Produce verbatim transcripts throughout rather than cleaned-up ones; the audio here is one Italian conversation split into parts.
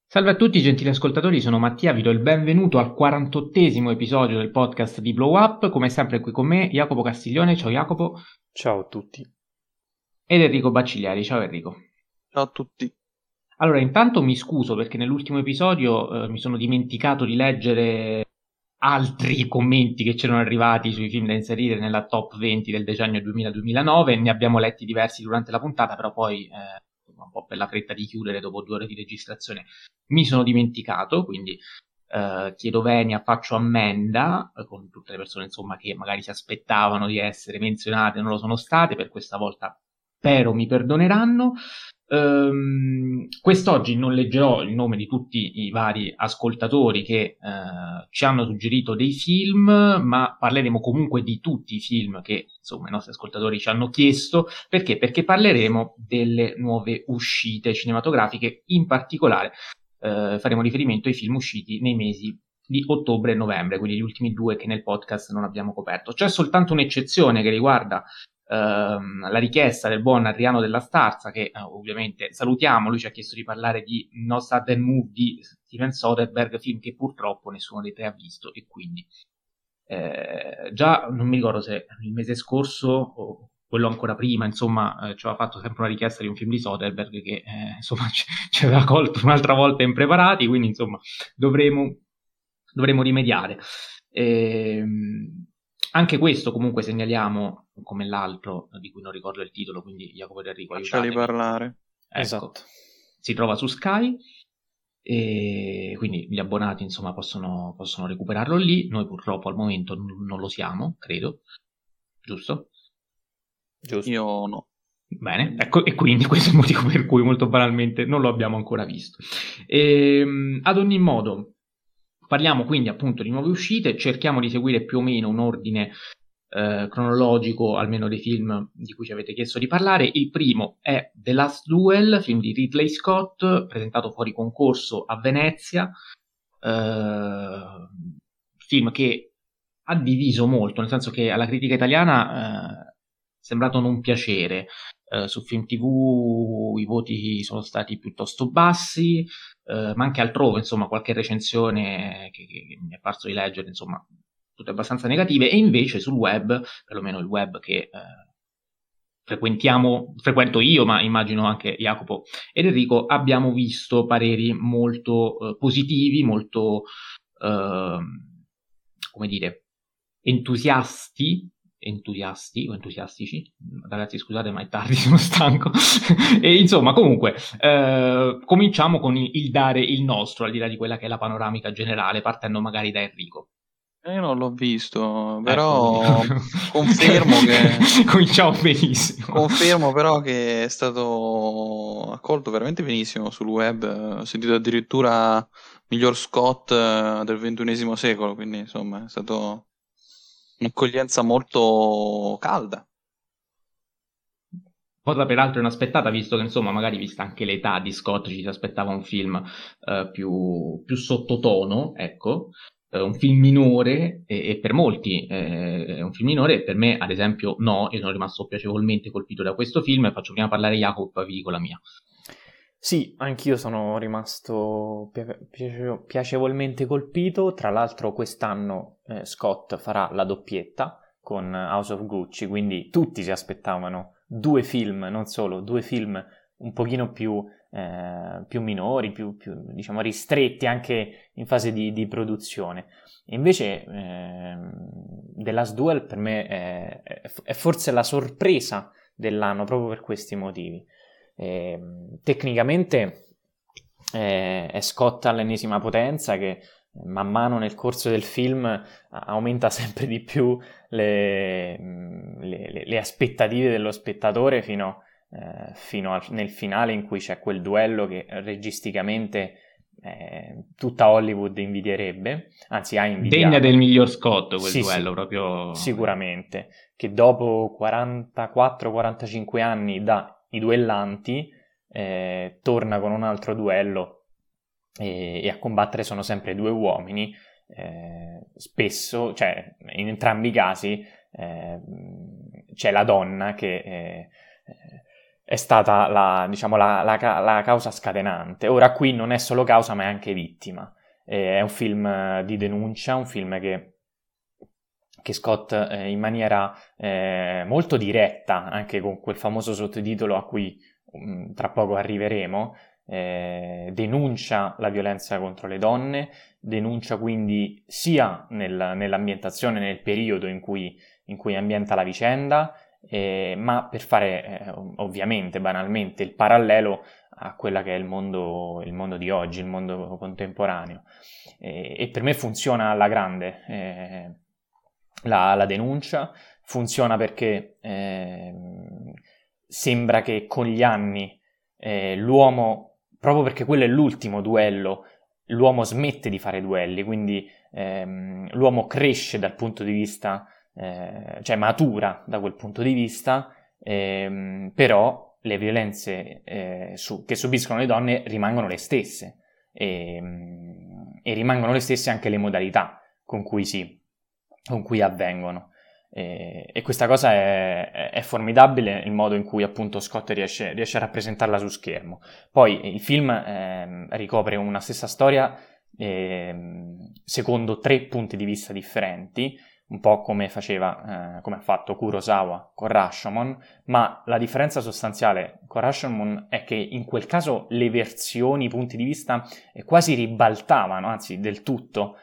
Salve a tutti gentili ascoltatori, sono Mattia, vi do il benvenuto al quarantottesimo episodio del podcast di Blow Up, come sempre qui con me Jacopo Castiglione, ciao Jacopo. Ciao a tutti. Ed Enrico Baccigliari, ciao Enrico. Ciao a tutti. Allora, intanto mi scuso perché nell'ultimo episodio eh, mi sono dimenticato di leggere altri commenti che c'erano arrivati sui film da inserire nella top venti del decennio duemila duemilanove, ne abbiamo letti diversi durante la puntata, però poi eh, un po' per la fretta di chiudere dopo due ore di registrazione mi sono dimenticato, quindi eh, chiedo venia, faccio ammenda eh, con tutte le persone insomma che magari si aspettavano di essere menzionate e non lo sono state, per questa volta spero mi perdoneranno. Um, quest'oggi non leggerò il nome di tutti i vari ascoltatori che uh, ci hanno suggerito dei film, ma parleremo comunque di tutti i film che insomma i nostri ascoltatori ci hanno chiesto. Perché? Perché parleremo delle nuove uscite cinematografiche, in particolare uh, faremo riferimento ai film usciti nei mesi di ottobre e novembre, quindi gli ultimi due che nel podcast non abbiamo coperto. C'è soltanto un'eccezione che riguarda Uh, la richiesta del buon Adriano della Starza, che uh, ovviamente salutiamo. Lui ci ha chiesto di parlare di No Sudden Move di Steven Soderbergh, film che purtroppo nessuno dei tre ha visto, e quindi eh, già non mi ricordo se il mese scorso o quello ancora prima, insomma, eh, ci aveva fatto sempre una richiesta di un film di Soderbergh che eh, insomma ci, ci aveva colto un'altra volta impreparati, quindi insomma dovremo, dovremo rimediare. Ehm Anche questo comunque segnaliamo, come l'altro di cui non ricordo il titolo, quindi Jacopo e Enrico Lasciali parlare. Ecco, esatto. Si trova su Sky e quindi gli abbonati insomma possono, possono recuperarlo lì. Noi purtroppo al momento n- non lo siamo, credo, giusto? Giusto. Io no. Bene, ecco, e quindi questo è il motivo per cui molto banalmente non lo abbiamo ancora visto. E, ad ogni modo, parliamo quindi appunto di nuove uscite, cerchiamo di seguire più o meno un ordine eh, cronologico, almeno dei film di cui ci avete chiesto di parlare. Il primo è The Last Duel, film di Ridley Scott, presentato fuori concorso a Venezia, eh, film che ha diviso molto, nel senso che alla critica italiana eh, è sembrato non piacere. Uh, su Film ti vu i voti sono stati piuttosto bassi, uh, ma anche altrove, insomma, qualche recensione che, che, che mi è parso di leggere, insomma, tutte abbastanza negative, e invece sul web, perlomeno il web che uh, frequentiamo, frequento io, ma immagino anche Jacopo ed Enrico, abbiamo visto pareri molto uh, positivi, molto, uh, come dire, entusiasti, entusiasti o entusiastici, ragazzi scusate ma è tardi, sono stanco e insomma comunque eh, cominciamo con il, il dare il nostro, al di là di quella che è la panoramica generale, partendo magari da Enrico. Io non l'ho visto, però ecco, confermo che cominciamo benissimo. Confermo però che è stato accolto veramente benissimo sul web. Ho sentito addirittura miglior Scott del ventunesimo secolo, quindi insomma è stato un'accoglienza molto calda. Cosa peraltro inaspettata, visto che insomma magari vista anche l'età di Scott ci si aspettava un film uh, più, più sottotono, ecco, uh, un film minore, e, e per molti eh, è un film minore, per me ad esempio no. Io sono rimasto piacevolmente colpito da questo film e faccio prima parlare Jacopo, poi vi dico la mia. Sì, anch'io sono rimasto piace- piacevolmente colpito. Tra l'altro quest'anno eh, Scott farà la doppietta con House of Gucci, quindi tutti si aspettavano due film, non solo, due film un pochino più, eh, più minori, più, più diciamo ristretti anche in fase di, di produzione. E invece eh, The Last Duel per me è, è forse la sorpresa dell'anno proprio per questi motivi. Eh, tecnicamente eh, è Scott all'ennesima potenza che man mano nel corso del film aumenta sempre di più le, le, le aspettative dello spettatore fino, eh, fino al, nel finale, in cui c'è quel duello che registicamente eh, tutta Hollywood invidierebbe, anzi ha invidiato. Degna del miglior Scott quel sì, duello, sì, proprio sicuramente, che dopo quarantaquattro quarantacinque anni da I Duellanti eh, torna con un altro duello e, e a combattere sono sempre due uomini, eh, spesso, cioè in entrambi i casi eh, c'è la donna che eh, è stata la, diciamo, la, la, la causa scatenante. Ora qui non è solo causa ma è anche vittima. Eh, è un film di denuncia, un film che, che Scott eh, in maniera eh, molto diretta, anche con quel famoso sottotitolo a cui um, tra poco arriveremo, eh, denuncia la violenza contro le donne, denuncia quindi sia nel, nell'ambientazione, nel periodo in cui, in cui ambienta la vicenda, Eh, ma per fare eh, ovviamente, banalmente, il parallelo a quella che è il mondo, il mondo di oggi, il mondo contemporaneo. Eh, e per me funziona alla grande eh, la, la denuncia, funziona perché eh, sembra che con gli anni eh, l'uomo, proprio perché quello è l'ultimo duello, l'uomo smette di fare duelli, quindi ehm, l'uomo cresce dal punto di vista Eh, cioè matura da quel punto di vista, ehm, però le violenze eh, su, che subiscono le donne rimangono le stesse e, e rimangono le stesse anche le modalità con cui, si, con cui avvengono. E, e questa cosa è, è formidabile, il modo in cui appunto Scott riesce, riesce a rappresentarla su schermo. Poi il film eh, ricopre una stessa storia eh, secondo tre punti di vista differenti, un po' come faceva, eh, come ha fatto Kurosawa con Rashomon, ma la differenza sostanziale con Rashomon è che in quel caso le versioni, i punti di vista eh, quasi ribaltavano, anzi del tutto,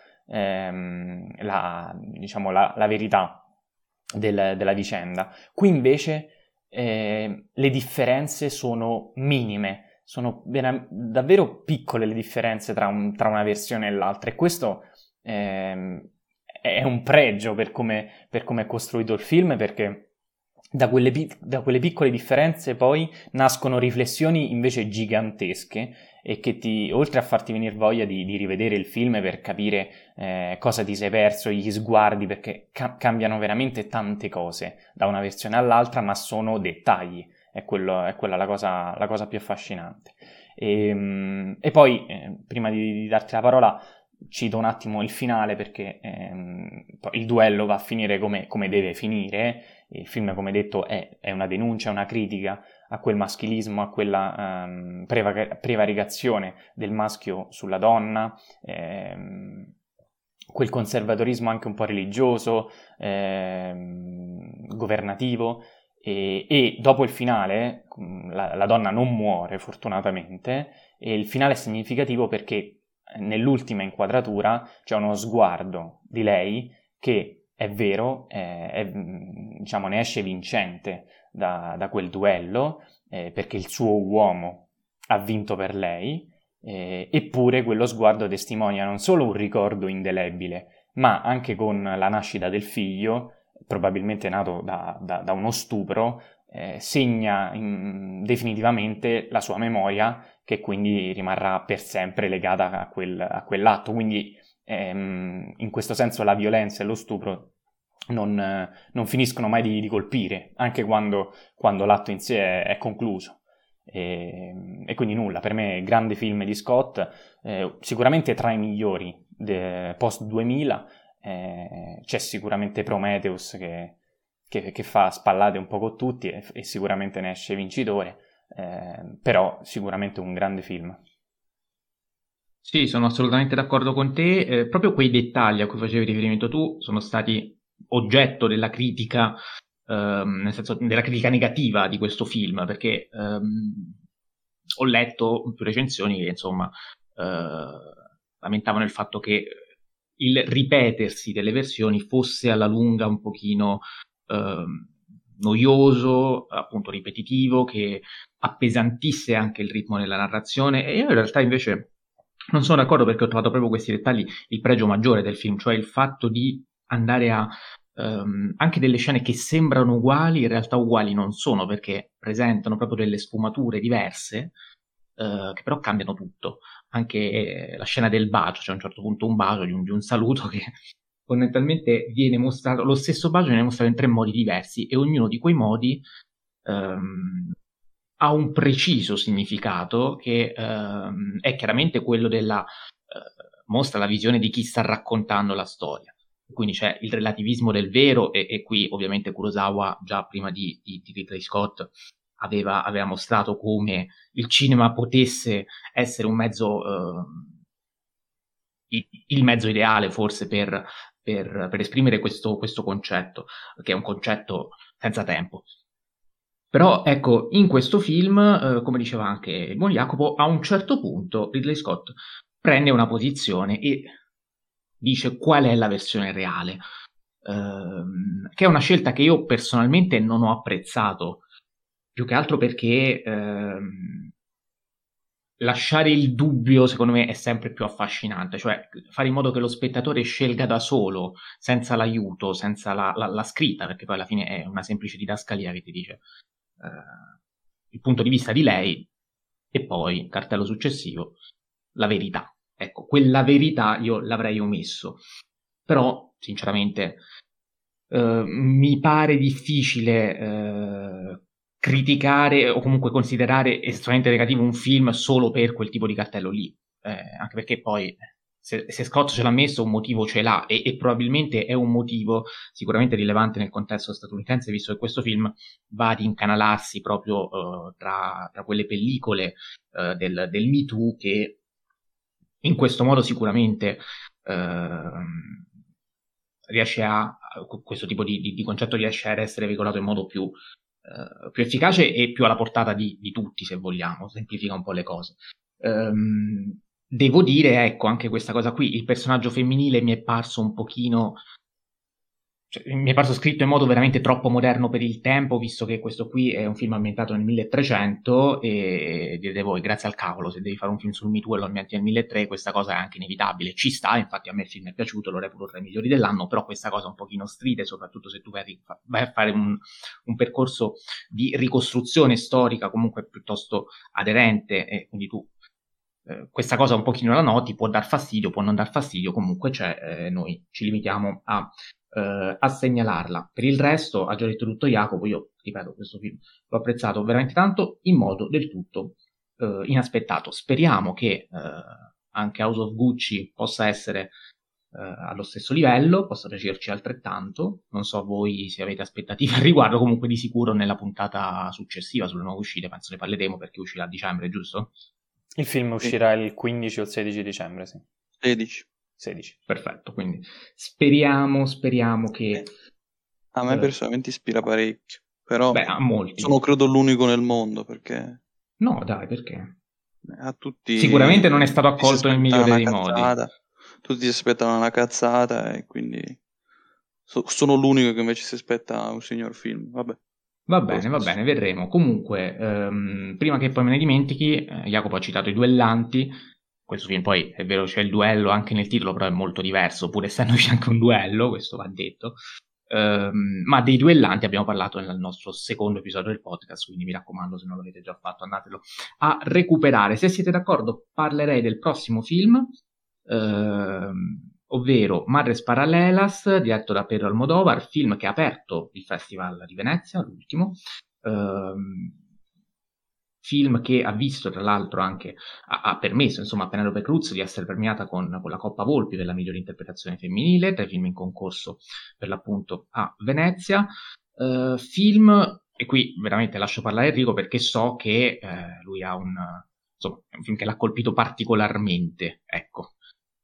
ehm, la, diciamo, la, la verità del, della vicenda. Qui invece eh, le differenze sono minime, sono vera- davvero piccole le differenze tra, un, tra una versione e l'altra, e questo ehm, è un pregio per come, per come è costruito il film, perché da quelle, da quelle piccole differenze poi nascono riflessioni invece gigantesche e che ti, oltre a farti venire voglia di, di rivedere il film per capire eh, cosa ti sei perso, gli sguardi, perché ca- cambiano veramente tante cose da una versione all'altra, ma sono dettagli, è, quello, è quella la cosa, la cosa più affascinante. E, e poi, eh, prima di, di darti la parola, cito un attimo il finale, perché ehm, il duello va a finire come, come deve finire. Il film, come detto, è, è una denuncia, una critica a quel maschilismo, a quella ehm, preva- prevaricazione del maschio sulla donna, ehm, quel conservatorismo anche un po' religioso, ehm, governativo. E, e dopo il finale la, la donna non muore, fortunatamente, e il finale è significativo perché nell'ultima inquadratura c'è uno sguardo di lei che è vero, è, è, diciamo, ne esce vincente da, da quel duello, eh, perché il suo uomo ha vinto per lei, eh, eppure quello sguardo testimonia non solo un ricordo indelebile, ma anche con la nascita del figlio, probabilmente nato da, da, da uno stupro, eh, segna in, definitivamente la sua memoria, che quindi rimarrà per sempre legata a, quel, a quell'atto. Quindi ehm, in questo senso la violenza e lo stupro non, eh, non finiscono mai di, di colpire, anche quando, quando l'atto in sé è, è concluso. E, e quindi nulla, per me grande film di Scott, eh, sicuramente tra i migliori post duemila. Eh, c'è sicuramente Prometheus che, che, che fa spallate un po' con tutti e, e sicuramente ne esce vincitore. Eh, però sicuramente un grande film. Sì, sono assolutamente d'accordo con te. Eh, proprio quei dettagli a cui facevi riferimento tu sono stati oggetto della critica, ehm, nel senso della critica negativa di questo film, perché ehm, ho letto più recensioni che insomma eh, lamentavano il fatto che il ripetersi delle versioni fosse alla lunga un pochino ehm, noioso, appunto ripetitivo, che appesantisse anche il ritmo della narrazione. E io in realtà invece non sono d'accordo, perché ho trovato proprio questi dettagli il pregio maggiore del film, cioè il fatto di andare a um, anche delle scene che sembrano uguali, in realtà uguali non sono, perché presentano proprio delle sfumature diverse, uh, che però cambiano tutto. Anche eh, la scena del bacio, c'è cioè a un certo punto un bacio di un, di un saluto che fondamentalmente viene mostrato, lo stesso bacio viene mostrato in tre modi diversi, e ognuno di quei modi um, ha un preciso significato che ehm, è chiaramente quello della eh, mostra la visione di chi sta raccontando la storia. Quindi c'è il relativismo del vero, e, e qui ovviamente Kurosawa già prima di, di, di Ridley Scott aveva, aveva mostrato come il cinema potesse essere un mezzo, eh, il mezzo ideale forse per, per, per esprimere questo, questo concetto, che è un concetto senza tempo. Però ecco, in questo film, eh, come diceva anche il buon Jacopo, a un certo punto Ridley Scott prende una posizione e dice qual è la versione reale, ehm, che è una scelta che io personalmente non ho apprezzato, più che altro perché ehm, lasciare il dubbio secondo me è sempre più affascinante, cioè fare in modo che lo spettatore scelga da solo, senza l'aiuto, senza la, la, la scritta, perché poi alla fine è una semplice didascalia che ti dice eh, il punto di vista di lei e poi, cartello successivo, la verità. Ecco, quella verità io l'avrei omesso, però sinceramente eh, mi pare difficile eh, criticare o comunque considerare estremamente negativo un film solo per quel tipo di cartello lì, eh, anche perché poi se, se Scott ce l'ha messo un motivo ce l'ha e, e probabilmente è un motivo sicuramente rilevante nel contesto statunitense, visto che questo film va ad incanalarsi proprio uh, tra, tra quelle pellicole uh, del, del Me Too che in questo modo sicuramente uh, riesce a, questo tipo di, di, di concetto riesce ad essere veicolato in modo più, uh, più efficace e più alla portata di, di tutti, se vogliamo, semplifica un po' le cose. Um, devo dire, ecco, anche questa cosa qui, il personaggio femminile mi è parso un pochino, cioè, mi è parso scritto in modo veramente troppo moderno per il tempo, visto che questo qui è un film ambientato nel milletrecento e direte voi, grazie al cavolo, se devi fare un film sul Me Too e lo ambienti nel milletrecento, questa cosa è anche inevitabile, ci sta, infatti a me il film è piaciuto, lo reputo tra i migliori dell'anno, però questa cosa un pochino stride, soprattutto se tu vai a, vai a fare un, un percorso di ricostruzione storica comunque piuttosto aderente e quindi tu eh, questa cosa un pochino la noti, può dar fastidio, può non dar fastidio, comunque c'è, eh, noi ci limitiamo a Uh, a segnalarla. Per il resto, ha già detto tutto Jacopo, io ripeto, questo film l'ho apprezzato veramente tanto in modo del tutto uh, inaspettato. Speriamo che uh, anche House of Gucci possa essere uh, allo stesso livello, possa piacerci altrettanto. Non so voi se avete aspettative al riguardo, comunque di sicuro nella puntata successiva sulle nuove uscite penso ne parleremo perché uscirà a dicembre, giusto? Il film uscirà il quindici o il sedici dicembre, sì. sedici. sedici. Perfetto, quindi speriamo, speriamo che... A me eh, personalmente ispira parecchio, però beh, a molti. sono credo l'unico nel mondo, perché... No, dai, perché? A tutti... Sicuramente non è stato accolto nel migliore dei cazzata, modi. Tutti si aspettano una cazzata e quindi so- sono l'unico che invece si aspetta un signor film, vabbè. Va bene, va bene, vedremo. Comunque, ehm, prima che poi me ne dimentichi, eh, Jacopo ha citato I Duellanti. Questo film poi è vero c'è il duello anche nel titolo, però è molto diverso, pur essendoci anche un duello, questo va detto. Um, ma dei Duellanti abbiamo parlato nel nostro secondo episodio del podcast, quindi mi raccomando, se non l'avete già fatto, andatelo a recuperare. Se siete d'accordo, parlerei del prossimo film, ehm, ovvero Madres Paralelas, diretto da Pedro Almodóvar, film che ha aperto il Festival di Venezia, l'ultimo. Ehm, film che ha visto tra l'altro anche, ha, ha permesso insomma a Penelope Cruz di essere premiata con, con la Coppa Volpi per la migliore interpretazione femminile, tra i film in concorso per l'appunto a Venezia. Uh, film, e qui veramente lascio parlare Enrico perché so che eh, lui ha un, insomma, è un film che l'ha colpito particolarmente, ecco.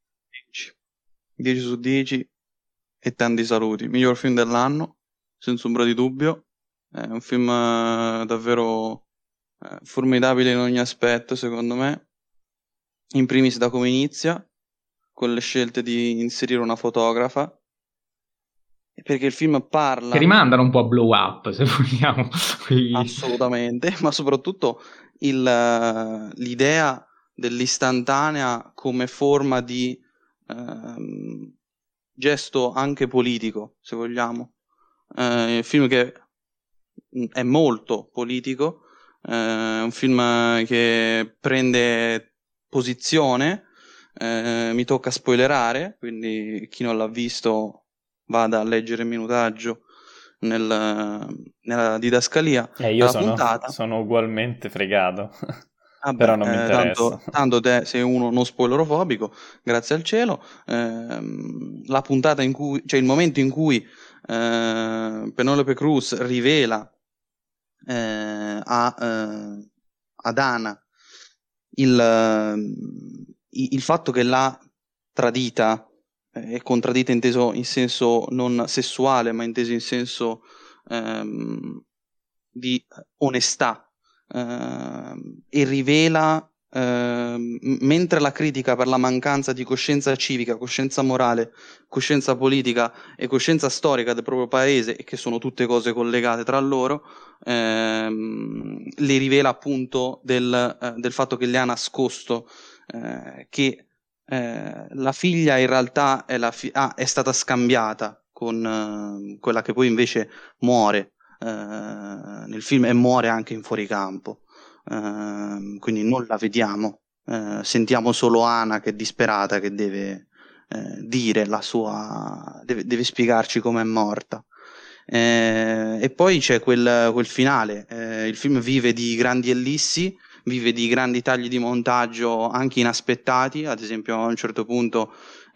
dieci su dieci e tanti saluti, miglior film dell'anno, senza ombra di dubbio, è un film uh, davvero formidabile in ogni aspetto, secondo me. In primis da come inizia, con le scelte di inserire una fotografa, perché il film parla... Che rimandano un po' a Blow Up, se vogliamo. Assolutamente, ma soprattutto il, l'idea dell'istantanea come forma di ehm, gesto anche politico, se vogliamo. Eh, il film che è molto politico, è uh, un film che prende posizione, uh, mi tocca spoilerare, quindi chi non l'ha visto vada a leggere il minutaggio nel, nella didascalia. Eh, io sono, sono ugualmente fregato, ah, però beh, non mi interessa. Tanto, tanto te sei uno non spoilerofobico, grazie al cielo. Eh, la puntata in cui, cioè il momento in cui eh, Penelope Cruz rivela eh, a, eh, ad Ana il, eh, il fatto che l'ha tradita, eh, e con tradita inteso in senso non sessuale, ma inteso in senso ehm, di onestà, ehm, e rivela, ehm, m- mentre la critica per la mancanza di coscienza civica, coscienza morale, coscienza politica e coscienza storica del proprio paese, e che sono tutte cose collegate tra loro, ehm, le rivela appunto del, eh, del fatto che le ha nascosto, eh, che eh, la figlia in realtà è, la fi- ah, è stata scambiata con eh, quella che poi invece muore eh, nel film, e muore anche in fuoricampo. Eh, quindi non la vediamo, eh, sentiamo solo Ana che è disperata, che deve eh, dire la sua, deve, deve spiegarci com'è morta. Eh, e poi c'è quel, quel finale. Eh, il film vive di grandi ellissi, vive di grandi tagli di montaggio anche inaspettati. Ad esempio, a un certo punto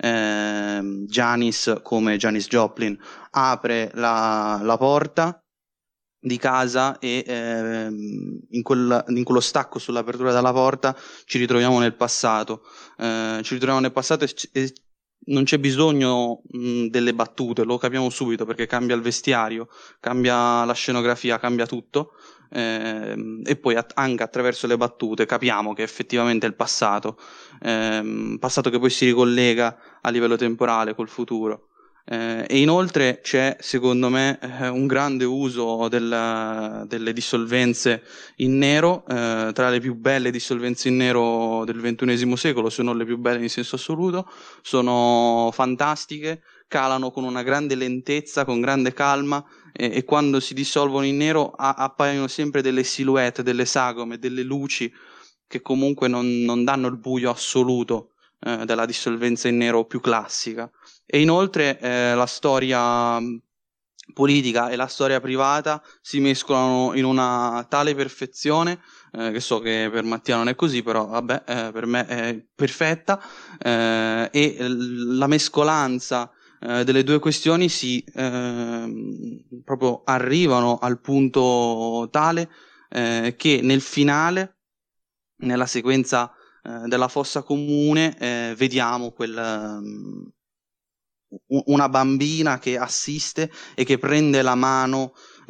ehm, Janis, come Janis Joplin, apre la, la porta di casa, e ehm, in, quel- in quello stacco sull'apertura della porta ci ritroviamo nel passato. Eh, ci ritroviamo nel passato, e, c- e non c'è bisogno mh, delle battute, lo capiamo subito perché cambia il vestiario, cambia la scenografia, cambia tutto. Ehm, e poi at- anche attraverso le battute capiamo che effettivamente è il passato, ehm, passato che poi si ricollega a livello temporale col futuro. Eh, e inoltre c'è, secondo me, eh, un grande uso del- delle dissolvenze in nero, eh, tra le più belle dissolvenze in nero del ventunesimo secolo, se non le più belle in senso assoluto. Sono fantastiche, calano con una grande lentezza, con grande calma, e, e quando si dissolvono in nero a- appaiono sempre delle silhouette, delle sagome, delle luci che comunque non, non danno il buio assoluto, eh, della dissolvenza in nero più classica. E inoltre eh, la storia mh, politica e la storia privata si mescolano in una tale perfezione, eh, che so che per Mattia non è così, però vabbè, eh, per me è perfetta, eh, e l- la mescolanza eh, delle due questioni si ehm, proprio arrivano al punto tale eh, che nel finale, nella sequenza eh, della fossa comune, eh, vediamo quel, ehm, u- una bambina che assiste e che prende la mano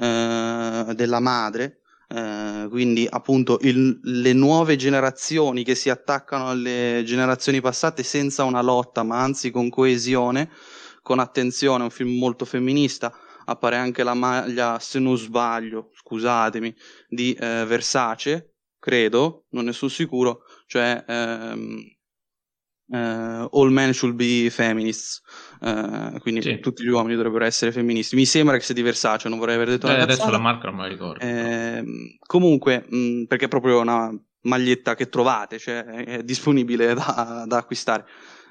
eh, della madre. Eh, quindi appunto il- le nuove generazioni che si attaccano alle generazioni passate senza una lotta, ma anzi con coesione, con attenzione. È un film molto femminista. Appare anche la maglia, se non sbaglio, scusatemi, di eh, Versace, credo, non ne sono sicuro, cioè ehm, eh, all men should be feminists. Eh, quindi Sì. tutti gli uomini dovrebbero essere femministi. Mi sembra che sia di Versace, non vorrei aver detto una Eh, adesso la cazzata. marca non me la ricordo. però. Ehm, comunque, mh, perché è proprio una maglietta che trovate, cioè è disponibile da, da acquistare.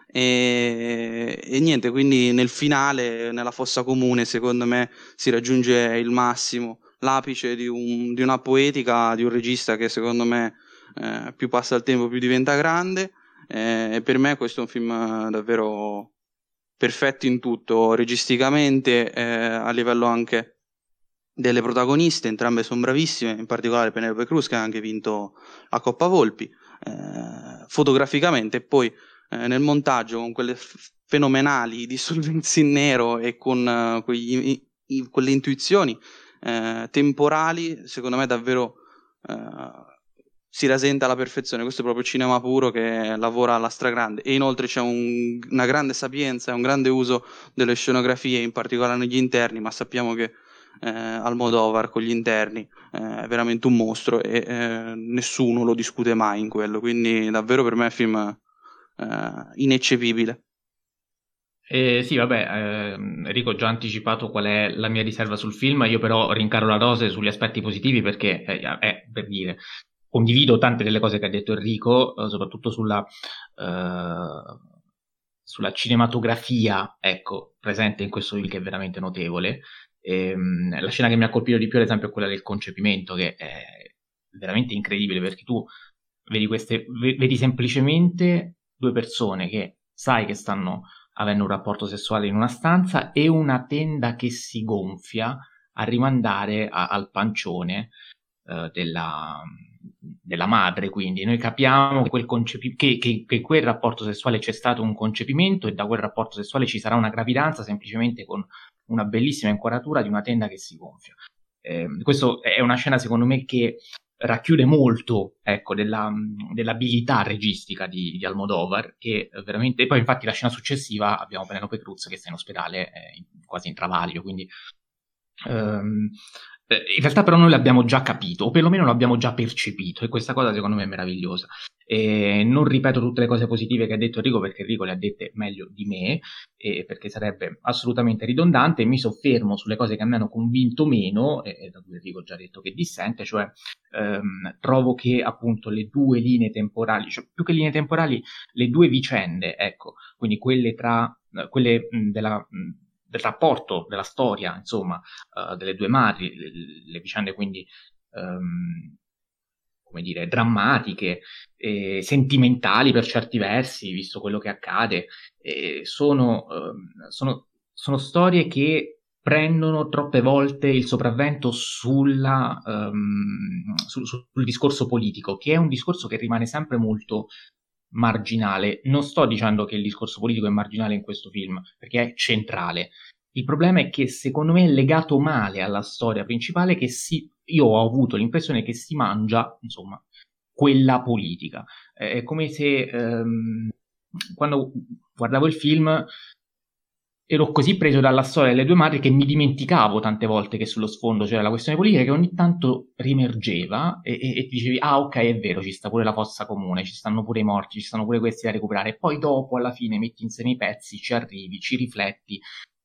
E, e niente, quindi nel finale, nella fossa comune, secondo me si raggiunge il massimo, l'apice di, un- di una poetica, di un regista che secondo me eh, più passa il tempo più diventa grande. Eh, e per me questo è un film eh, davvero perfetto in tutto, registicamente, eh, a livello anche delle protagoniste, entrambe sono bravissime, in particolare Penelope Cruz, che ha anche vinto la Coppa Volpi, eh, fotograficamente, e poi eh, nel montaggio con quelle f- fenomenali dissolvenze in nero, e con eh, quegli- i- i- quelle intuizioni eh, temporali, secondo me davvero eh, si rasenta alla perfezione. Questo è proprio cinema puro che lavora alla stragrande, e inoltre c'è un- una grande sapienza e un grande uso delle scenografie, in particolare negli interni, ma sappiamo che eh, Almodovar con gli interni eh, è veramente un mostro, e eh, nessuno lo discute mai in quello, quindi davvero per me è un film eh, ineccepibile. Eh, sì, vabbè, ehm, Enrico ha già anticipato qual è la mia riserva sul film, io però rincaro la rose sugli aspetti positivi perché, eh, è, per dire, condivido tante delle cose che ha detto Enrico, eh, soprattutto sulla, eh, sulla cinematografia, ecco, presente in questo film, che è veramente notevole. Ehm, la scena che mi ha colpito di più, ad esempio, è quella del concepimento, che è veramente incredibile, perché tu vedi queste, ve- vedi semplicemente due persone che sai che stanno avendo un rapporto sessuale in una stanza, e una tenda che si gonfia a rimandare a- al pancione, uh, della, della madre, quindi noi capiamo che, quel concepi- che, che, che quel rapporto sessuale c'è stato un concepimento e da quel rapporto sessuale ci sarà una gravidanza semplicemente con una bellissima inquadratura di una tenda che si gonfia. Eh, questo è una scena secondo me che racchiude molto, ecco, della, dell'abilità registica di, di Almodovar, che veramente, e poi infatti la scena successiva abbiamo Penelope Cruz che sta in ospedale eh, quasi in travaglio, quindi um, in realtà però noi l'abbiamo già capito, o perlomeno l'abbiamo già percepito, e questa cosa secondo me è meravigliosa. E non ripeto tutte le cose positive che ha detto Enrico, perché Enrico le ha dette meglio di me, e perché sarebbe assolutamente ridondante, e mi soffermo sulle cose che mi hanno convinto meno, e da cui Enrico ha già detto che dissente, cioè ehm, trovo che appunto le due linee temporali, cioè più che linee temporali, le due vicende, ecco, quindi quelle tra, quelle mh, della... Mh, del rapporto, della storia, insomma, uh, delle due madri, le, le vicende quindi, um, come dire, drammatiche, eh, sentimentali per certi versi, visto quello che accade, eh, sono, um, sono, sono storie che prendono troppe volte il sopravvento sulla, um, sul, sul discorso politico, che è un discorso che rimane sempre molto marginale. Non sto dicendo che il discorso politico è marginale in questo film, perché è centrale. Il problema è che secondo me è legato male alla storia principale, che si, io ho avuto l'impressione che si mangia, insomma, quella politica. È come se ehm, quando guardavo il film ero così preso dalla storia delle due madri che mi dimenticavo tante volte che sullo sfondo c'era la questione politica, che ogni tanto riemergeva e, e, e ti dicevi ah ok, è vero, ci sta pure la fossa comune, ci stanno pure i morti, ci stanno pure questi da recuperare, e poi dopo alla fine metti insieme i pezzi, ci arrivi, ci rifletti,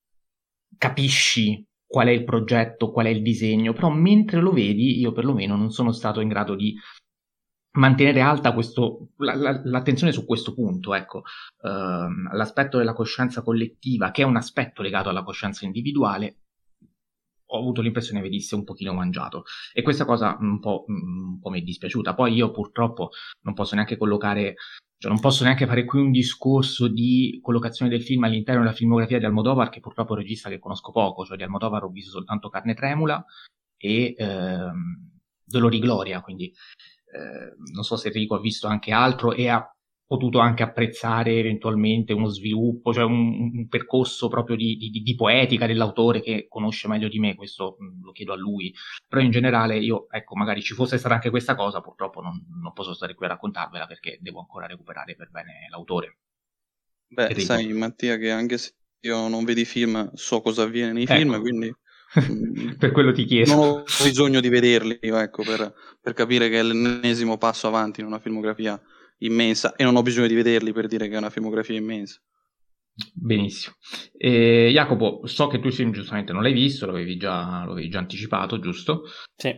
capisci qual è il progetto, qual è il disegno, però mentre lo vedi io perlomeno non sono stato in grado di mantenere alta questo, la, la, l'attenzione su questo punto, ecco, uh, l'aspetto della coscienza collettiva, che è un aspetto legato alla coscienza individuale, ho avuto l'impressione venisse un pochino mangiato, e questa cosa un po', un po' mi è dispiaciuta. Poi io purtroppo non posso neanche collocare, cioè non posso neanche fare qui un discorso di collocazione del film all'interno della filmografia di Almodovar, che purtroppo è un regista che conosco poco, cioè di Almodovar ho visto soltanto Carne Tremula e ehm, Dolor y Gloria, quindi Eh, non so se Enrico ha visto anche altro e ha potuto anche apprezzare eventualmente uno sviluppo, cioè un, un percorso proprio di, di, di poetica dell'autore, che conosce meglio di me, questo mh, lo chiedo a lui, però in generale io, ecco, magari ci fosse stata anche questa cosa, purtroppo non, non posso stare qui a raccontarvela perché devo ancora recuperare per bene l'autore. Beh, Enrico. sai Mattia che anche se io non vedo i film so cosa avviene nei ecco. film, quindi per quello ti chiedo. Non ho bisogno di vederli, ecco, per, per capire che è l'ennesimo passo avanti in una filmografia immensa, e non ho bisogno di vederli per dire che è una filmografia immensa. Benissimo. Eh, Jacopo, so che tu il film giustamente non l'hai visto, lo avevi già, lo avevi già anticipato, giusto? Sì.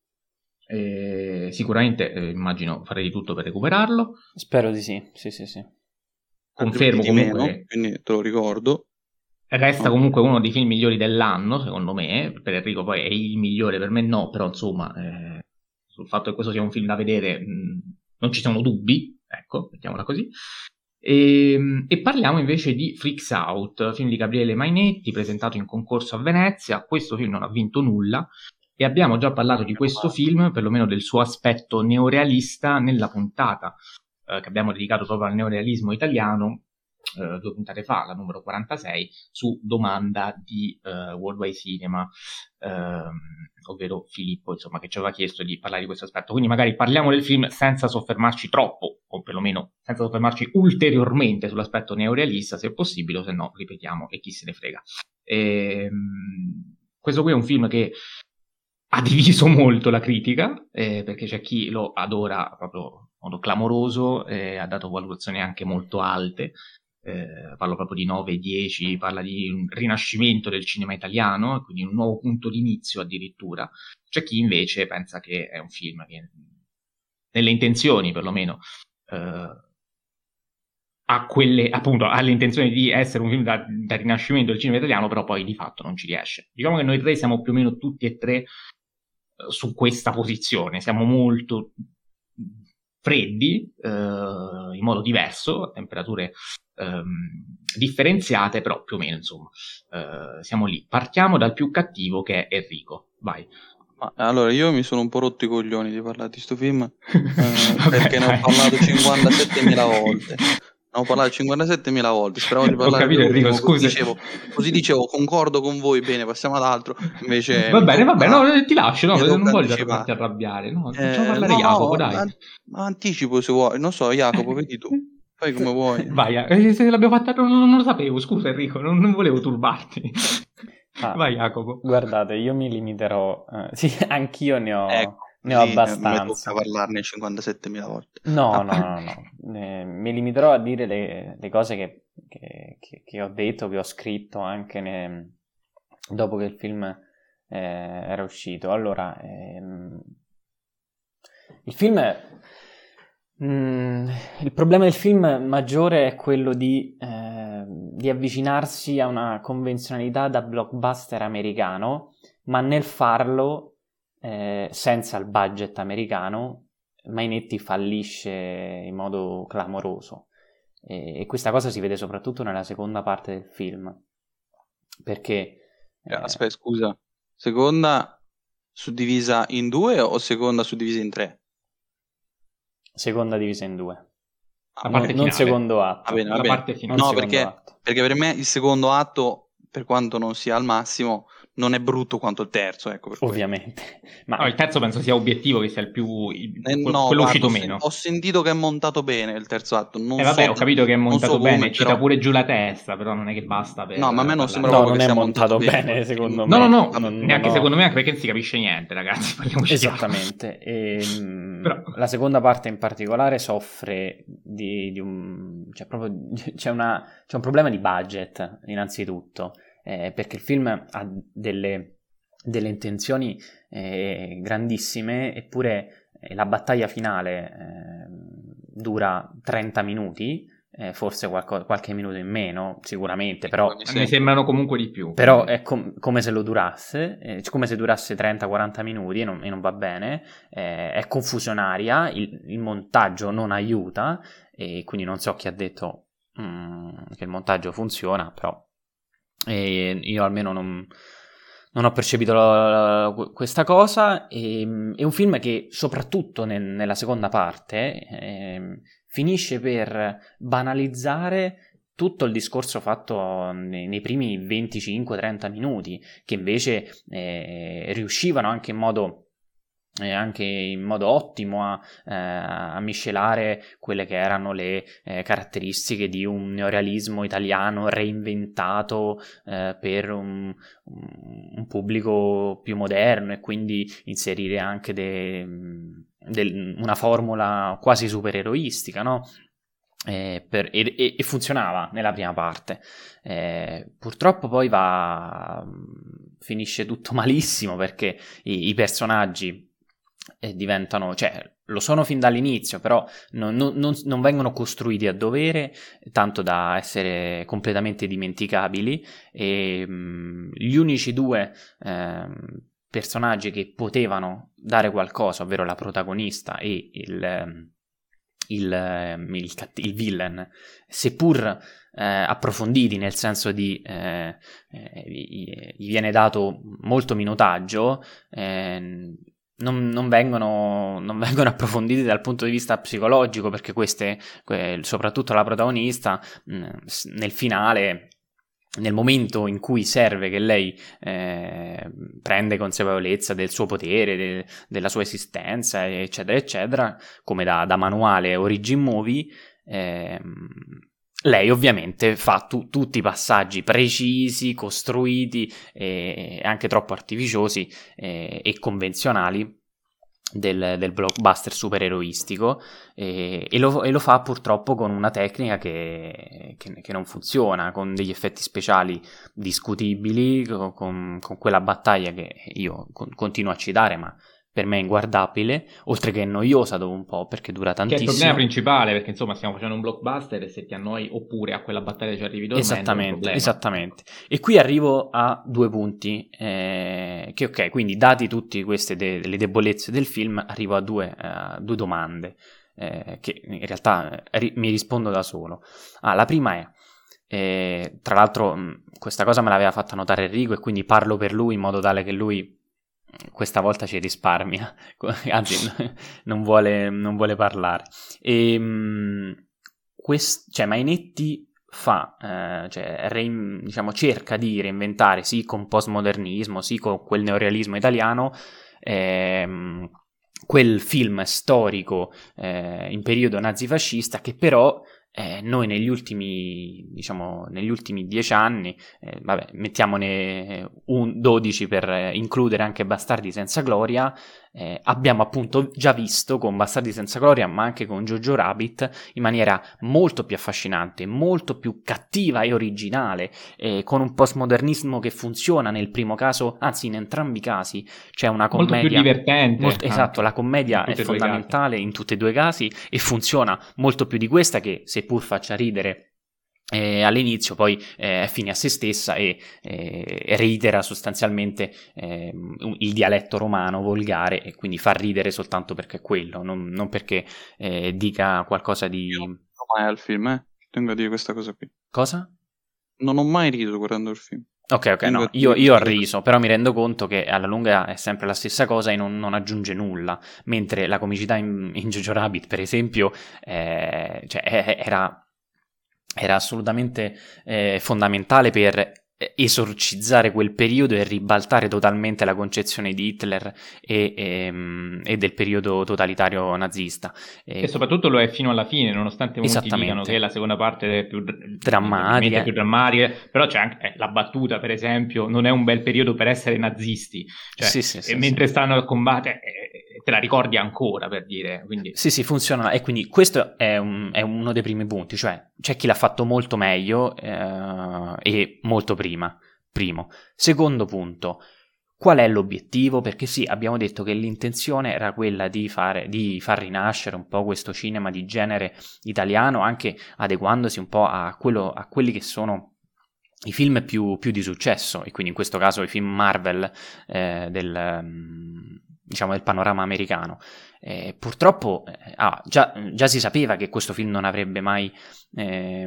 Eh, sicuramente eh, immagino farei di tutto per recuperarlo. Spero di sì, sì, sì, sì. Confermo comunque meno, che quindi te lo ricordo. resta no. comunque uno dei film migliori dell'anno, secondo me. Per Enrico poi è il migliore, per me no, però insomma eh, sul fatto che questo sia un film da vedere mh, non ci sono dubbi, ecco, mettiamola così. E, e parliamo invece di Freaks Out, film di Gabriele Mainetti, presentato in concorso a Venezia. Questo film non ha vinto nulla e abbiamo già parlato di questo film, perlomeno del suo aspetto neorealista, nella puntata eh, che abbiamo dedicato proprio al neorealismo italiano eh, due puntate fa, la numero quarantasei, su domanda di eh, Worldwide Cinema, ehm, ovvero Filippo, insomma, che ci aveva chiesto di parlare di questo aspetto. Quindi magari parliamo del film senza soffermarci troppo, o perlomeno senza soffermarci ulteriormente sull'aspetto neorealista, se è possibile, o se no, ripetiamo, e chi se ne frega. Ehm, questo qui è un film che ha diviso molto la critica, eh, perché c'è chi lo adora proprio in modo clamoroso, eh, ha dato valutazioni anche molto alte, eh, parlo proprio di nove dieci, parla di un rinascimento del cinema italiano, quindi un nuovo punto d'inizio addirittura. C'è chi invece pensa che è un film che, nelle intenzioni perlomeno, eh, ha quelle, appunto, ha l'intenzione di essere un film da, da rinascimento del cinema italiano, però poi di fatto non ci riesce. Diciamo che noi tre siamo più o meno tutti e tre su questa posizione, siamo molto freddi eh, in modo diverso, a temperature ehm, differenziate, però più o meno insomma eh, siamo lì. Partiamo dal più cattivo, che è Enrico, vai. Ma allora io mi sono un po' rotto i coglioni di parlare di sto film eh, Vabbè, perché ne ho dai. parlato cinquantasettemila volte. Ne ho parlato cinquantasettemila volte, speravo di Ho parlare capito, per Enrico, ultimo, così scusa. dicevo, così dicevo concordo con voi, bene, passiamo ad altro, invece Va mi bene, va bene, tocca, no, ti lascio, no, mi non tocca voglio anticipare. farti arrabbiare, no, facciamo Eh, parlare no, Jacopo, no, dai. an- anticipo se vuoi, non so, Jacopo, vedi tu, fai come vuoi. Vai, eh, se l'abbiamo fatta, non, non lo sapevo, scusa Enrico, non, non volevo turbarti. Ah, Vai Jacopo. guardate, io mi limiterò... eh, sì, anch'io ne ho, Ecco, ne ho così eh, mi tocca abbastanza. parlarne cinquantasettemila volte. No, Ah, no, no, no. Eh, mi limiterò a dire le, le cose che, che- che- che ho detto, che ho scritto anche ne- dopo che il film eh, era uscito. Allora, ehm, il film... mm, il problema del film maggiore è quello di, eh, di avvicinarsi a una convenzionalità da blockbuster americano, ma nel farlo eh, senza il budget americano, Mainetti fallisce in modo clamoroso. E, e questa cosa si vede soprattutto nella seconda parte del film, perché eh, eh, aspetta, scusa, seconda suddivisa in due o seconda suddivisa in tre? seconda divisa in due, La non, parte non finale. secondo Va atto. bene, va La bene. parte finale. Non No, secondo perché, atto. perché per me il secondo atto, per quanto non sia al massimo, non è brutto quanto il terzo, ecco per quello. Ovviamente, ma No, il terzo penso sia obiettivo, che sia il più... il- Eh, que- no, quello guarda, uscito ho, sen- meno. ho sentito che è montato bene il terzo atto, non E vabbè, so, ho capito che è non montato so bene, come, cita però... pure giù la testa, però non è che basta per No, ma a me non parlare. sembra no, proprio non che è sia montato montato bene, bene. secondo No, me. no, no, Non- neanche non ho- secondo me, anche perché non si capisce niente, ragazzi, parliamoci chiaro. Esattamente. E, mm, Però- la seconda parte in particolare soffre di, di un... Cioè proprio, c'è, una, c'è un problema di budget, innanzitutto, eh, perché il film ha delle, delle intenzioni eh, grandissime, eppure eh, la battaglia finale eh, dura trenta minuti, eh, forse qualco- qualche minuto in meno, sicuramente, però... Mi Mi sembra. sembrano comunque di più. Però è com- come se lo durasse, eh, come se durasse trenta quaranta minuti e non, e non va bene, eh, è confusionaria, il, il montaggio non aiuta, e quindi non so chi ha detto mm, che il montaggio funziona, però eh, io almeno non, non ho percepito la- la- questa cosa. E, è un film che soprattutto nel- nella seconda parte eh, finisce per banalizzare tutto il discorso fatto nei, nei primi venticinque trenta minuti, che invece eh, riuscivano anche in modo eh, anche in modo ottimo a, eh, a miscelare quelle che erano le eh, caratteristiche di un neorealismo italiano reinventato eh, per un, un pubblico più moderno, e quindi inserire anche de, del, una formula quasi supereroistica, no? Eh, per, e, e, e funzionava nella prima parte. Eh, purtroppo poi va finisce tutto malissimo, perché i, i personaggi eh, diventano, cioè lo sono fin dall'inizio, però non, non, non, non vengono costruiti a dovere, tanto da essere completamente dimenticabili, e mh, gli unici due eh, personaggi che potevano dare qualcosa, ovvero la protagonista e il Il, il, il villain, seppur eh, approfonditi, nel senso di eh, eh, gli, gli viene dato molto minutaggio, eh, non, non, vengono, non vengono approfonditi dal punto di vista psicologico, perché queste, soprattutto la protagonista, mh, nel finale, nel momento in cui serve che lei eh, prende consapevolezza del suo potere, de, della sua esistenza, eccetera, eccetera, come da, da manuale origin movie, eh, lei ovviamente fa tu, tutti i passaggi precisi, costruiti e anche troppo artificiosi eh, e convenzionali Del, del blockbuster supereroistico, e, e, lo, e lo fa purtroppo con una tecnica che, che, che non funziona, con degli effetti speciali discutibili, con, con quella battaglia che io con, continuo a citare, ma per me è inguardabile, oltre che noiosa dopo un po', perché dura tantissimo. Che è il problema principale, perché insomma stiamo facendo un blockbuster e se ti annoi oppure a quella battaglia ci arrivi dormendo, esattamente, esattamente. E qui arrivo a due punti eh, che ok, quindi dati tutte queste de- le debolezze del film, arrivo a due, uh, due domande eh, che in realtà ri- mi rispondo da solo. Ah, la prima è eh, tra l'altro mh, questa cosa me l'aveva fatta notare Enrico, e quindi parlo per lui in modo tale che lui questa volta ci risparmia, anzi non vuole, non vuole parlare. E, quest- cioè Mainetti fa, eh, cioè, re- diciamo, cerca di reinventare, sì, con postmodernismo, sì, con quel neorealismo italiano, ehm, quel film storico eh, in periodo nazifascista che però eh, noi negli ultimi, diciamo, negli ultimi dieci anni, eh, vabbè, mettiamone un dodici per eh, includere anche Bastardi senza gloria, eh, abbiamo appunto già visto con Bastardi senza gloria, ma anche con Jojo Rabbit, in maniera molto più affascinante, molto più cattiva e originale, eh, con un postmodernismo che funziona nel primo caso, anzi in entrambi i casi, c'è una commedia molto più divertente. molto, esatto, la commedia è fondamentale in tutti e due i casi e funziona molto più di questa che, seppur faccia ridere Eh, all'inizio, poi eh, è fine a se stessa e eh, reitera sostanzialmente eh, il dialetto romano volgare e quindi fa ridere soltanto perché è quello, non, non perché eh, dica qualcosa di... Io non rido mai al film, eh? Tengo a dire questa cosa qui. Cosa? Non ho mai riso guardando il film. Ok, ok, no, io, io ho riso, però mi rendo conto che alla lunga è sempre la stessa cosa e non, non aggiunge nulla, mentre la comicità in, in Jojo Rabbit, per esempio, eh, cioè, era... era assolutamente eh, fondamentale per esorcizzare quel periodo e ribaltare totalmente la concezione di Hitler e, e, e del periodo totalitario nazista. E, e soprattutto lo è fino alla fine, nonostante molti dicano che la seconda parte è più drammatica, più drammatica, però c'è anche eh, la battuta, per esempio, non è un bel periodo per essere nazisti, cioè, sì, sì, sì, e mentre sì. stanno a combattere eh, te la ricordi ancora, per dire. Quindi... Sì, sì, funziona, e quindi questo è, un, è uno dei primi punti, cioè c'è chi l'ha fatto molto meglio eh, e molto prima. Primo. Secondo punto, qual è l'obiettivo? Perché sì, abbiamo detto che l'intenzione era quella di fare, di far rinascere un po' questo cinema di genere italiano, anche adeguandosi un po' a, quello, a quelli che sono i film più, più di successo, e quindi in questo caso i film Marvel eh, del, diciamo, del panorama americano. Eh, purtroppo eh, ah, già, già si sapeva che questo film non avrebbe mai eh,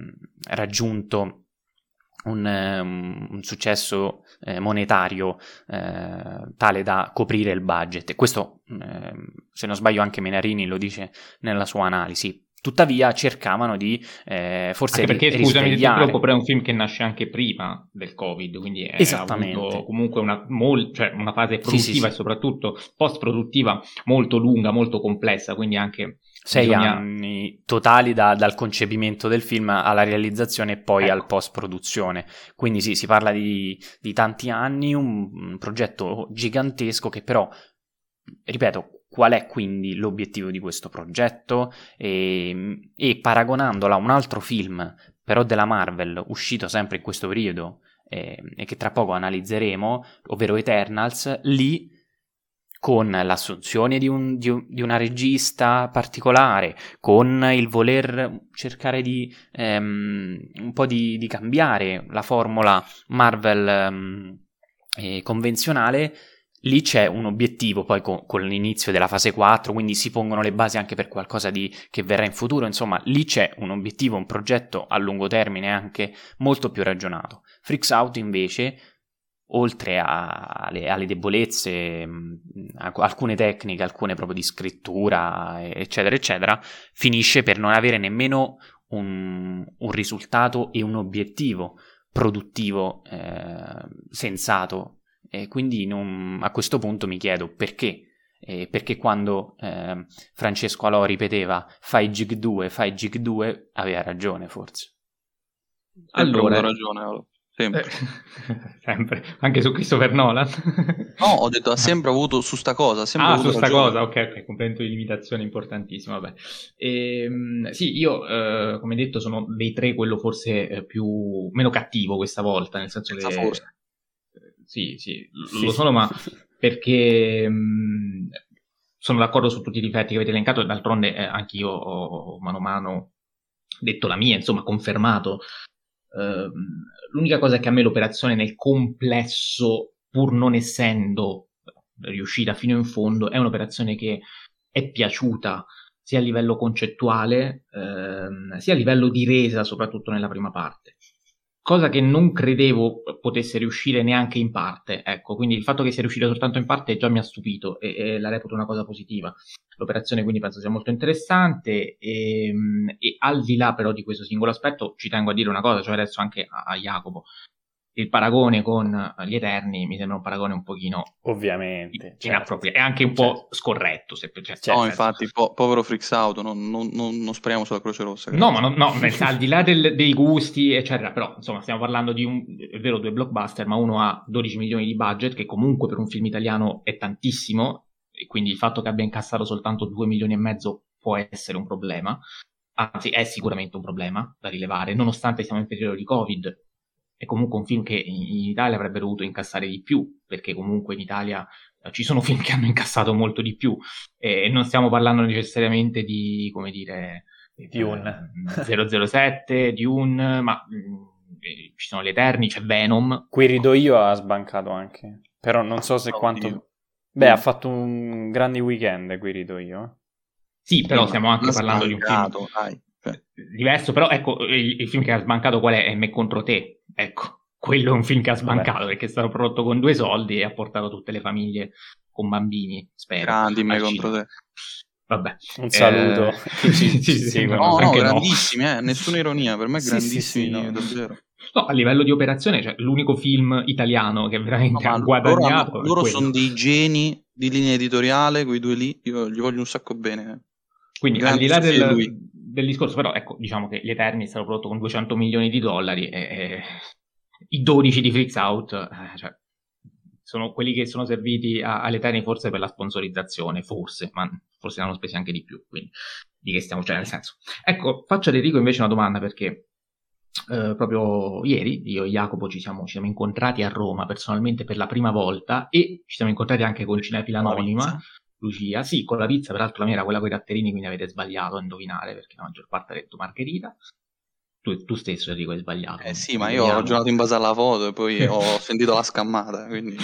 raggiunto Un, um, un successo eh, monetario eh, tale da coprire il budget, e questo eh, se non sbaglio anche Menarini lo dice nella sua analisi. Tuttavia cercavano di eh, forse anche perché, ri- scusami, risvegliare. è un film che nasce anche prima del Covid, quindi è avuto comunque una, mol- cioè una fase produttiva sì, sì, sì. e soprattutto post-produttiva molto lunga, molto complessa, quindi anche sei bisogna... anni totali da, dal concepimento del film alla realizzazione e poi ecco. al post-produzione, quindi sì, si parla di, di tanti anni, un, un progetto gigantesco che però, ripeto, qual è quindi l'obiettivo di questo progetto? E, e paragonandola a un altro film, però della Marvel, uscito sempre in questo periodo eh, e che tra poco analizzeremo, ovvero Eternals, lì con l'assunzione di, un, di, un, di una regista particolare, con il voler cercare di ehm, un po' di, di cambiare la formula Marvel ehm, eh, convenzionale, lì c'è un obiettivo poi con, con l'inizio della fase quattro, quindi si pongono le basi anche per qualcosa di, che verrà in futuro, insomma lì c'è un obiettivo, un progetto a lungo termine anche molto più ragionato. Freaks Out invece, oltre alle, alle debolezze, mh, alcune tecniche, alcune proprio di scrittura, eccetera, eccetera, finisce per non avere nemmeno un, un risultato e un obiettivo produttivo eh, sensato. E quindi non, a questo punto mi chiedo perché. Eh, perché quando eh, Francesco Alò ripeteva fai Gig due, fai Gig due, aveva ragione forse. Allora, ragione Alò. Sempre. Eh, sempre, anche su Christopher Nolan. No, ho detto ha sempre avuto su sta cosa, ha sempre ah, avuto su sta ragione. cosa, ok, ok, complemento di limitazione importantissimo, vabbè. Ehm, sì, io, eh, come detto, sono dei tre quello forse eh, più, meno cattivo questa volta, nel senso Senza che... forse. Sì, sì, sì, lo sono, ma perché mh, sono d'accordo su tutti i difetti che avete elencato, e d'altronde eh, anch'io ho mano a mano detto la mia, insomma, confermato. Uh, l'unica cosa è che a me l'operazione nel complesso, pur non essendo riuscita fino in fondo, è un'operazione che è piaciuta sia a livello concettuale uh, sia a livello di resa, soprattutto nella prima parte. cosa che non credevo potesse riuscire neanche in parte, ecco, quindi il fatto che sia riuscito soltanto in parte già mi ha stupito e, e la reputo una cosa positiva. L'operazione quindi penso sia molto interessante e, e al di là però di questo singolo aspetto ci tengo a dire una cosa, cioè adesso anche a, a Jacopo, il paragone con gli Eterni mi sembra un paragone un pochino ovviamente inappropriato, certo. E anche un certo. po' scorretto se, cioè, certo. No, infatti po- povero Freaks Out, non, non, non, non speriamo sulla Croce Rossa. No, ma no, no al di là del, dei gusti eccetera, però insomma stiamo parlando di un, è vero, due blockbuster, ma uno ha dodici milioni di budget, che comunque per un film italiano è tantissimo, e quindi il fatto che abbia incassato soltanto due milioni e mezzo può essere un problema, anzi è sicuramente un problema da rilevare, nonostante siamo in periodo di Covid. È comunque un film che in Italia avrebbe dovuto incassare di più, perché comunque in Italia eh, ci sono film che hanno incassato molto di più, e, e non stiamo parlando necessariamente di, come dire, Dune. Eh, zero zero sette, Dune, ma mh, ci sono gli Eterni, c'è Venom. Qui rido io ha sbancato anche, però non so se oh, quanto... Dio. Beh, ha fatto un grande weekend, qui rido io. Sì, però sì, stiamo anche parlando sbancato, di un film dai. diverso, però ecco, il, il film che ha sbancato qual è? È Me contro te, ecco, quello è un film che ha sbancato. Vabbè. Perché è stato prodotto con due soldi e ha portato tutte le famiglie con bambini, spero. Grandi Me contro te. Vabbè. Un saluto. Eh... sì, sì, sì, no, no, no, grandissimi, no. Eh, nessuna ironia, per me grandissimi, sì, sì, no. davvero. No, a livello di operazione, cioè, l'unico film italiano che veramente no, ha guadagnato. Loro, loro sono dei geni di linea editoriale, quei due lì, io gli voglio un sacco bene. Quindi al di là del, del discorso, però, ecco, diciamo che Gli Eterni è stato prodotto con duecento milioni di dollari e, e i dodici di Freaks Out, eh, cioè, sono quelli che sono serviti a, agli Eterni forse per la sponsorizzazione, forse, ma forse ne hanno spesi anche di più, quindi di che stiamo, cioè nel senso. Ecco, faccio ad Enrico invece una domanda, perché eh, proprio ieri io e Jacopo ci siamo, ci siamo incontrati a Roma personalmente per la prima volta e ci siamo incontrati anche con Cinefila Anonima. Lucia, sì, con la pizza, peraltro la mia era quella con i ratterini, quindi avete sbagliato a indovinare, perché la maggior parte ha detto margherita. Tu, tu stesso, Enrico, hai sbagliato. Eh sì, ma io ho ragionato in base alla foto e poi ho sentito la scammata, quindi...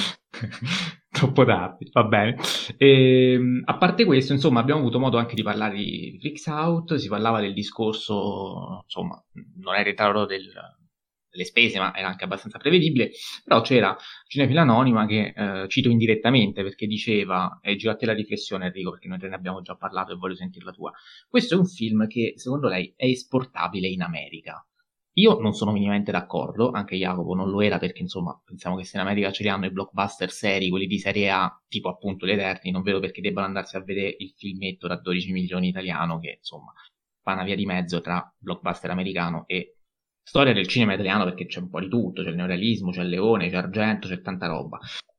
Troppo tardi, va bene. E, a parte questo, insomma, abbiamo avuto modo anche di parlare di Freaks Out, si parlava del discorso, insomma, non era ritardo del... le spese, ma era anche abbastanza prevedibile, però c'era Cinefila Anonima che eh, cito indirettamente perché diceva, e giro a te la riflessione Enrico perché noi te ne abbiamo già parlato e voglio sentirla tua, questo è un film che secondo lei è esportabile in America. Io non sono minimamente d'accordo, anche Jacopo non lo era, perché insomma pensiamo che se in America ce li hanno i blockbuster seri, quelli di serie A, tipo appunto Gli Eterni, non vedo perché debbano andarsi a vedere il filmetto da dodici milioni italiano che insomma fa una via di mezzo tra blockbuster americano e storia del cinema italiano, perché c'è un po' di tutto, c'è il neorealismo, c'è il Leone, c'è Argento, c'è tanta roba.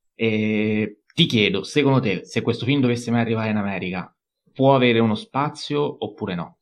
E ti chiedo, secondo te, se questo film dovesse mai arrivare in America, può avere uno spazio oppure no?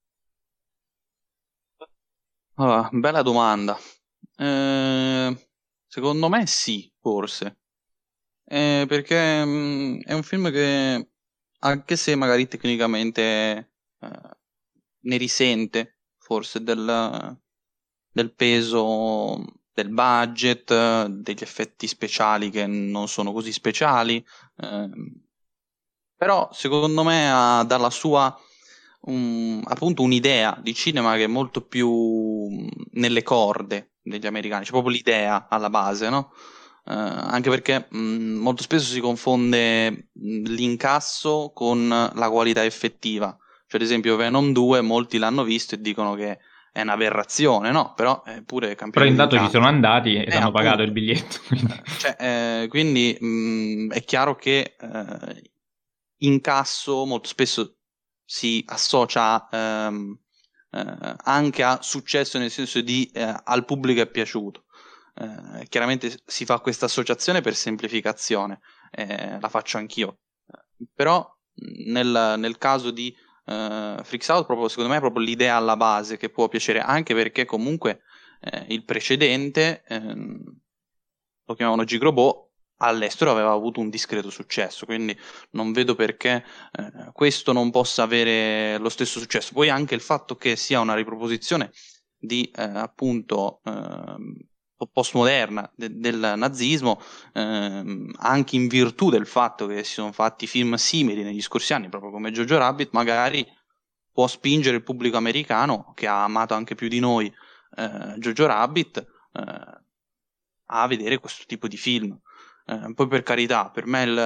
Allora, bella domanda. Eh, secondo me sì, forse. Eh, perché mh, è un film che, anche se magari tecnicamente eh, ne risente forse del... del peso del budget, degli effetti speciali che non sono così speciali, ehm, però secondo me ha dalla sua um, appunto un'idea di cinema che è molto più nelle corde degli americani, c'è proprio l'idea alla base, no? Eh, anche perché mh, molto spesso si confonde l'incasso con la qualità effettiva, cioè ad esempio Venom due molti l'hanno visto e dicono che è un'aberrazione, no? Però è pure campione. Però intanto ci sono andati e eh, hanno appunto, pagato il biglietto. Quindi, cioè, eh, quindi mh, è chiaro che eh, incasso molto spesso si associa ehm, eh, anche a successo, nel senso di eh, al pubblico è piaciuto. Eh, chiaramente si fa questa associazione per semplificazione, eh, la faccio anch'io. Però nel, nel caso di Uh, Freaks Out, proprio, secondo me è proprio l'idea alla base che può piacere, anche perché comunque eh, il precedente ehm, lo chiamavano Gigrobot, all'estero aveva avuto un discreto successo, quindi non vedo perché eh, questo non possa avere lo stesso successo. Poi anche il fatto che sia una riproposizione di eh, appunto eh, postmoderna de- del nazismo, ehm, anche in virtù del fatto che si sono fatti film simili negli scorsi anni, proprio come Jojo Rabbit, magari può spingere il pubblico americano, che ha amato anche più di noi eh, Jojo Rabbit, eh, a vedere questo tipo di film. Eh, poi per carità, per me il,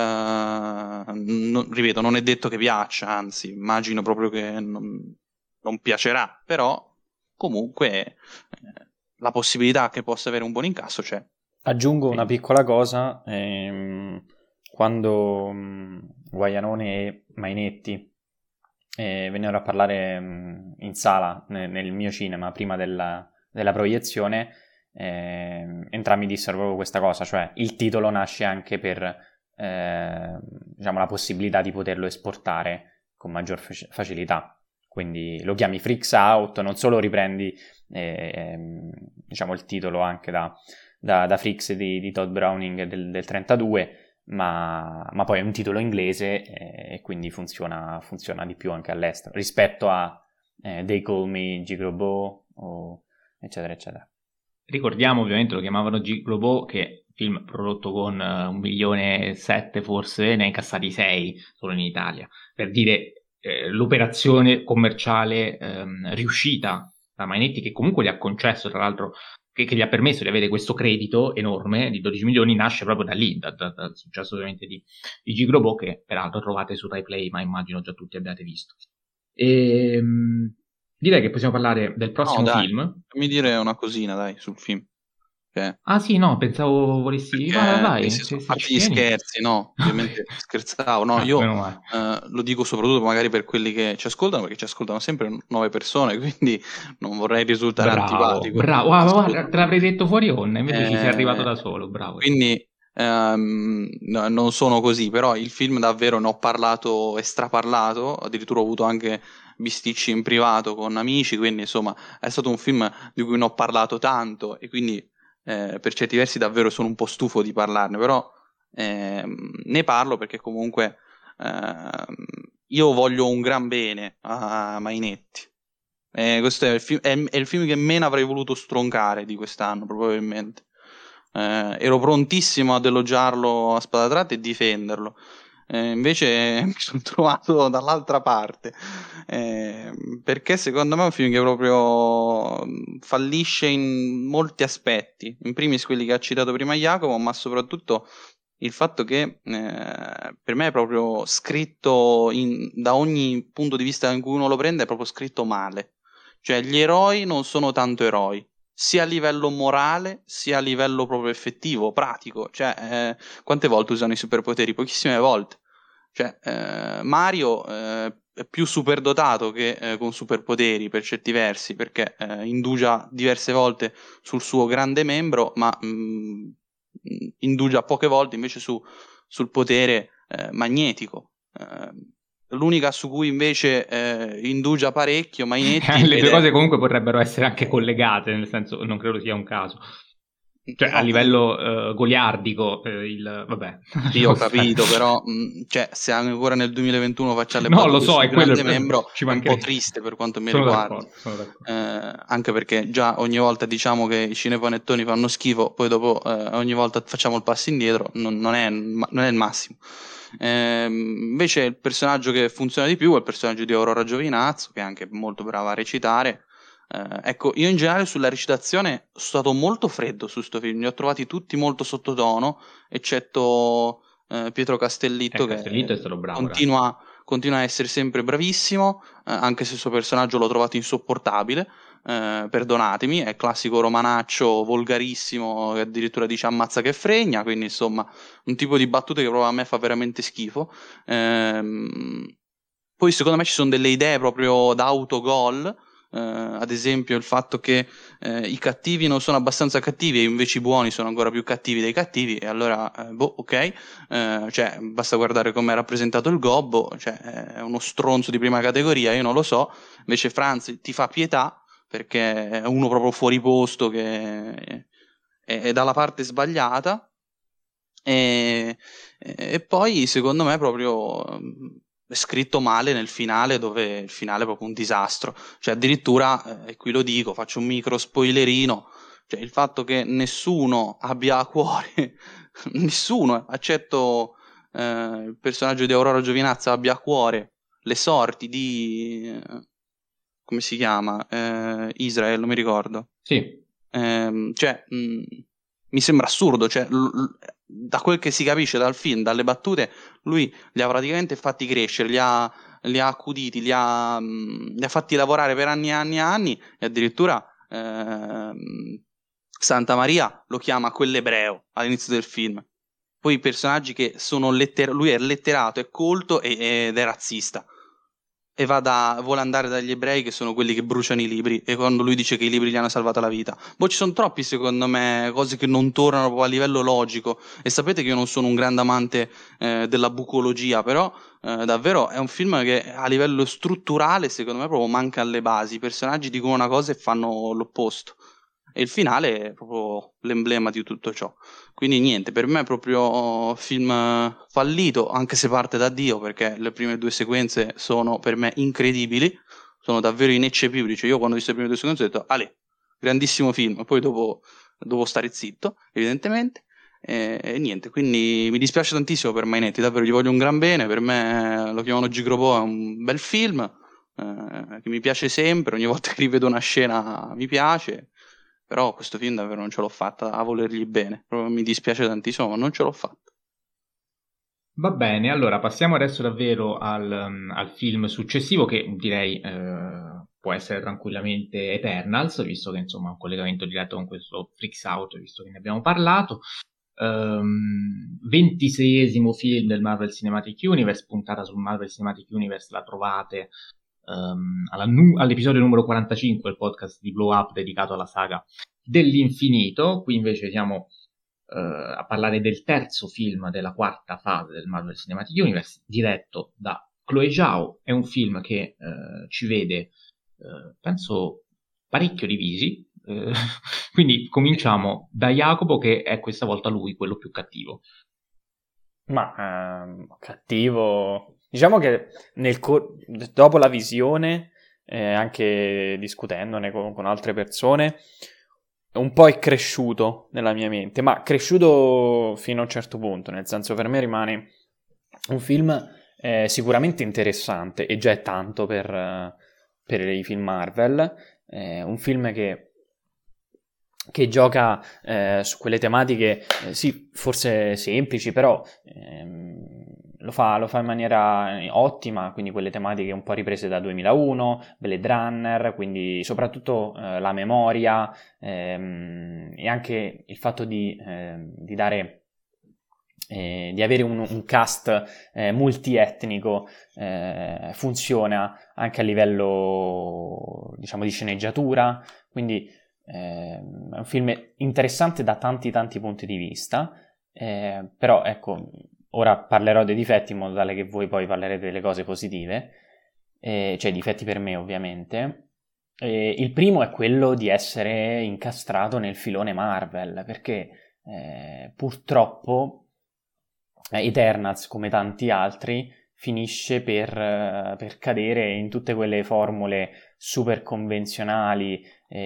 non, ripeto, non è detto che piaccia, anzi immagino proprio che non, non piacerà, però comunque eh, la possibilità che possa avere un buon incasso c'è. Aggiungo Sì. una piccola cosa, ehm, quando mh, Guaianone e Mainetti eh, vennero a parlare mh, in sala ne- nel mio cinema prima della, della proiezione, eh, entrambi dissero proprio questa cosa, cioè il titolo nasce anche per eh, diciamo, la possibilità di poterlo esportare con maggior fac- facilità. Quindi lo chiami Freaks Out, non solo riprendi eh, diciamo, il titolo anche da, da, da Freaks di, di Todd Browning del, del trentadue, ma, ma poi è un titolo inglese eh, e quindi funziona, funziona di più anche all'estero rispetto a eh, They Call Me Gigrobo o eccetera eccetera. Ricordiamo, ovviamente lo chiamavano Giglobo, che film prodotto con uh, un milione e sette forse, ne ha incassati sei solo in Italia, per dire eh, l'operazione commerciale ehm, riuscita da Mainetti, che comunque gli ha concesso, tra l'altro, che, che gli ha permesso di avere questo credito enorme di dodici milioni, nasce proprio da lì, da, da, dal successo ovviamente di, di Giglobo, che peraltro trovate su Rai Play, ma immagino già tutti abbiate visto. E, direi che possiamo parlare del prossimo No, dai, film. fammi dire una cosina, dai, sul film. Che... Ah sì, no, pensavo volessi... Perché, Vai, nel vai, senso, se, a se parte ci gli tieni. scherzi, no, ovviamente Ok. scherzavo, no, Ah, io meno male. eh, lo dico soprattutto magari per quelli che ci ascoltano, perché ci ascoltano sempre nuove persone, quindi non vorrei risultare Bravo, antipatico. bravo. Guarda, guarda, te l'avrei Assolutamente. detto fuori onda, invece ci sei arrivato Eh, da solo, bravo. quindi ehm, no, non sono così, però il film davvero ne ho parlato e straparlato, addirittura ho avuto anche bisticci in privato con amici, quindi insomma è stato un film di cui ne ho parlato tanto e quindi eh, per certi versi davvero sono un po' stufo di parlarne, però ehm, ne parlo perché comunque ehm, io voglio un gran bene a Mainetti. Eh, questo è il, fi- è- è il film che meno avrei voluto stroncare di quest'anno, probabilmente. Eh, ero prontissimo ad elogiarlo a spada tratta e difenderlo. Eh, invece mi sono trovato dall'altra parte. Eh, perché secondo me è un film che proprio mm, fallisce in molti aspetti. In primis quelli che ha citato prima Jacopo, ma soprattutto il fatto che eh, per me è proprio scritto in- da ogni punto di vista in cui uno lo prende, è proprio scritto male. Cioè, gli eroi non sono tanto eroi, sia a livello morale, sia a livello proprio effettivo, pratico. Cioè, eh, quante volte usano i superpoteri? Pochissime volte. Cioè, eh, Mario eh, è più superdotato che eh, con superpoteri per certi versi, perché eh, indugia diverse volte sul suo grande membro, ma mh, indugia poche volte invece su, sul potere eh, magnetico. Eh, l'unica su cui invece eh, indugia parecchio Mainetti Le ed due è cose comunque potrebbero essere anche collegate, nel senso, non credo sia un caso. Cioè, a no, eh, livello eh, goliardico, eh, il... vabbè, sì, ho lasciamo stare. capito, però mh, cioè, se ancora nel duemilaventuno facciamo le No, lo battute so, sul è quello, grande il- membro ci è un po' mancherebbe. triste per quanto mi Sono riguarda. d'accordo, sono d'accordo. Eh, anche perché già ogni volta diciamo che i cinepanettoni fanno schifo, poi dopo eh, ogni volta facciamo il passo indietro, non, non è, non è il massimo. Eh, invece il personaggio che funziona di più è il personaggio di Aurora Giovinazzo, che è anche molto brava a recitare. Eh, ecco, io in generale sulla recitazione sono stato molto freddo su sto film, li ho trovati tutti molto sottotono, eccetto eh, Pietro Eh, Castellitto che Castellitto è stato bravo, dai. continua, continua a essere sempre bravissimo, eh, anche se il suo personaggio l'ho trovato insopportabile, eh, perdonatemi, è classico romanaccio volgarissimo che addirittura dice ammazza che fregna, quindi insomma un tipo di battute che proprio a me fa veramente schifo. Ehm, poi secondo me ci sono delle idee proprio da autogol. Uh, ad esempio il fatto che uh, i cattivi non sono abbastanza cattivi e invece i buoni sono ancora più cattivi dei cattivi e allora, uh, boh, ok, uh, cioè basta guardare come è rappresentato il gobbo, cioè è uno stronzo di prima categoria, io non lo so, invece Franz ti fa pietà perché è uno proprio fuori posto che è, è dalla parte sbagliata e, e poi secondo me proprio um, è scritto male nel finale, dove il finale è proprio un disastro. Cioè addirittura, eh, e qui lo dico, faccio un micro spoilerino, cioè il fatto che nessuno abbia a cuore, nessuno, eccetto eh, il personaggio di Aurora Giovinazza, abbia a cuore le sorti di... eh, come si chiama? Eh, Israel, non mi ricordo. Sì. ehm, cioè, mh, mi sembra assurdo, cioè, l- l- da quel che si capisce dal film, dalle battute, lui li ha praticamente fatti crescere, li ha, li ha accuditi, li ha, mh, li ha fatti lavorare per anni e anni e anni, e addirittura ehm, Santa Maria lo chiama quell'ebreo all'inizio del film. Poi i personaggi che sono letter- lui è letterato, è colto e- ed è razzista. E va da, vuole andare dagli ebrei che sono quelli che bruciano i libri, e quando lui dice che i libri gli hanno salvato la vita. Poi ci sono troppi, secondo me, cose che non tornano proprio a livello logico, e sapete che io non sono un grande amante eh, della bucologia, però eh, davvero è un film che a livello strutturale, secondo me, proprio manca alle basi. I personaggi dicono una cosa e fanno l'opposto, e il finale è proprio l'emblema di tutto ciò. Quindi niente, per me è proprio film fallito, anche se parte da Dio, perché le prime due sequenze sono per me incredibili, sono davvero ineccepibili. Cioè, io quando ho visto le prime due sequenze ho detto, Ale, grandissimo film, poi dopo devo stare zitto, evidentemente. E, e niente, quindi mi dispiace tantissimo per Mainetti, davvero gli voglio un gran bene. Per me lo chiamano Gigrobo, è un bel film eh, che mi piace sempre, ogni volta che rivedo una scena mi piace. Però questo film davvero non ce l'ho fatta a volergli bene. Proprio mi dispiace tantissimo, ma non ce l'ho fatta. Va bene, allora passiamo adesso davvero al, um, al film successivo, che direi eh, può essere tranquillamente Eternals, visto che insomma ha un collegamento diretto con questo Freaks Out, visto che ne abbiamo parlato. Um, ventiseiesimo film del Marvel Cinematic Universe, puntata sul Marvel Cinematic Universe la trovate um, alla nu- all'episodio numero quarantacinque, il podcast di Blow Up dedicato alla saga dell'infinito. Qui invece siamo uh, a parlare del terzo film della quarta fase del Marvel Cinematic Universe, diretto da Chloe Zhao. È un film che uh, ci vede, uh, penso, parecchio divisi. Uh, quindi cominciamo da Jacopo, che è questa volta lui quello più cattivo. Ma ehm, cattivo, diciamo che nel co- dopo la visione, eh, anche discutendone con, con altre persone, un po' è cresciuto nella mia mente, ma cresciuto fino a un certo punto, nel senso, per me rimane un film eh, sicuramente interessante, e già è tanto per, eh, per i film Marvel, eh, un film che che gioca eh, su quelle tematiche, eh, sì, forse semplici, però ehm, lo fa, lo fa in maniera ottima, quindi quelle tematiche un po' riprese da duemilauno, Blade Runner, quindi soprattutto eh, la memoria ehm, e anche il fatto di, eh, di dare... Eh, di avere un, un cast eh, multietnico eh, funziona anche a livello, diciamo, di sceneggiatura, quindi eh, è un film interessante da tanti tanti punti di vista, eh, però ecco, ora parlerò dei difetti in modo tale che voi poi parlerete delle cose positive, eh, cioè i difetti per me ovviamente. Eh, il primo è quello di essere incastrato nel filone Marvel, perché eh, purtroppo Eternals, come tanti altri, finisce per, per cadere in tutte quelle formule super convenzionali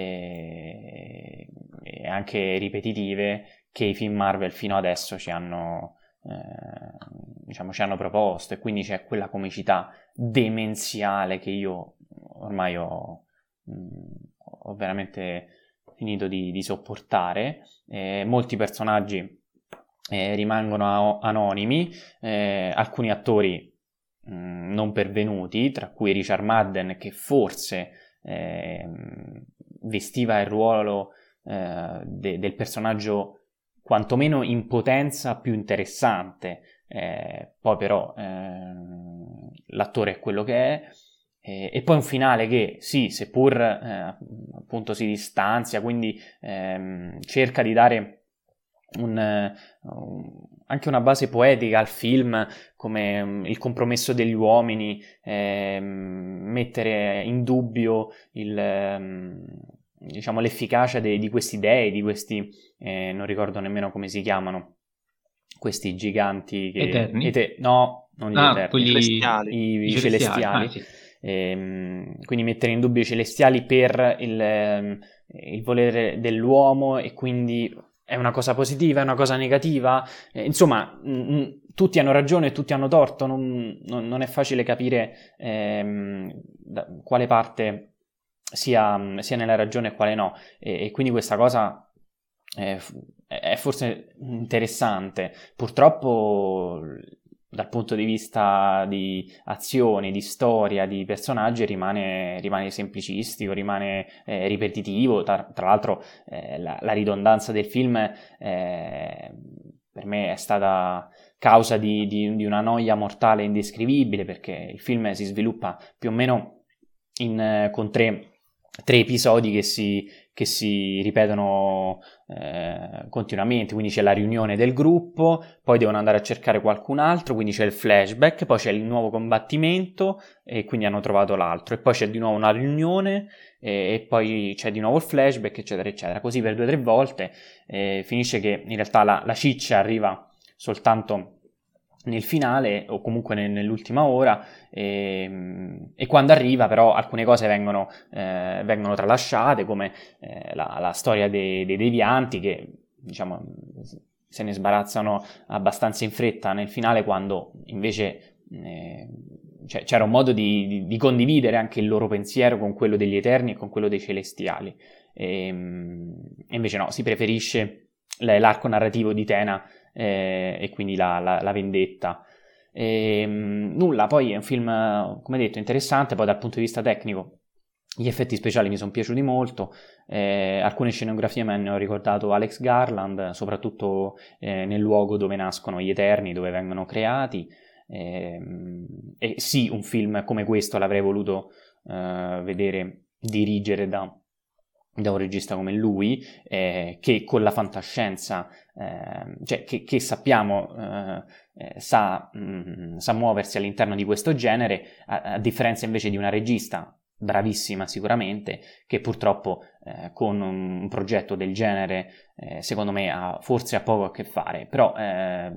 e, e anche ripetitive che i film Marvel fino adesso ci hanno, eh, diciamo, ci hanno proposto, e quindi c'è quella comicità demenziale che io ormai ho, mh, ho veramente finito di, di sopportare. Eh, molti personaggi Eh, rimangono anonimi, eh, alcuni attori mh, non pervenuti, tra cui Richard Madden, che forse eh, vestiva il ruolo eh, de- del personaggio quantomeno in potenza più interessante, eh, poi però eh, l'attore è quello che è, eh, e poi un finale che sì, seppur eh, appunto si distanzia, quindi ehm, cerca di dare Un, uh, anche una base poetica al film, come um, il compromesso degli uomini, eh, mettere in dubbio il, um, diciamo, l'efficacia de- di questi dei, di questi, eh, non ricordo nemmeno come si chiamano, questi giganti che... Eterni? Ete- no, non gli Ah, Eterni, quelli... Celestiali. i, i i celestiali. celestiali. Ah, sì. Ehm, quindi mettere in dubbio i celestiali per il, ehm, il volere dell'uomo, e quindi è una cosa positiva, è una cosa negativa, eh, insomma mh, tutti hanno ragione e tutti hanno torto, non, non, non è facile capire ehm, da quale parte sia, sia nella ragione e quale no, e, e quindi questa cosa è, è forse interessante. Purtroppo dal punto di vista di azioni, di storia, di personaggi rimane, rimane semplicistico, rimane eh, ripetitivo. Tra, tra l'altro eh, la, la ridondanza del film eh, per me è stata causa di, di, di una noia mortale indescrivibile, perché il film si sviluppa più o meno in, con tre, tre episodi che si, che si ripetono eh, continuamente. Quindi c'è la riunione del gruppo, poi devono andare a cercare qualcun altro, quindi c'è il flashback, poi c'è il nuovo combattimento e quindi hanno trovato l'altro, e poi c'è di nuovo una riunione e, e poi c'è di nuovo il flashback, eccetera eccetera, così per due o tre volte. Eh, finisce che in realtà la, la ciccia arriva soltanto nel finale o comunque nell'ultima ora, e, e quando arriva però alcune cose vengono, eh, vengono tralasciate, come eh, la, la storia dei, dei devianti, che diciamo se ne sbarazzano abbastanza in fretta nel finale, quando invece eh, cioè, c'era un modo di, di, di condividere anche il loro pensiero con quello degli Eterni e con quello dei Celestiali, e, e invece no, si preferisce l'arco narrativo di Tena eh, e quindi la, la, la vendetta. E, mh, nulla, poi è un film, come detto, interessante. Poi dal punto di vista tecnico gli effetti speciali mi sono piaciuti molto, eh, alcune scenografie mi hanno ricordato Alex Garland, soprattutto eh, nel luogo dove nascono gli Eterni, dove vengono creati, eh, e sì, un film come questo l'avrei voluto eh, vedere dirigere da da un regista come lui, eh, che con la fantascienza, eh, cioè che, che sappiamo eh, eh, sa, mh, sa muoversi all'interno di questo genere, a, a differenza invece di una regista bravissima sicuramente, che purtroppo eh, con un, un progetto del genere eh, secondo me ha, forse ha poco a che fare, però eh,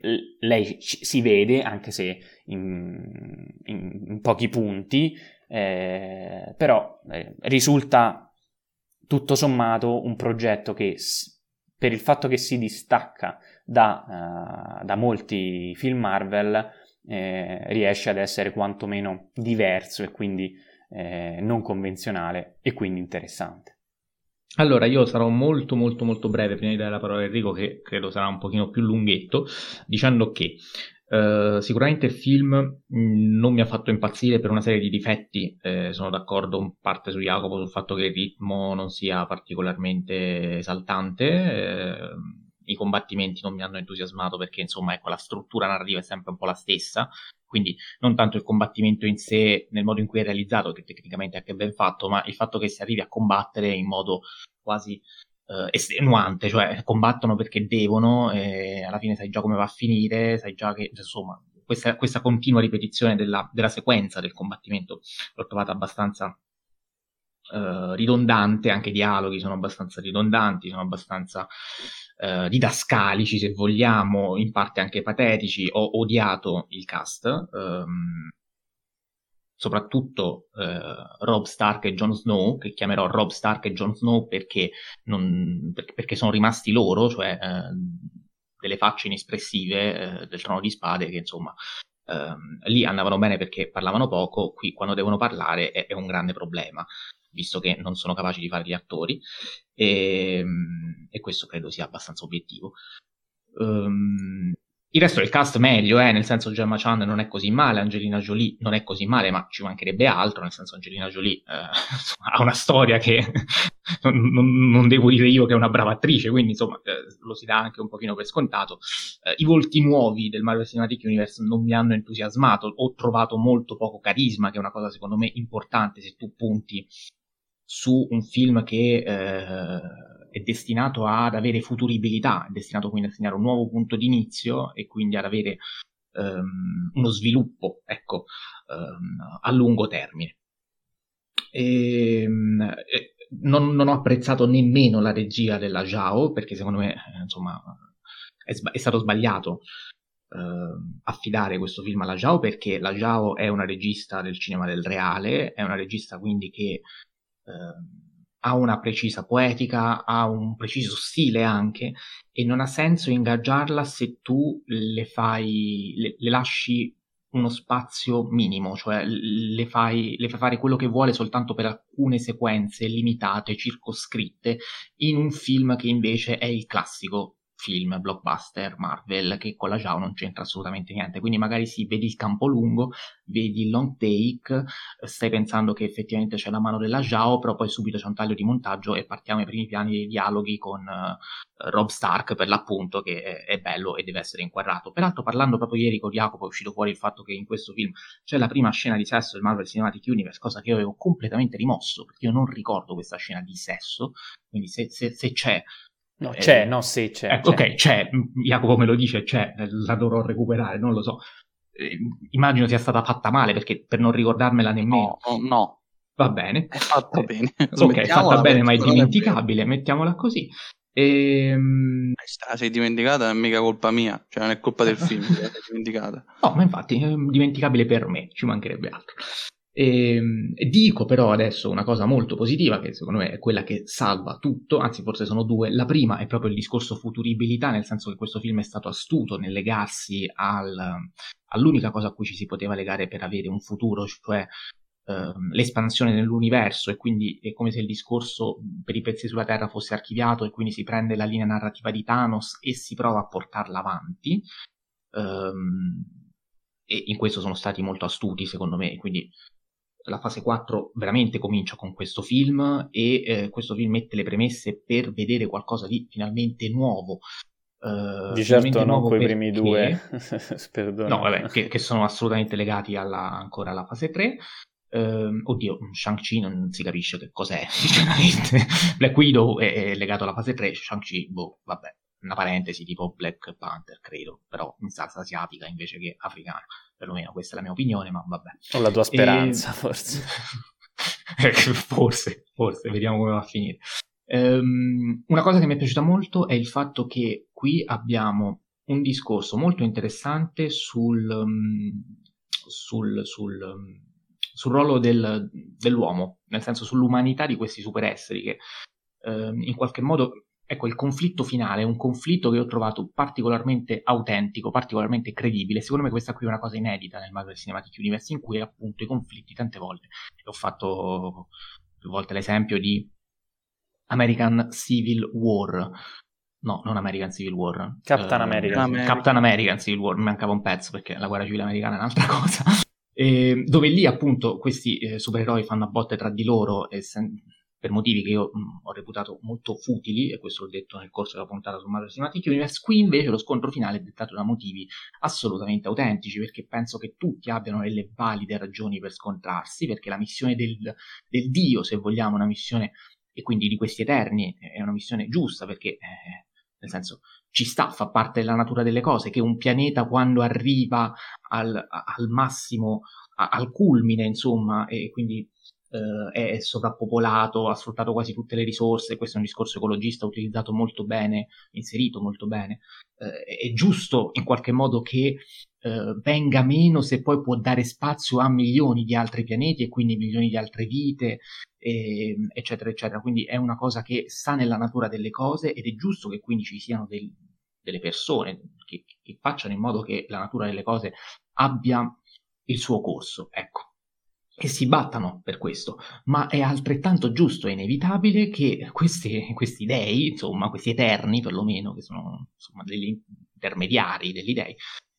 lei ci, si vede, anche se in, in, in pochi punti, eh, però eh, risulta tutto sommato un progetto che, per il fatto che si distacca da, uh, da molti film Marvel, eh, riesce ad essere quantomeno diverso e quindi eh, non convenzionale e quindi interessante. Allora, io sarò molto molto molto breve prima di dare la parola a Enrico, che credo sarà un pochino più lunghetto, dicendo che Uh, sicuramente il film mh, non mi ha fatto impazzire per una serie di difetti. Eh, sono d'accordo in parte su Jacopo sul fatto che il ritmo non sia particolarmente esaltante, eh, i combattimenti non mi hanno entusiasmato perché insomma ecco, la struttura narrativa è sempre un po' la stessa, quindi non tanto il combattimento in sé nel modo in cui è realizzato, che tecnicamente è anche ben fatto, ma il fatto che si arrivi a combattere in modo quasi Uh, estenuante, cioè combattono perché devono e alla fine sai già come va a finire, sai già che insomma questa, questa continua ripetizione della, della sequenza del combattimento l'ho trovata abbastanza uh, ridondante, anche i dialoghi sono abbastanza ridondanti, sono abbastanza uh, didascalici se vogliamo, in parte anche patetici. Ho odiato il cast, um, soprattutto eh, Robb Stark e Jon Snow, che chiamerò Robb Stark e Jon Snow perché, non, perché sono rimasti loro, cioè eh, delle facce inespressive eh, del Trono di Spade, che insomma eh, lì andavano bene perché parlavano poco, qui quando devono parlare è, è un grande problema, visto che non sono capaci di fare gli attori, e, e questo credo sia abbastanza obiettivo. Um, Il resto del cast meglio, eh, nel senso Gemma Chan non è così male, Angelina Jolie non è così male, ma ci mancherebbe altro, nel senso Angelina Jolie eh, ha una storia che non, non, non devo dire io che è una brava attrice, quindi insomma eh, lo si dà anche un pochino per scontato. Eh, I volti nuovi del Marvel Cinematic Universe non mi hanno entusiasmato, ho trovato molto poco carisma, che è una cosa secondo me importante se tu punti su un film che eh, è destinato ad avere futuribilità, è destinato quindi a segnare un nuovo punto di inizio e quindi ad avere um, uno sviluppo, ecco, um, a lungo termine. E, um, e non, non ho apprezzato nemmeno la regia della Zhao, perché secondo me, eh, insomma, è, sba- è stato sbagliato uh, affidare questo film alla Zhao, perché la Zhao è una regista del cinema del reale, è una regista quindi che uh, ha una precisa poetica, ha un preciso stile anche, e non ha senso ingaggiarla se tu le fai, le, le lasci uno spazio minimo, cioè le fai, le fai fare quello che vuole soltanto per alcune sequenze limitate, circoscritte, in un film che invece è il classico film blockbuster Marvel, che con la Zhao non c'entra assolutamente niente. Quindi magari sì, vedi il campo lungo, vedi il long take, stai pensando che effettivamente c'è la mano della Zhao, però poi subito c'è un taglio di montaggio e partiamo ai primi piani dei dialoghi con uh, Robb Stark, per l'appunto, che è, è bello e deve essere inquadrato. Peraltro, parlando proprio ieri con Jacopo, è uscito fuori il fatto che in questo film c'è la prima scena di sesso del Marvel Cinematic Universe, cosa che io avevo completamente rimosso, perché io non ricordo questa scena di sesso, quindi se, se, se c'è... No, eh, c'è, no, sì, c'è. Ecco, c'è. ok, c'è, Jacopo me lo dice, c'è, la dovrò recuperare, non lo so. Eh, immagino sia stata fatta male, perché per non ricordarmela nemmeno. No, no, no. Va bene. È fatta Eh, bene. ok, fatta bene ma è non è vero. dimenticabile, mettiamola così. Ehm... Eh, sei dimenticata, non è mica colpa mia, cioè non è colpa del film, sei dimenticata. No, ma infatti è dimenticabile per me, ci mancherebbe altro. E, dico però adesso una cosa molto positiva, che secondo me è quella che salva tutto, anzi forse sono due. La prima è proprio il discorso futuribilità, nel senso che questo film è stato astuto nel legarsi al, all'unica cosa a cui ci si poteva legare per avere un futuro, cioè ehm, l'espansione dell'universo, e quindi è come se il discorso per i pezzi sulla Terra fosse archiviato e quindi si prende la linea narrativa di Thanos e si prova a portarla avanti. Ehm, e in questo sono stati molto astuti secondo me, quindi la fase quattro veramente comincia con questo film e eh, questo film mette le premesse per vedere qualcosa di finalmente nuovo. Uh, di certo non coi primi due, perdona. No, vabbè, che, che sono assolutamente legati alla, ancora alla fase tre. Uh, oddio, Shang-Chi non si capisce che cos'è, sinceramente. Black Widow è, è legato alla fase tre, Shang-Chi, boh, vabbè, una parentesi tipo Black Panther, credo, però in salsa asiatica invece che africana. Perlomeno questa è la mia opinione, ma vabbè. O la tua speranza, e... forse. forse, forse, vediamo come va a finire. Um, una cosa che mi è piaciuta molto è il fatto che qui abbiamo un discorso molto interessante sul, um, sul, sul, um, sul ruolo del, dell'uomo, nel senso sull'umanità di questi superesseri che um, in qualche modo... Ecco, il conflitto finale è un conflitto che ho trovato particolarmente autentico, particolarmente credibile. Secondo me questa qui è una cosa inedita nel Marvel Cinematic Universe, in cui appunto i conflitti tante volte, ho fatto più volte l'esempio di American Civil War, no, non American Civil War, Captain uh, America. America. Captain American Civil War, mi mancava un pezzo perché la guerra civile americana è un'altra cosa, e, dove lì appunto questi eh, supereroi fanno a botte tra di loro e sen- per motivi che io mh, ho reputato molto futili, e questo l'ho detto nel corso della puntata sul Marvel Cinematic Universe. Qui invece lo scontro finale è dettato da motivi assolutamente autentici, perché penso che tutti abbiano delle valide ragioni per scontrarsi, perché la missione del, del Dio, se vogliamo, una missione, e quindi di questi Eterni, è una missione giusta, perché eh, nel senso ci sta, fa parte della natura delle cose, che un pianeta quando arriva al, al massimo, a, al culmine, insomma, e quindi Uh, è sovrappopolato, ha sfruttato quasi tutte le risorse. Questo è un discorso ecologista utilizzato molto bene, inserito molto bene. Uh, è giusto in qualche modo che uh, venga meno se poi può dare spazio a milioni di altri pianeti e quindi milioni di altre vite, e, eccetera, eccetera. Quindi è una cosa che sta nella natura delle cose ed è giusto che quindi ci siano del, delle persone che, che facciano in modo che la natura delle cose abbia il suo corso, ecco, e si battano per questo, ma è altrettanto giusto e inevitabile che questi, questi dei, insomma, questi eterni perlomeno, che sono insomma degli intermediari degli dei,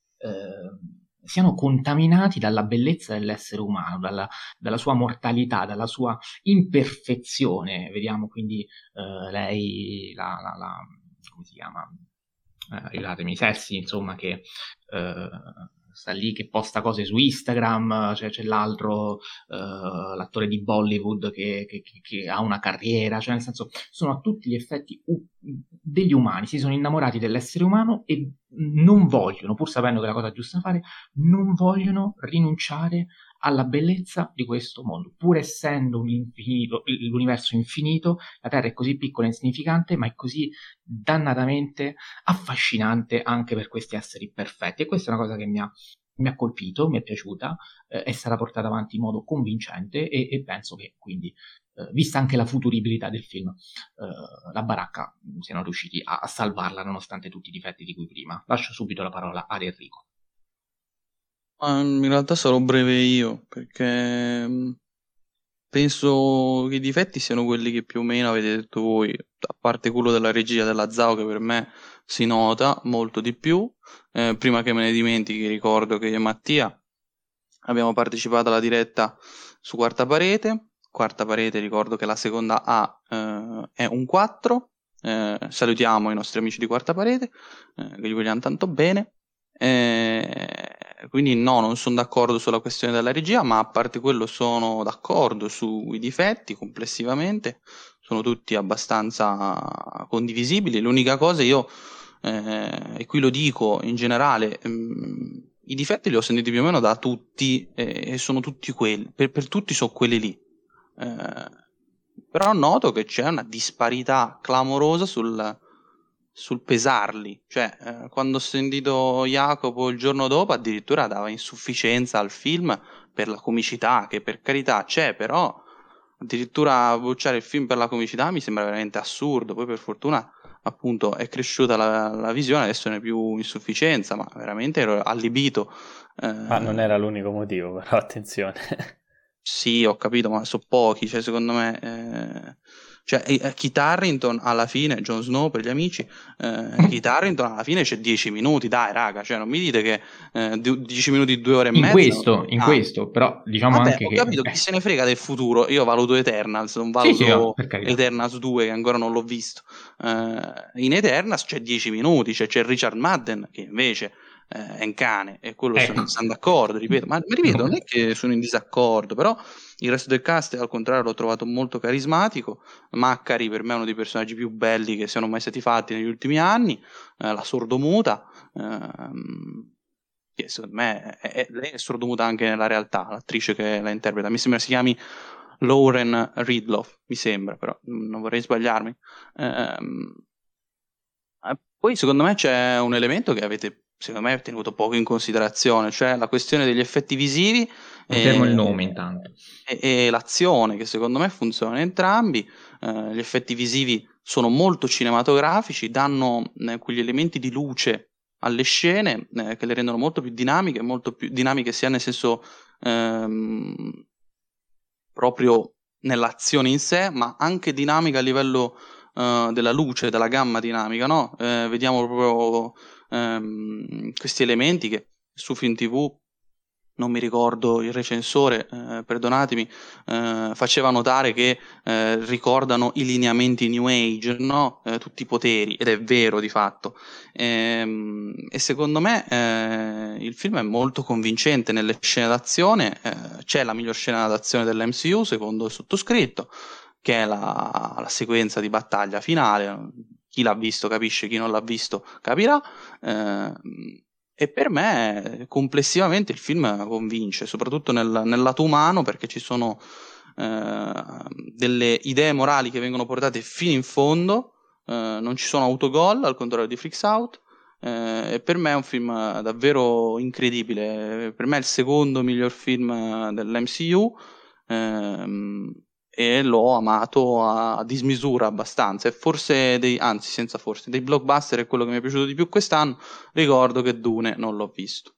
eh, siano contaminati dalla bellezza dell'essere umano, dalla, dalla sua mortalità, dalla sua imperfezione. Vediamo quindi eh, lei, la, la, la, come si chiama? Eh, aiutatemi, Cersei, insomma, che... Eh, sta lì che posta cose su Instagram, cioè c'è l'altro, uh, l'attore di Bollywood che, che, che ha una carriera, cioè nel senso sono a tutti gli effetti u- degli umani, si sono innamorati dell'essere umano e non vogliono, pur sapendo che è la cosa giusta da fare, non vogliono rinunciare alla bellezza di questo mondo, pur essendo l'infinito, l'universo infinito. La Terra è così piccola e insignificante, ma è così dannatamente affascinante anche per questi esseri perfetti, e questa è una cosa che mi ha, mi ha colpito, mi è piaciuta, eh, è stata portata avanti in modo convincente e, e penso che quindi, eh, vista anche la futuribilità del film, eh, la baracca siano riusciti a, a salvarla nonostante tutti i difetti di cui prima. Lascio subito la parola ad Enrico. Ma in realtà sarò breve io, perché mh, penso che i difetti siano quelli che più o meno avete detto voi, a parte quello della regia della Zhao che per me si nota molto di più. Eh, prima che me ne dimentichi, ricordo che io e Mattia abbiamo partecipato alla diretta su Quarta Parete. Quarta Parete, ricordo che la seconda A eh, è un quattro. Eh, salutiamo i nostri amici di Quarta Parete, eh, che gli vogliamo tanto bene. Eh, quindi no, non sono d'accordo sulla questione della regia, ma a parte quello sono d'accordo sui difetti complessivamente, sono tutti abbastanza condivisibili. L'unica cosa io, eh, e qui lo dico in generale, ehm, i difetti li ho sentiti più o meno da tutti, eh, e sono tutti quelli, per, per tutti sono quelli lì. Eh, però noto che c'è una disparità clamorosa sul, sul pesarli. Cioè, eh, quando ho sentito Jacopo il giorno dopo, addirittura dava insufficienza al film per la comicità, che per carità c'è, però addirittura bocciare il film per la comicità mi sembra veramente assurdo. Poi per fortuna appunto è cresciuta la, la visione, adesso non è più insufficienza, ma veramente ero allibito. Eh, Ma non era l'unico motivo, però attenzione. sì, ho capito, ma sono pochi, cioè secondo me... eh, cioè, eh, Kit Harington alla fine, Jon Snow per gli amici, eh, Kit Harington alla fine c'è dieci minuti, dai raga, cioè non mi dite che eh, di- dieci minuti, due ore e In mezza... questo, in Ah, questo, però diciamo vabbè, anche ho che... capito, chi eh, se ne frega del futuro, io valuto Eternals, non sì, sì, no, valuto per carità. Eternals due che ancora non l'ho visto. Eh, in Eternals c'è dieci minuti, cioè c'è Richard Madden che invece eh, è un cane e quello sono, Ecco. sono d'accordo, ripeto, ma, ma ripeto, non No. è che sono in disaccordo, però il resto del cast al contrario l'ho trovato molto carismatico. Maccari per me è uno dei personaggi più belli che siano mai stati fatti negli ultimi anni, eh, la sordomuta, ehm, che secondo me è, è- lei è sordomuta anche nella realtà, l'attrice che la interpreta, mi sembra si chiami Lauren Ridloff, mi sembra, però mm, non vorrei sbagliarmi. Ehm, eh, Poi secondo me c'è un elemento che avete, secondo me, tenuto poco in considerazione, cioè la questione degli effetti visivi Confermo il e, nome intanto. e- e l'azione, che secondo me funzionano entrambi. Eh, gli effetti visivi sono molto cinematografici, danno eh, quegli elementi di luce alle scene eh, che le rendono molto più dinamiche, molto più dinamiche sia nel senso ehm, proprio nell'azione in sé, ma anche dinamica a livello eh, della luce, della gamma dinamica, no? Eh, vediamo proprio ehm, questi elementi che su Film ti vu, non mi ricordo il recensore, eh, perdonatemi, eh, faceva notare che eh, ricordano i lineamenti New Age, no? Eh, tutti i poteri, ed è vero di fatto. Ehm, E, secondo me eh, il film è molto convincente nelle scene d'azione, eh, c'è la miglior scena d'azione dell'M C U, secondo il sottoscritto, che è la, la sequenza di battaglia finale. Chi l'ha visto capisce, chi non l'ha visto capirà. Ehm, e per me complessivamente il film convince, soprattutto nel, nel lato umano, perché ci sono eh, delle idee morali che vengono portate fino in fondo, eh, non ci sono autogol, al contrario di Freaks Out, eh, e per me è un film davvero incredibile. Per me è il secondo miglior film dell'M C U, ehm, e l'ho amato a, a dismisura abbastanza. E forse dei, anzi, senza forse, dei blockbuster è quello che mi è piaciuto di più quest'anno. Ricordo che Dune non l'ho visto.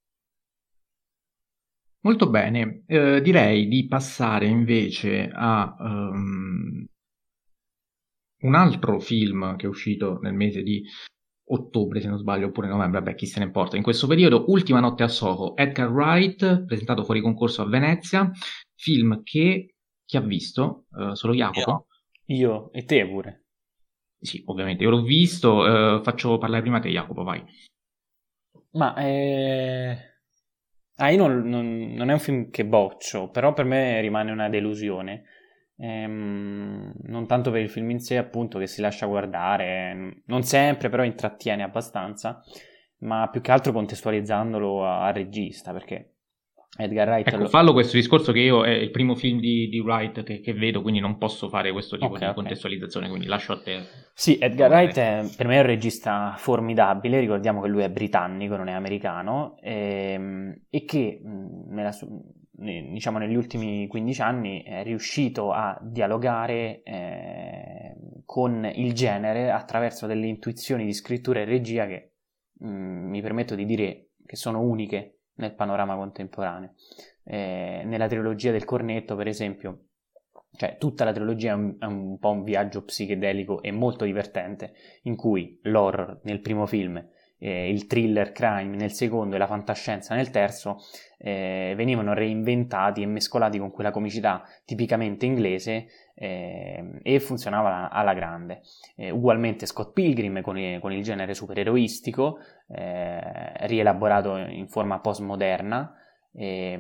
Molto bene, eh, direi di passare invece a ehm, un altro film che è uscito nel mese di ottobre, se non sbaglio, oppure novembre, vabbè, chi se ne importa. In questo periodo, Ultima notte a Soho, Edgar Wright, presentato fuori concorso a Venezia, film che chi ha visto? Eh, solo Io? Jacopo? Io e te pure. Sì, ovviamente, io l'ho visto, eh, faccio parlare prima te, Jacopo, vai. Ma eh... ah, io non, non- non è un film che boccio, però per me rimane una delusione. Ehm, non tanto per il film in sé, appunto, che si lascia guardare, non sempre, però intrattiene abbastanza, ma più che altro contestualizzandolo a- al regista, perché Edgar Wright Ecco, lo... fallo questo discorso che io è il primo film di, di Wright che, che vedo, quindi non posso fare questo tipo Ok, di ok. contestualizzazione, quindi lascio a te. Sì, Edgar Allora, Wright è, per me è un regista formidabile, ricordiamo che lui è britannico, non è americano, ehm, e che mh, nella su- ne- diciamo, negli ultimi quindici anni è riuscito a dialogare eh, con il genere attraverso delle intuizioni di scrittura e regia che mh, mi permetto di dire che sono uniche nel panorama contemporaneo. Eh, nella trilogia del Cornetto, per esempio, cioè tutta la trilogia è un, è un po' un viaggio psichedelico e molto divertente, in cui l'horror nel primo film, eh, il thriller crime nel secondo e la fantascienza nel terzo eh, venivano reinventati e mescolati con quella comicità tipicamente inglese eh, e funzionava alla grande. Eh, ugualmente Scott Pilgrim con il, con il genere supereroistico, eh, rielaborato in forma postmoderna, e,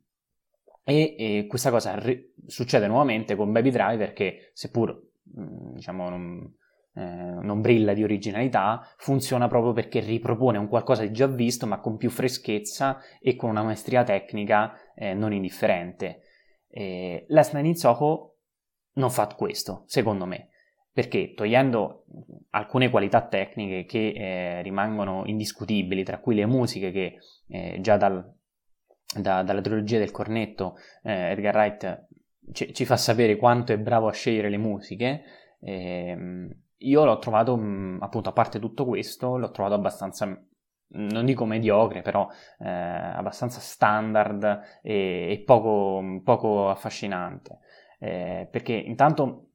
e, e questa cosa ri- succede nuovamente con Baby Driver, che seppur mh, diciamo non, eh, non brilla di originalità, funziona proprio perché ripropone un qualcosa di già visto ma con più freschezza e con una maestria tecnica eh, non indifferente. Eh, Last Night in Soho non fa questo, secondo me, perché togliendo alcune qualità tecniche che eh, rimangono indiscutibili, tra cui le musiche che eh, già dal, da, dalla trilogia del Cornetto eh, Edgar Wright ci, ci fa sapere quanto è bravo a scegliere le musiche, eh, io l'ho trovato, mh, appunto, a parte tutto questo, l'ho trovato abbastanza, non dico mediocre, però eh, abbastanza standard e, e poco, poco affascinante. Eh, perché intanto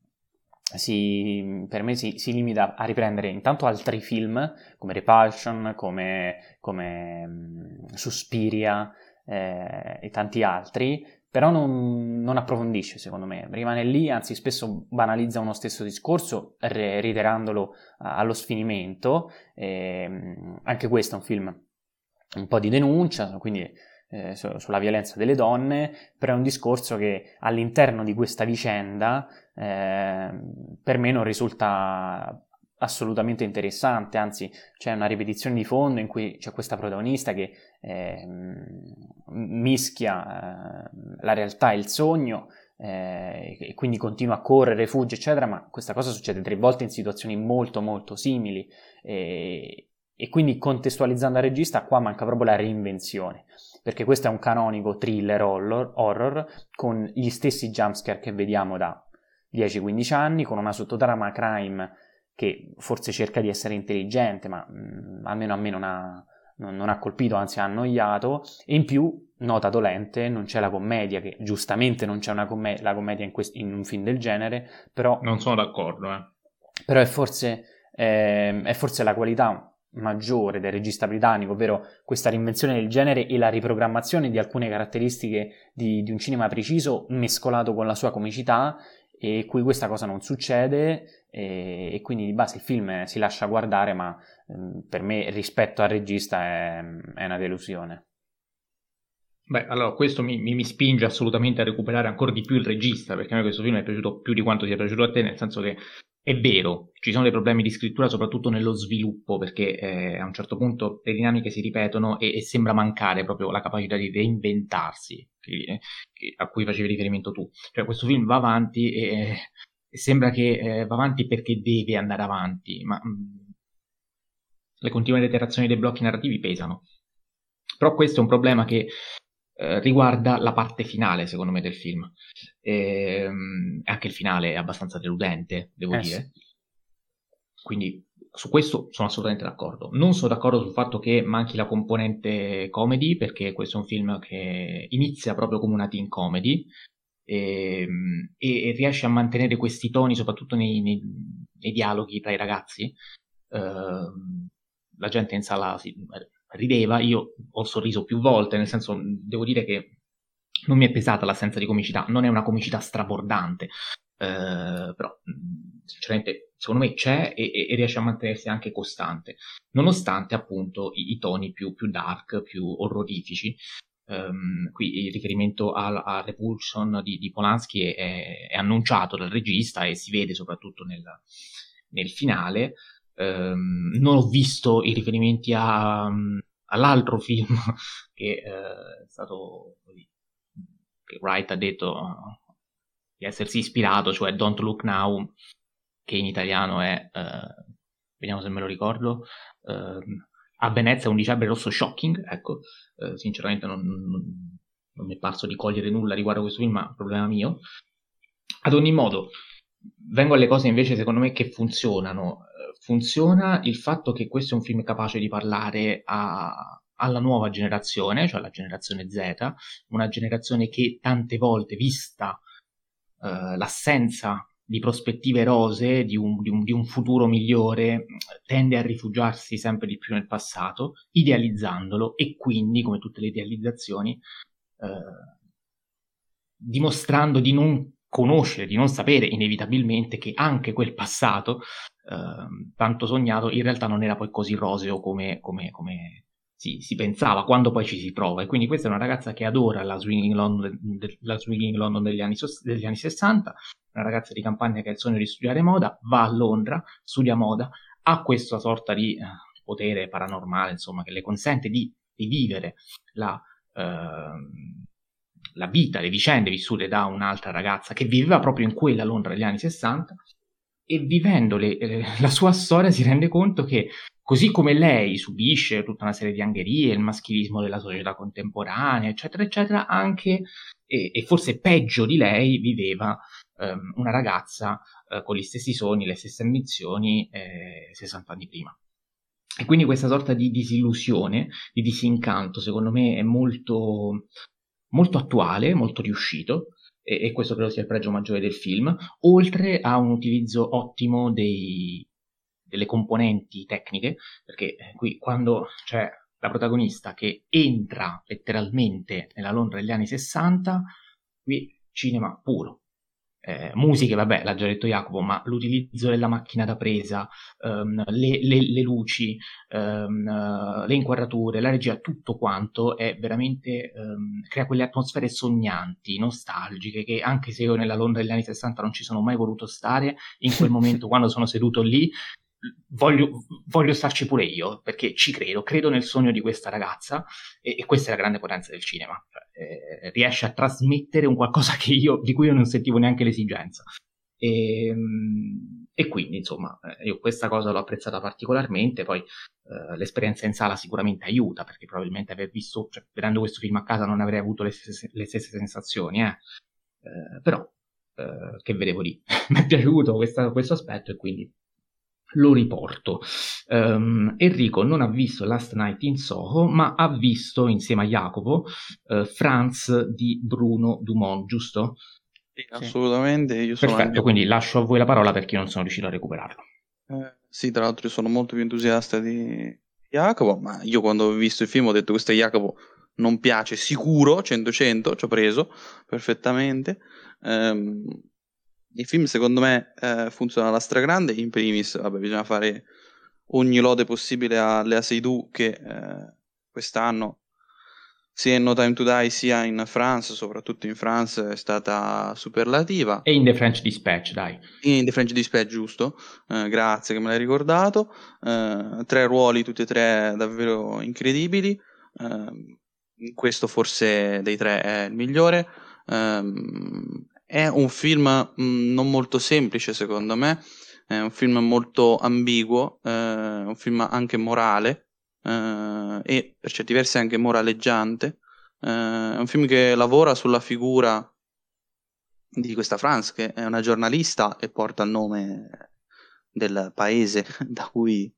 si, per me si, si limita a riprendere intanto altri film come Repulsion, come, come um, Suspiria eh, e tanti altri, però non, non approfondisce, secondo me, rimane lì, anzi spesso banalizza uno stesso discorso re- reiterandolo allo sfinimento. Eh, anche questo è un film un po' di denuncia, quindi Eh, su, sulla violenza delle donne, però è un discorso che all'interno di questa vicenda eh, per me non risulta assolutamente interessante, anzi c'è una ripetizione di fondo in cui c'è questa protagonista che eh, mischia eh, la realtà e il sogno eh, e quindi continua a correre, fugge eccetera, ma questa cosa succede tre volte in situazioni molto molto simili e, e quindi contestualizzando al regista qua manca proprio la reinvenzione, perché questo è un canonico thriller horror, horror con gli stessi jumpscare che vediamo da dieci quindici anni, con una sottotrama crime che forse cerca di essere intelligente, ma mh, almeno a me non ha, non, non ha colpito, anzi ha annoiato, e in più, nota dolente, non c'è la commedia, che giustamente non c'è una comm- la commedia in, quest- in un film del genere, però... Non sono d'accordo, eh. Però è forse, eh, è forse la qualità maggiore del regista britannico, ovvero questa reinvenzione del genere e la riprogrammazione di alcune caratteristiche di, di un cinema preciso mescolato con la sua comicità, e qui questa cosa non succede e, e quindi di base il film si lascia guardare, ma ehm, per me rispetto al regista è, è una delusione. Beh, allora questo mi, mi, mi spinge assolutamente a recuperare ancora di più il regista, perché a me questo film è piaciuto più di quanto sia piaciuto a te, nel senso che è vero, ci sono dei problemi di scrittura soprattutto nello sviluppo, perché eh, a un certo punto le dinamiche si ripetono e, e sembra mancare proprio la capacità di reinventarsi, che, che, a cui facevi riferimento tu. Cioè questo film va avanti e, e sembra che eh, va avanti perché deve andare avanti, ma mh, le continue reiterazioni dei blocchi narrativi pesano. Però questo è un problema che eh, riguarda la parte finale, secondo me, del film. E, um, anche il finale è abbastanza deludente, devo eh dire. Sì. Quindi su questo sono assolutamente d'accordo. Non sono d'accordo sul fatto che manchi la componente comedy, perché questo è un film che inizia proprio come una teen comedy e, e, e riesce a mantenere questi toni, soprattutto nei, nei, nei dialoghi tra i ragazzi. Uh, la gente in sala si rideva, io ho sorriso più volte, nel senso, devo dire che non mi è pesata l'assenza di comicità, non è una comicità strabordante, eh, però sinceramente secondo me c'è e, e riesce a mantenersi anche costante, nonostante appunto i, i toni più, più dark, più orrorifici. Um, qui il riferimento a, a Repulsion di, di Polanski è, è annunciato dal regista e si vede soprattutto nel, nel finale. Um, non ho visto i riferimenti a, um, all'altro film che uh, è stato che Wright ha detto uh, di essersi ispirato, cioè Don't Look Now, che in italiano è uh, vediamo se me lo ricordo, uh, a Venezia un dicembre rosso shocking, ecco. Uh, sinceramente non, non, non mi è parso di cogliere nulla riguardo a questo film, ma è un problema mio. Ad ogni modo, vengo alle cose invece secondo me che funzionano. Funziona il fatto che questo è un film capace di parlare a, alla nuova generazione, cioè la generazione Z, una generazione che tante volte, vista eh, l'assenza di prospettive rosee, di un, di, un, di un futuro migliore, tende a rifugiarsi sempre di più nel passato, idealizzandolo, e quindi, come tutte le idealizzazioni, eh, dimostrando di non conoscere, di non sapere inevitabilmente che anche quel passato eh, tanto sognato in realtà non era poi così roseo come, come, come si, si pensava quando poi ci si trova. E quindi questa è una ragazza che adora la Swinging London, de, la Swinging London degli, anni, degli anni sessanta, una ragazza di campagna che ha il sogno di studiare moda, va a Londra, studia moda, ha questa sorta di eh, potere paranormale, insomma, che le consente di, di vivere la... Eh, la vita, le vicende vissute da un'altra ragazza che viveva proprio in quella Londra degli anni sessanta, e vivendo le, eh, la sua storia si rende conto che, così come lei subisce tutta una serie di angherie, il maschilismo della società contemporanea, eccetera, eccetera, anche, e, e forse peggio di lei, viveva ehm, una ragazza eh, con gli stessi sogni, le stesse ambizioni eh, sessanta anni prima. E quindi questa sorta di disillusione, di disincanto, secondo me è molto... molto attuale, molto riuscito, e, e questo credo sia il pregio maggiore del film, oltre a un utilizzo ottimo dei, delle componenti tecniche, perché qui quando c'è la protagonista che entra letteralmente nella Londra degli anni sessanta, qui cinema puro. Eh, musiche, vabbè, l'ha già detto Jacopo, ma l'utilizzo della macchina da presa, ehm, le, le, le luci, ehm, le inquadrature, la regia, tutto quanto è veramente, ehm, crea quelle atmosfere sognanti, nostalgiche, che anche se io nella Londra degli anni sessanta non ci sono mai voluto stare, in quel momento quando sono seduto lì voglio, voglio starci pure io, perché ci credo, credo nel sogno di questa ragazza, e, e questa è la grande potenza del cinema. Eh, riesce a trasmettere un qualcosa che io, di cui io non sentivo neanche l'esigenza, e, e quindi insomma io questa cosa l'ho apprezzata particolarmente. Poi eh, l'esperienza in sala sicuramente aiuta, perché probabilmente aver visto, cioè, vedendo questo film a casa non avrei avuto le stesse, le stesse sensazioni, eh. Eh, però eh, che vedevo lì mi è piaciuto questa, questo aspetto, e quindi lo riporto. Um, Enrico non ha visto Last Night in Soho, ma ha visto insieme a Jacopo uh, Franz di Bruno Dumont, giusto? Sì, assolutamente. Io sono Perfetto, anche... quindi lascio a voi la parola perché io non sono riuscito a recuperarlo. Eh, sì, tra l'altro io sono molto più entusiasta di Jacopo, ma io quando ho visto il film ho detto questo è Jacopo, non piace, sicuro, cento cento, ci ho preso perfettamente. Um, il film secondo me eh, funziona alla stragrande. In primis, vabbè, bisogna fare ogni lode possibile a Léa Seydoux, che eh, quest'anno sia in No Time to Die sia in France, soprattutto in France, è stata superlativa. E in The French Dispatch, dai. In The French Dispatch, giusto, eh, grazie che me l'hai ricordato. Eh, tre ruoli, tutti e tre davvero incredibili. Eh, questo forse dei tre è il migliore. Eh, è un film mh, non molto semplice, secondo me. È un film molto ambiguo, eh, un film anche morale, eh, e per certi versi anche moraleggiante. Eh, è un film che lavora sulla figura di questa Franz, che è una giornalista e porta il nome del paese da cui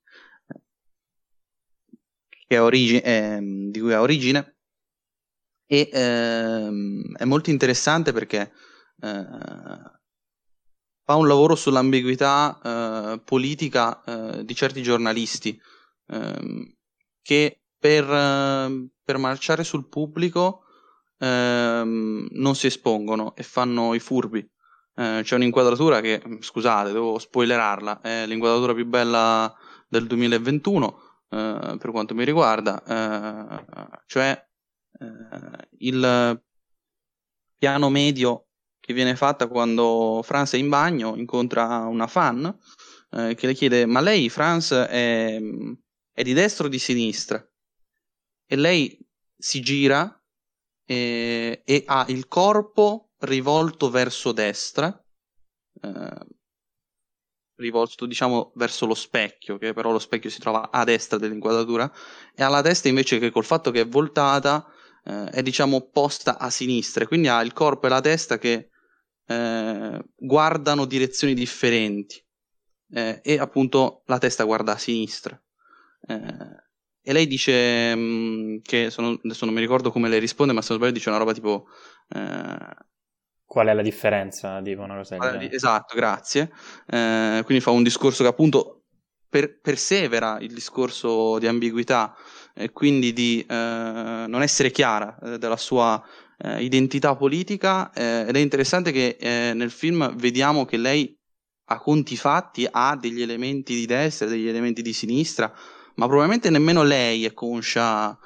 che ha origine, eh, di cui ha origine, e ehm, è molto interessante perché eh, fa un lavoro sull'ambiguità eh, politica eh, di certi giornalisti ehm, che per, eh, per marciare sul pubblico ehm, non si espongono e fanno i furbi. Eh, c'è un'inquadratura che, scusate, devo spoilerarla, è l'inquadratura più bella del duemilaventuno eh, per quanto mi riguarda, eh, cioè eh, il piano medio che viene fatta quando Franz è in bagno, incontra una fan eh, che le chiede: ma lei, Franz, è, è di destra o di sinistra? E lei si gira e, e ha il corpo rivolto verso destra, eh, rivolto diciamo verso lo specchio, che però lo specchio si trova a destra dell'inquadratura, e ha la testa invece che col fatto che è voltata eh, è diciamo posta a sinistra, quindi ha il corpo e la testa che eh, guardano direzioni differenti, eh, e appunto la testa guarda a sinistra. Eh, e lei dice mh, che, sono, adesso non mi ricordo come lei risponde, ma se non sbaglio dice una roba tipo... Eh, qual è la differenza, tipo una cosa del genere. Esatto, grazie. Eh, quindi fa un discorso che appunto per, persevera il discorso di ambiguità e quindi di eh, non essere chiara eh, della sua eh, identità politica eh, ed è interessante che eh, nel film vediamo che lei a conti fatti ha degli elementi di destra, degli elementi di sinistra, ma probabilmente nemmeno lei è conscia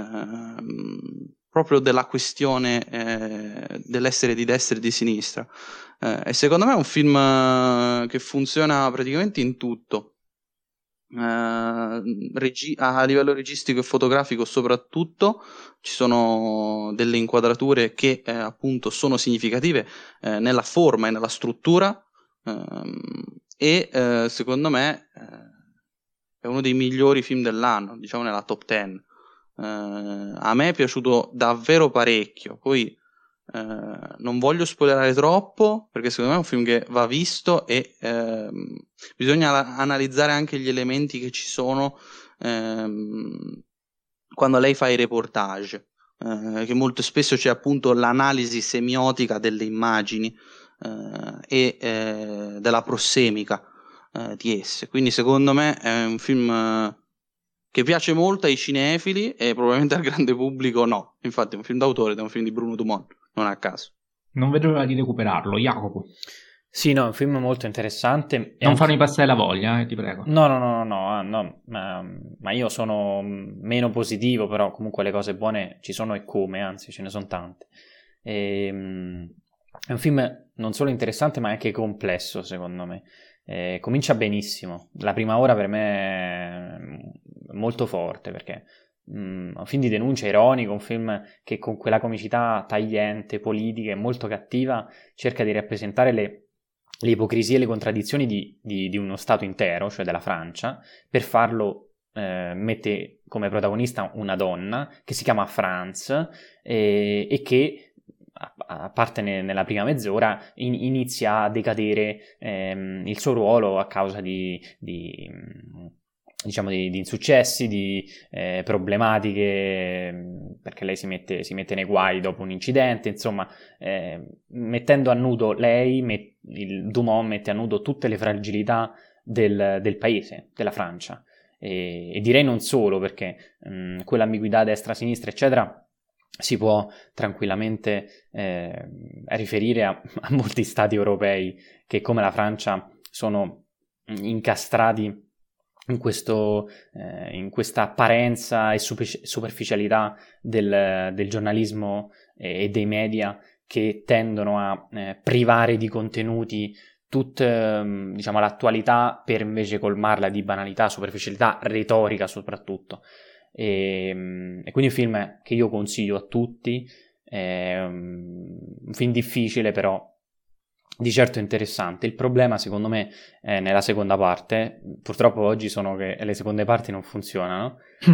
ehm, proprio della questione eh, dell'essere di destra e di sinistra. Eh, e secondo me è un film eh, che funziona praticamente in tutto. Eh, regi- a livello registico e fotografico soprattutto ci sono delle inquadrature che eh, appunto sono significative eh, nella forma e nella struttura ehm, e eh, secondo me eh, è uno dei migliori film dell'anno, diciamo nella top dieci. Eh, a me è piaciuto davvero parecchio, poi eh, non voglio spoilerare troppo perché secondo me è un film che va visto e ehm, bisogna la- analizzare anche gli elementi che ci sono ehm, quando lei fa i reportage, eh, che molto spesso c'è appunto l'analisi semiotica delle immagini eh, e eh, della prossemica eh, di esse. Quindi secondo me è un film eh, che piace molto ai cinefili e probabilmente al grande pubblico no. Infatti è un film d'autore ed è un film di Bruno Dumont, non a caso. Non vedo l'ora di recuperarlo, Jacopo. Sì, no, è un film molto interessante. e Non anche- farmi passare la voglia, eh, ti prego. No, no, no, no, no, ah, no, ma, ma io sono meno positivo, però comunque le cose buone ci sono e come, anzi ce ne sono tante. Ehm, è un film non solo interessante ma anche complesso, secondo me. Eh, comincia benissimo. La prima ora per me è molto forte perché mm, è un film di denuncia ironico, un film che con quella comicità tagliente, politica e molto cattiva cerca di rappresentare le le ipocrisie e le contraddizioni di, di, di uno Stato intero, cioè della Francia. Per farlo eh, mette come protagonista una donna che si chiama Franz eh, e che, a, a parte ne, nella prima mezz'ora, in, inizia a decadere ehm, il suo ruolo a causa di... di diciamo di, di insuccessi, di eh, problematiche, perché lei si mette, si mette nei guai dopo un incidente, insomma, eh, mettendo a nudo lei, met, il Dumont mette a nudo tutte le fragilità del, del paese, della Francia, e, e direi non solo, perché mh, quell'ambiguità destra-sinistra, eccetera, si può tranquillamente eh, riferire a, a molti stati europei che, come la Francia, sono incastrati in, questo, eh, in questa apparenza e super- superficialità del, del giornalismo e dei media che tendono a eh, privare di contenuti tutta eh, diciamo, l'attualità per invece colmarla di banalità, superficialità, retorica soprattutto. E, e quindi un film che io consiglio a tutti, è un film difficile però di certo interessante. Il problema secondo me è nella seconda parte. Purtroppo oggi sono che le seconde parti non funzionano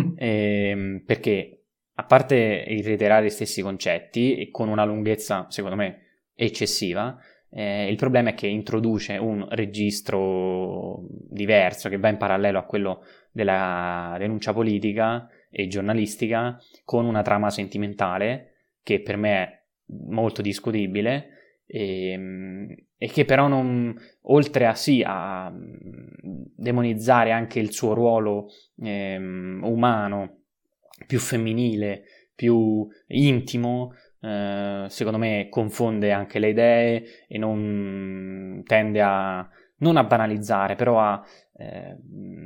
ehm, perché a parte il reiterare gli stessi concetti e con una lunghezza secondo me eccessiva, eh, il problema è che introduce un registro diverso che va in parallelo a quello della denuncia politica e giornalistica, con una trama sentimentale che per me è molto discutibile. E, e che però non, oltre a sì a demonizzare anche il suo ruolo ehm, umano più femminile, più intimo, eh, secondo me confonde anche le idee e non tende a non a banalizzare, però a, eh,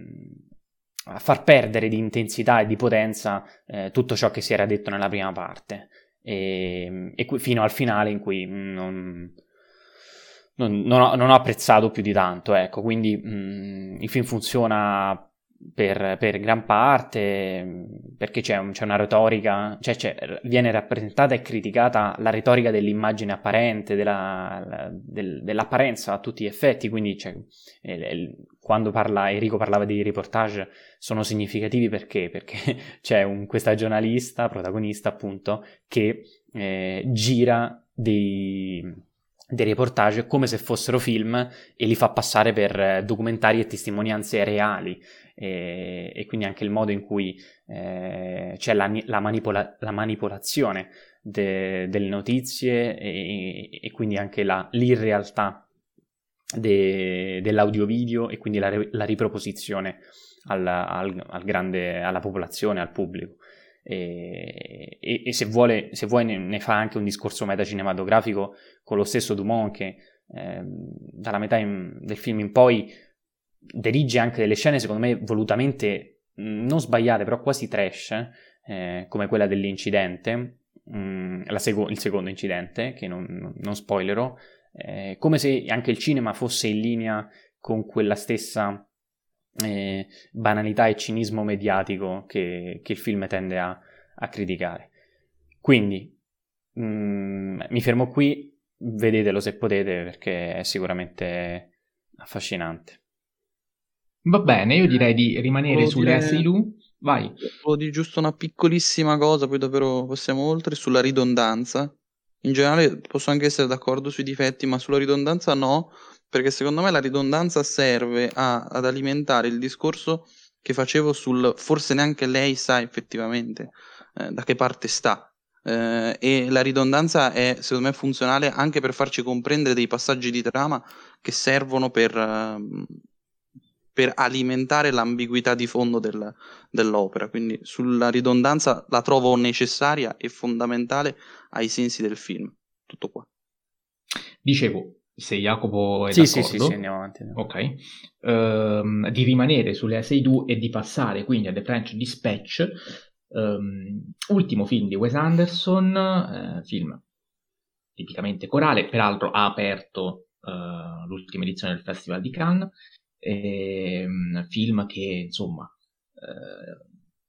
a far perdere di intensità e di potenza eh, tutto ciò che si era detto nella prima parte. E, e qui, fino al finale in cui non, non, non, ho, non ho apprezzato più di tanto, ecco. Quindi mh, il film funziona per, per gran parte perché c'è, un, c'è una retorica, cioè c'è, viene rappresentata e criticata la retorica dell'immagine apparente, della, la, del, dell'apparenza a tutti gli effetti. Quindi c'è, eh, quando parla, Enrico parlava di reportage, sono significativi perché? Perché c'è un, questa giornalista, protagonista appunto, che eh, gira dei, dei reportage come se fossero film e li fa passare per documentari e testimonianze reali, e, e quindi anche il modo in cui eh, c'è la, la, manipola, la manipolazione de, delle notizie e, e quindi anche la, l'irrealtà de, dell'audio-video e quindi la, la riproposizione al, al, al grande, alla popolazione, al pubblico. E, e, e se vuole, se vuoi ne, ne fa anche un discorso metacinematografico con lo stesso Dumont che eh, dalla metà in, del film in poi dirige anche delle scene secondo me volutamente mh, non sbagliate però quasi trash, eh, come quella dell'incidente, mh, la sec- il secondo incidente che non, non spoilerò, eh, come se anche il cinema fosse in linea con quella stessa Eh, banalità e cinismo mediatico che, che il film tende a, a criticare. Quindi mh, mi fermo qui, vedetelo se potete perché è sicuramente affascinante. Va bene, io direi di rimanere Volevo sulle dire- S I D U. Vai. Volevo dire giusto una piccolissima cosa, poi davvero passiamo oltre, sulla ridondanza. In generale posso anche essere d'accordo sui difetti, ma sulla ridondanza no, perché secondo me la ridondanza serve a- ad alimentare il discorso che facevo sul forse neanche lei sa effettivamente eh, da che parte sta. Eh, e la ridondanza è secondo me funzionale anche per farci comprendere dei passaggi di trama che servono per, ehm, per alimentare l'ambiguità di fondo del- dell'opera. Quindi sulla ridondanza la trovo necessaria e fondamentale ai sensi del film. Tutto qua. Dicevo, se Jacopo è Sì, sì, d'accordo, sì, sì, andiamo avanti. andiamo. ok, ehm, di rimanere sulle S I D U e di passare quindi a The French Dispatch, ehm, ultimo film di Wes Anderson, eh, film tipicamente corale, peraltro ha aperto eh, l'ultima edizione del Festival di Cannes, ehm, film che insomma eh,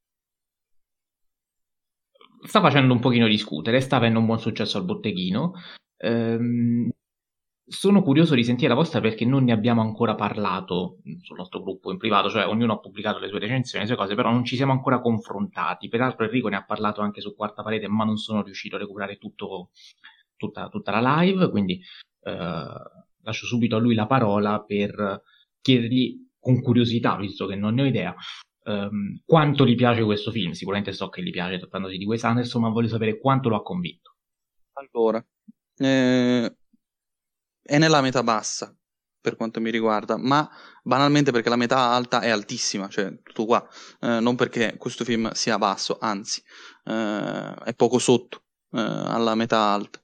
sta facendo un pochino discutere, sta avendo un buon successo al botteghino. Ehm, sono curioso di sentire la vostra perché non ne abbiamo ancora parlato sul nostro gruppo in privato, cioè ognuno ha pubblicato le sue recensioni, le sue cose, però non ci siamo ancora confrontati. Peraltro Enrico ne ha parlato anche su Quarta Parete, ma non sono riuscito a recuperare tutto, tutta, tutta la live, quindi eh, lascio subito a lui la parola per chiedergli con curiosità, visto che non ne ho idea, ehm, quanto gli piace questo film. Sicuramente so che gli piace trattandosi di Wes Anderson, ma voglio sapere quanto lo ha convinto. Allora, eh, è nella metà bassa per quanto mi riguarda, ma banalmente perché la metà alta è altissima, cioè tutto qua, eh, non perché questo film sia basso, anzi, eh, è poco sotto eh, alla metà alta.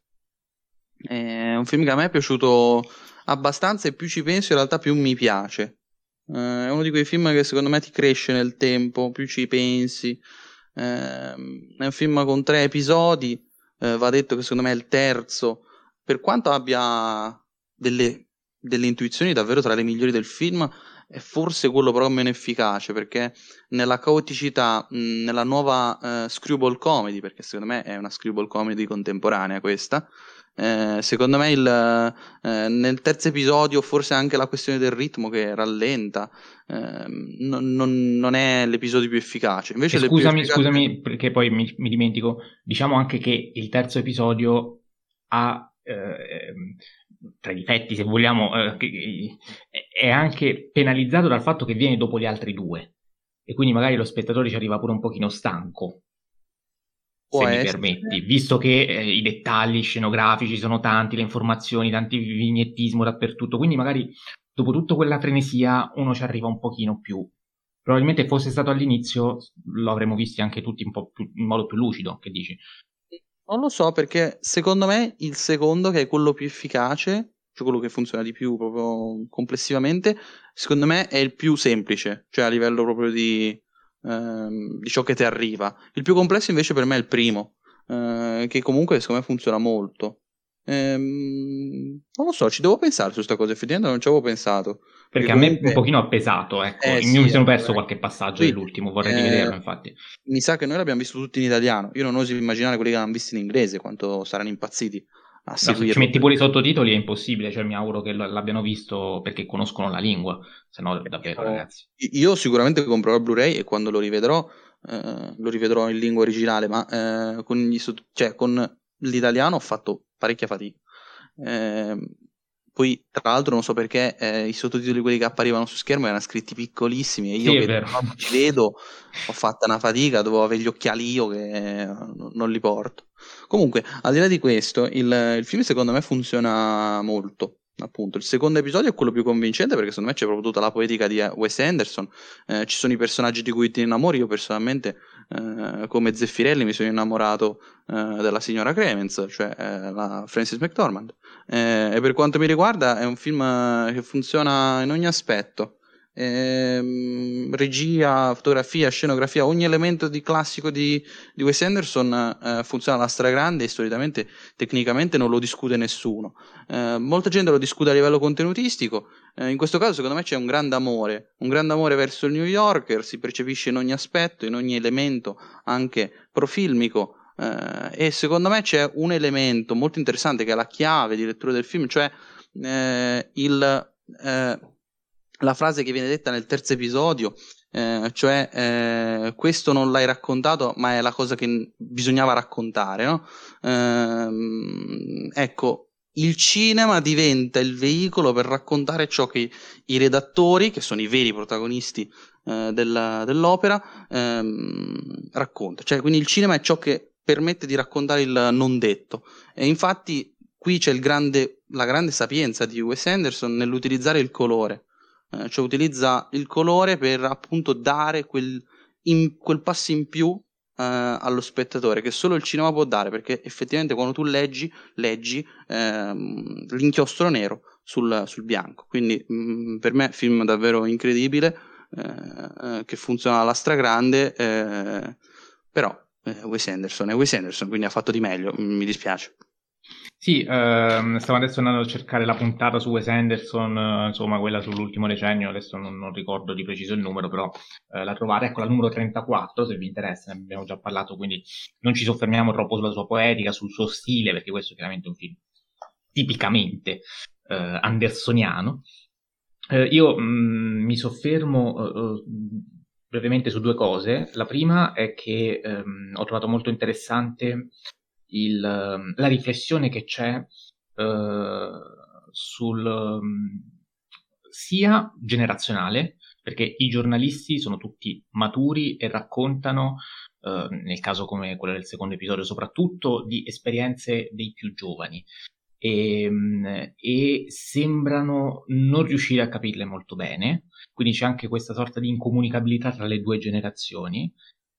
È un film che a me è piaciuto abbastanza e più ci penso in realtà più mi piace. Eh, è uno di quei film che secondo me ti cresce nel tempo, più ci pensi. Eh, è un film con tre episodi, eh, va detto che secondo me è il terzo, per quanto abbia delle, delle intuizioni davvero tra le migliori del film, è forse quello però meno efficace, perché nella caoticità, mh, nella nuova eh, screwball comedy, perché secondo me è una screwball comedy contemporanea questa, eh, secondo me il, eh, nel terzo episodio forse anche la questione del ritmo che rallenta, eh, non, non- non è l'episodio più efficace. Invece E le più scusami, efficaci- scusami, perché poi mi, mi dimentico, diciamo anche che il terzo episodio ha, eh, tra i difetti, se vogliamo, eh, che- è anche penalizzato dal fatto che viene dopo gli altri due. E quindi magari lo spettatore ci arriva pure un pochino stanco, Può se mi essere. permetti, visto che eh, i dettagli scenografici sono tanti, le informazioni, tanti vignettismo dappertutto, quindi magari dopo tutta quella frenesia uno ci arriva un pochino più. Probabilmente fosse stato all'inizio lo avremmo visti anche tutti un po' più, in modo più lucido, che dici? Non lo so, perché secondo me il secondo, che è quello più efficace, cioè quello che funziona di più proprio complessivamente, secondo me è il più semplice, cioè a livello proprio di, ehm, di ciò che ti arriva. Il più complesso invece per me è il primo, eh, che comunque secondo me funziona molto. Ehm, non lo so, ci devo pensare su questa cosa, effettivamente non ci avevo pensato. Perché a comunque... me un pochino ha pesato, ecco. Eh Io sì, mi sono perso assolutamente. qualche passaggio Poi, dell'ultimo, vorrei eh, rivederlo, infatti. mi sa che noi l'abbiamo visto tutti in italiano. Io non oso immaginare quelli che l'hanno visto in inglese, quanto saranno impazziti a No, se ci seguirlo. metti pure i sottotitoli è impossibile, cioè mi auguro che l- l'abbiano visto perché conoscono la lingua, se no davvero, ragazzi. Io sicuramente comprerò il Blu-ray e quando lo rivedrò, eh, lo rivedrò in lingua originale, ma eh, con, gli sott- cioè, con l'italiano ho fatto parecchia fatica. Eh, poi, tra l'altro, non so perché eh, i sottotitoli, quelli che apparivano su schermo, erano scritti piccolissimi e io Sì, è che vero. non ci vedo, ho fatto una fatica, dovevo avere gli occhiali io che eh, non non li porto. Comunque, al di là di questo, il, il film secondo me funziona molto. Appunto, il secondo episodio è quello più convincente perché secondo me c'è proprio tutta la poetica di Wes Anderson. Eh, ci sono i personaggi di cui ti innamori. Io personalmente, eh, come Zeffirelli, mi sono innamorato eh, della signora Clemens, cioè eh, la Frances McDormand. Eh, e per quanto mi riguarda è un film eh, che funziona in ogni aspetto. Ehm, regia, fotografia, scenografia, ogni elemento di classico di, di Wes Anderson eh, funziona alla stragrande e solitamente tecnicamente non lo discute nessuno. Eh, molta gente lo discute a livello contenutistico, eh, in questo caso secondo me c'è un grande amore, un grande amore verso il New Yorker, si percepisce in ogni aspetto, in ogni elemento anche profilmico. Eh, e secondo me c'è un elemento molto interessante che è la chiave di lettura del film, cioè eh, il, eh, la frase che viene detta nel terzo episodio, eh, cioè eh, questo non l'hai raccontato, ma è la cosa che bisognava raccontare, no? Ehm, ecco, il cinema diventa il veicolo per raccontare ciò che i redattori, che sono i veri protagonisti eh, della, dell'opera, ehm, raccontano. Cioè, quindi il cinema è ciò che permette di raccontare il non detto. E infatti qui c'è il grande, la grande sapienza di Wes Anderson nell'utilizzare il colore. Eh, cioè utilizza il colore per appunto dare quel, in, quel passo in più eh, allo spettatore che solo il cinema può dare, perché effettivamente quando tu leggi, leggi ehm, l'inchiostro nero sul, sul bianco. Quindi mh, per me film davvero incredibile, eh, che funziona alla stragrande, eh, però eh, Wes Anderson è Wes Anderson, quindi ha fatto di meglio, mi dispiace. Sì, ehm, stavo adesso andando a cercare la puntata su Wes Anderson, eh, insomma quella sull'ultimo decennio, adesso non, non ricordo di preciso il numero, però eh, la trovate, ecco la numero trentaquattro se vi interessa, ne abbiamo già parlato, quindi non ci soffermiamo troppo sulla sua poetica, sul suo stile, perché questo è chiaramente un film tipicamente eh, andersoniano. Eh, io mh, mi soffermo eh, brevemente su due cose. La prima è che ehm, ho trovato molto interessante il, la riflessione che c'è eh, sul um, sia generazionale, perché i giornalisti sono tutti maturi e raccontano, eh, nel caso come quello del secondo episodio, soprattutto di esperienze dei più giovani. E, e sembrano non riuscire a capirle molto bene, quindi c'è anche questa sorta di incomunicabilità tra le due generazioni,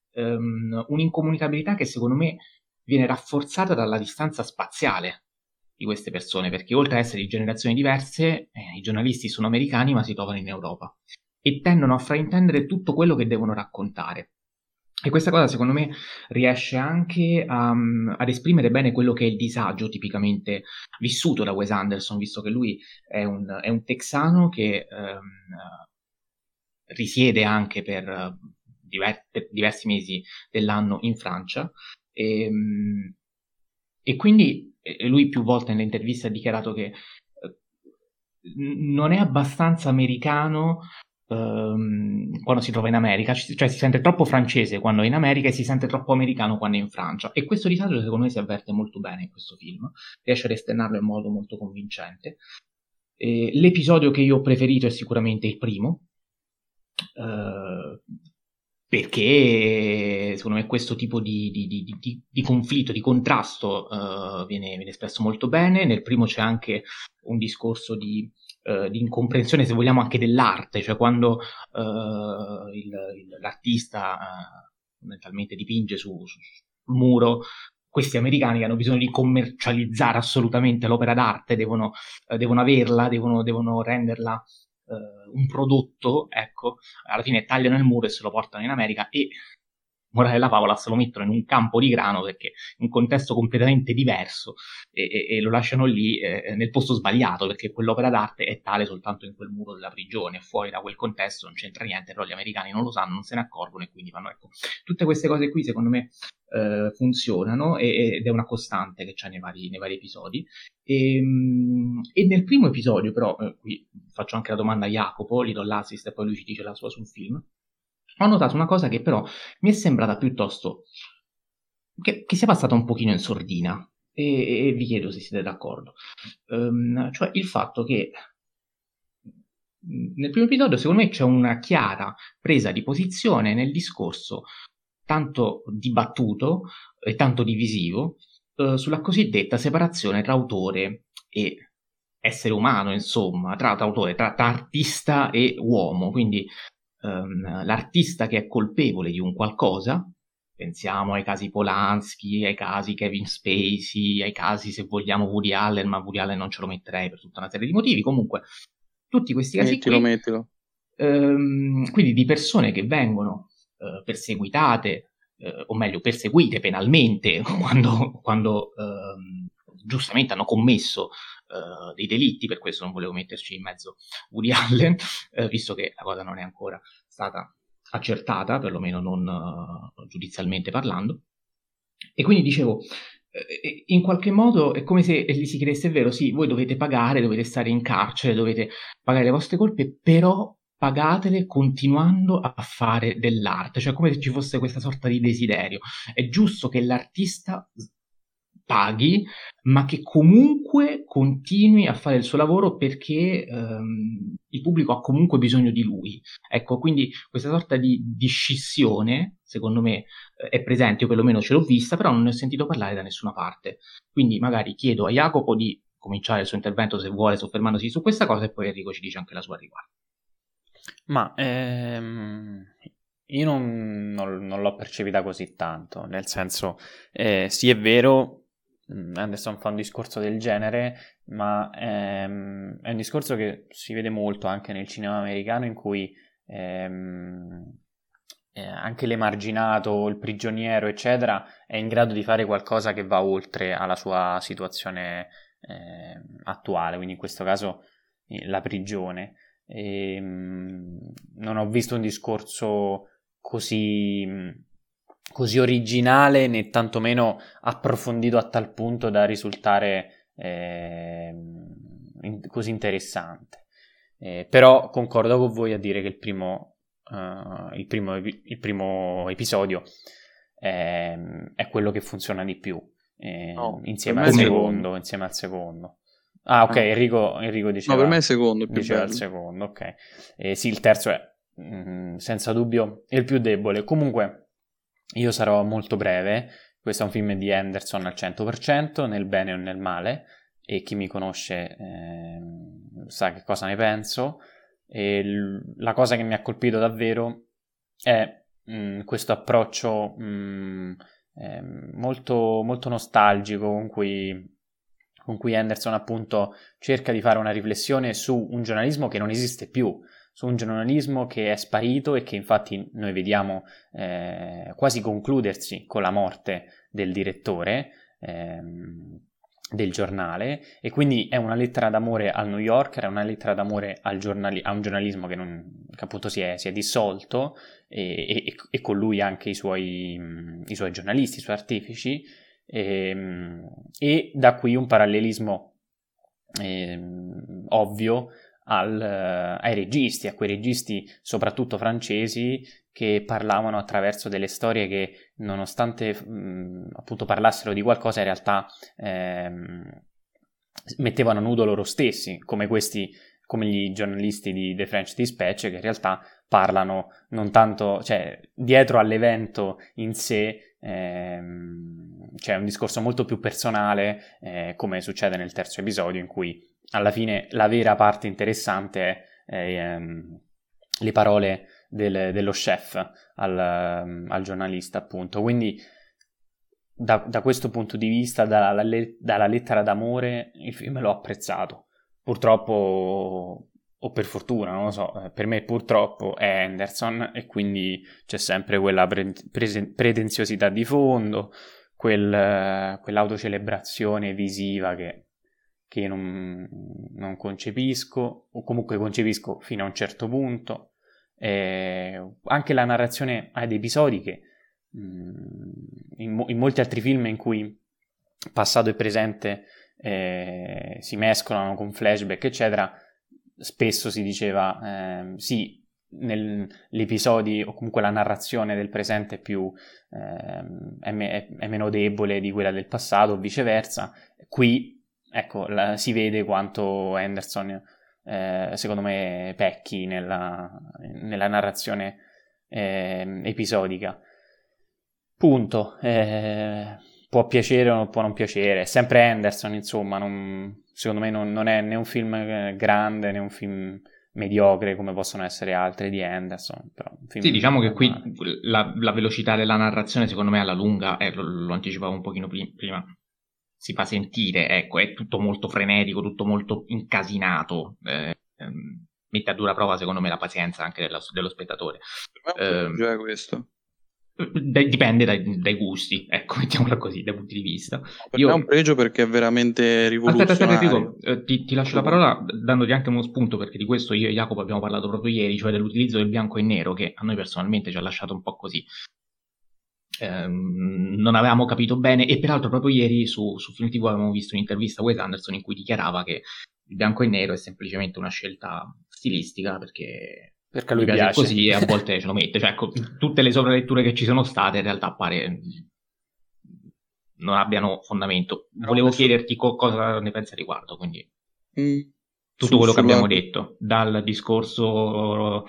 um, un'incomunicabilità che secondo me viene rafforzata dalla distanza spaziale di queste persone, perché oltre a essere di generazioni diverse, eh, i giornalisti sono americani ma si trovano in Europa e tendono a fraintendere tutto quello che devono raccontare. E questa cosa secondo me riesce anche a, ad esprimere bene quello che è il disagio tipicamente vissuto da Wes Anderson, visto che lui è un, è un texano che ehm, risiede anche per, diver- per diversi mesi dell'anno in Francia e, e quindi lui più volte nelle interviste ha dichiarato che non è abbastanza americano Um, quando si trova in America, cioè si sente troppo francese quando è in America e si sente troppo americano quando è in Francia, e questo disagio secondo me si avverte molto bene in questo film, riesce ad esternarlo in modo molto convincente. E l'episodio che io ho preferito è sicuramente il primo, uh, perché secondo me questo tipo di, di, di, di, di conflitto, di contrasto uh, viene, viene espresso molto bene. Nel primo c'è anche un discorso di Uh, di incomprensione, se vogliamo, anche dell'arte, cioè quando uh, il, il, l'artista uh, fondamentalmente dipinge su, su, sul muro, questi americani che hanno bisogno di commercializzare assolutamente l'opera d'arte, devono, uh, devono averla, devono, devono renderla uh, un prodotto, ecco, alla fine tagliano il muro e se lo portano in America e, morale della favola, se lo mettono in un campo di grano perché in un contesto completamente diverso e, e, e lo lasciano lì eh, nel posto sbagliato, perché quell'opera d'arte è tale soltanto in quel muro della prigione, fuori da quel contesto non c'entra niente, però gli americani non lo sanno, non se ne accorgono e quindi fanno, ecco, tutte queste cose qui secondo me eh, funzionano e, ed è una costante che c'è nei vari, nei vari episodi. E, e nel primo episodio però, eh, qui faccio anche la domanda a Jacopo, gli do l'assist e poi lui ci dice la sua sul film. Ho notato una cosa che però mi è sembrata piuttosto che, che sia passata un pochino in sordina, e, e vi chiedo se siete d'accordo. Um, cioè il fatto che nel primo episodio secondo me c'è una chiara presa di posizione nel discorso tanto dibattuto e tanto divisivo eh, sulla cosiddetta separazione tra autore e essere umano, insomma, tra, tra autore, tra, tra artista e uomo, quindi ehm, l'artista che è colpevole di un qualcosa, pensiamo ai casi Polanski, ai casi Kevin Spacey, ai casi, se vogliamo, Woody Allen, ma Woody Allen non ce lo metterei per tutta una serie di motivi, comunque tutti questi casi Mettilo, qui, mettilo. Ehm, quindi di persone che vengono eh, perseguitate, eh, o meglio perseguite penalmente quando, quando ehm, giustamente hanno commesso eh, dei delitti, per questo non volevo metterci in mezzo Woody Allen, eh, visto che la cosa non è ancora stata accertata, perlomeno non uh, giudizialmente parlando. E quindi dicevo, eh, in qualche modo è come se gli si chiedesse: è vero, sì, voi dovete pagare, dovete stare in carcere, dovete pagare le vostre colpe, però pagatele continuando a fare dell'arte, cioè come se ci fosse questa sorta di desiderio. È giusto che l'artista paghi, ma che comunque continui a fare il suo lavoro perché ehm, il pubblico ha comunque bisogno di lui. Ecco, quindi questa sorta di, di scissione, secondo me, eh, è presente, io perlomeno ce l'ho vista, però non ne ho sentito parlare da nessuna parte. Quindi magari chiedo a Jacopo di cominciare il suo intervento, se vuole, soffermandosi su questa cosa, e poi Enrico ci dice anche la sua a riguardo. Ma ehm, io non, non, non l'ho percepita così tanto, nel senso, eh, sì è vero, Anderson fa un discorso del genere, ma ehm, è un discorso che si vede molto anche nel cinema americano, in cui ehm, eh, anche l'emarginato, il prigioniero, eccetera, è in grado di fare qualcosa che va oltre alla sua situazione eh, attuale, quindi in questo caso eh, la prigione. E, mh, non ho visto un discorso così... Mh, così originale né tantomeno approfondito a tal punto da risultare eh, in, così interessante. Eh, però concordo con voi a dire che il primo, uh, il primo, il primo episodio è, è quello che funziona di più eh, No, insieme per al me è secondo, secondo. insieme al secondo. Ah, ok, Ah. Enrico, Enrico diceva, No, per me è il secondo, il più diceva bello. il secondo, ok. Eh, sì, il terzo è mh, senza dubbio il più debole. Comunque io sarò molto breve, questo è un film di Anderson al cento per cento, nel bene o nel male, e chi mi conosce eh, sa che cosa ne penso. E l- la cosa che mi ha colpito davvero è mh, questo approccio mh, eh, molto, molto nostalgico con cui, con cui Anderson appunto cerca di fare una riflessione su un giornalismo che non esiste più, su un giornalismo che è sparito e che infatti noi vediamo eh, quasi concludersi con la morte del direttore ehm, del giornale, e quindi è una lettera d'amore al New Yorker, è una lettera d'amore al giornali- a un giornalismo che, non, che appunto si è, si è dissolto, e, e, e con lui anche i suoi, i suoi giornalisti, i suoi artefici, e, e da qui un parallelismo eh, ovvio al, ai registi, a quei registi soprattutto francesi che parlavano attraverso delle storie che, nonostante mh, appunto parlassero di qualcosa, in realtà ehm, mettevano a nudo loro stessi, come questi, come gli giornalisti di The French Dispatch, che in realtà parlano non tanto, cioè dietro all'evento in sé ehm, c'è un discorso molto più personale, eh, come succede nel terzo episodio, in cui alla fine la vera parte interessante è ehm, le parole del, dello chef al, al giornalista, appunto. Quindi da, da questo punto di vista, dalla, dalla lettera d'amore, il film l'ho apprezzato. Purtroppo, o per fortuna, non lo so, per me purtroppo è Anderson, e quindi c'è sempre quella pre- pre- pretenziosità di fondo, quel, quell'autocelebrazione visiva che che io non, non concepisco, o comunque concepisco fino a un certo punto. Eh, anche la narrazione ha dei episodi che mh, in, mo- in molti altri film in cui passato e presente eh, si mescolano con flashback eccetera, spesso si diceva eh, sì, gli episodi o comunque la narrazione del presente è più ehm, è, me- è meno debole di quella del passato o viceversa. Qui ecco la, si vede quanto Anderson eh, secondo me pecchi nella, nella narrazione eh, episodica. Punto. Eh, può piacere o può non piacere, è sempre Anderson, insomma, non, secondo me non, non è né un film grande né un film mediocre come possono essere altre di Anderson. Però un film sì, diciamo che qui normale. la, la velocità della narrazione secondo me alla lunga, eh, lo, lo anticipavo un pochino pri- prima, si fa sentire, ecco, è tutto molto frenetico, tutto molto incasinato, eh, ehm, mette a dura prova secondo me la pazienza anche dello, dello spettatore. Per me è un pregio, eh, questo. Dipende dai, dai gusti, ecco, mettiamola così, dai punti di vista. Per Io... me è un pregio perché è veramente rivoluzionario. Aspetta, aspetta, Enrico, eh, ti, ti lascio la parola dandoti anche uno spunto, perché di questo io e Jacopo abbiamo parlato proprio ieri, cioè dell'utilizzo del bianco e nero, che a noi personalmente ci ha lasciato un po' così. Eh, non avevamo capito bene, e peraltro proprio ieri su, su Film tivù avevamo visto un'intervista a Wes Anderson in cui dichiarava che il bianco e nero è semplicemente una scelta stilistica, perché... perché a lui piace, piace così e a volte ce lo mette, cioè ecco, tutte le sovraletture che ci sono state in realtà pare non abbiano fondamento. Volevo adesso... chiederti co- cosa ne pensi a riguardo, quindi mm, tutto su, quello che sulla... abbiamo detto, dal discorso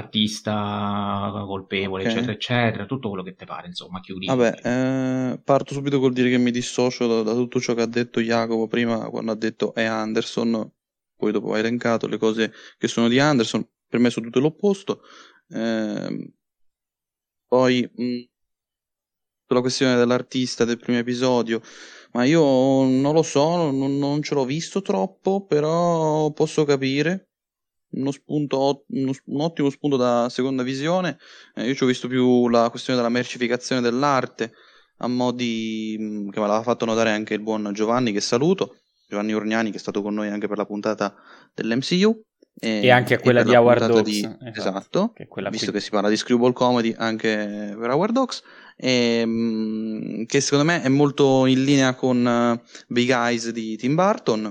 artista colpevole, okay, eccetera eccetera, tutto quello che te pare, insomma, chiudi. Vabbè, eh, parto subito col dire che mi dissocio da, da tutto ciò che ha detto Jacopo prima quando ha detto è Anderson, poi dopo ha elencato le cose che sono di Anderson. Per me sono tutto l'opposto. Eh, poi mh, sulla questione dell'artista del primo episodio, ma io non lo so, non, non ce l'ho visto troppo, però posso capire. Uno spunto, uno, un ottimo spunto da seconda visione. Eh, io ci ho visto più la questione della mercificazione dell'arte, a mo' di mh, che me l'aveva fatto notare anche il buon Giovanni, che saluto, Giovanni Urgnani, che è stato con noi anche per la puntata dell'M C U. E, e anche quella di Howard Hawks, di... esatto, esatto, che quella visto qui... che si parla di screwball comedy anche per Howard Hawks, e, mh, che secondo me è molto in linea con uh, Big Eyes di Tim Burton.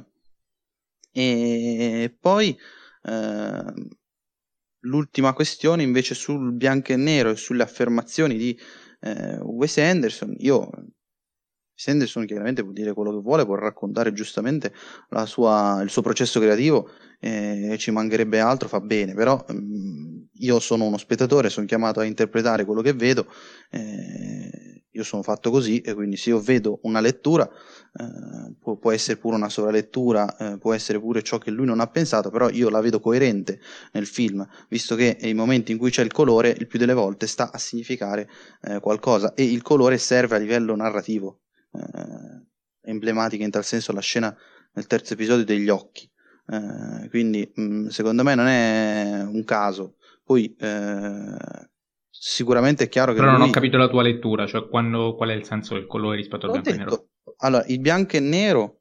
E poi uh, l'ultima questione invece sul bianco e nero e sulle affermazioni di uh, Wes Anderson. Io Wes Anderson chiaramente può dire quello che vuole, può raccontare giustamente la sua, il suo processo creativo, eh, ci mancherebbe altro, fa bene, però mh, io sono uno spettatore, sono chiamato a interpretare quello che vedo, eh, io sono fatto così, e quindi se io vedo una lettura, eh, può, può essere pure una sovralettura, eh, può essere pure ciò che lui non ha pensato, però io la vedo coerente nel film, visto che nei momenti in cui c'è il colore, il più delle volte sta a significare eh, qualcosa, e il colore serve a livello narrativo. Eh, emblematica in tal senso la scena nel terzo episodio degli occhi, eh, quindi mh, secondo me non è un caso. Poi eh, sicuramente è chiaro che però lui... non ho capito la tua lettura, cioè quando, qual è il senso del colore rispetto al bianco e nero. Allora, il bianco e nero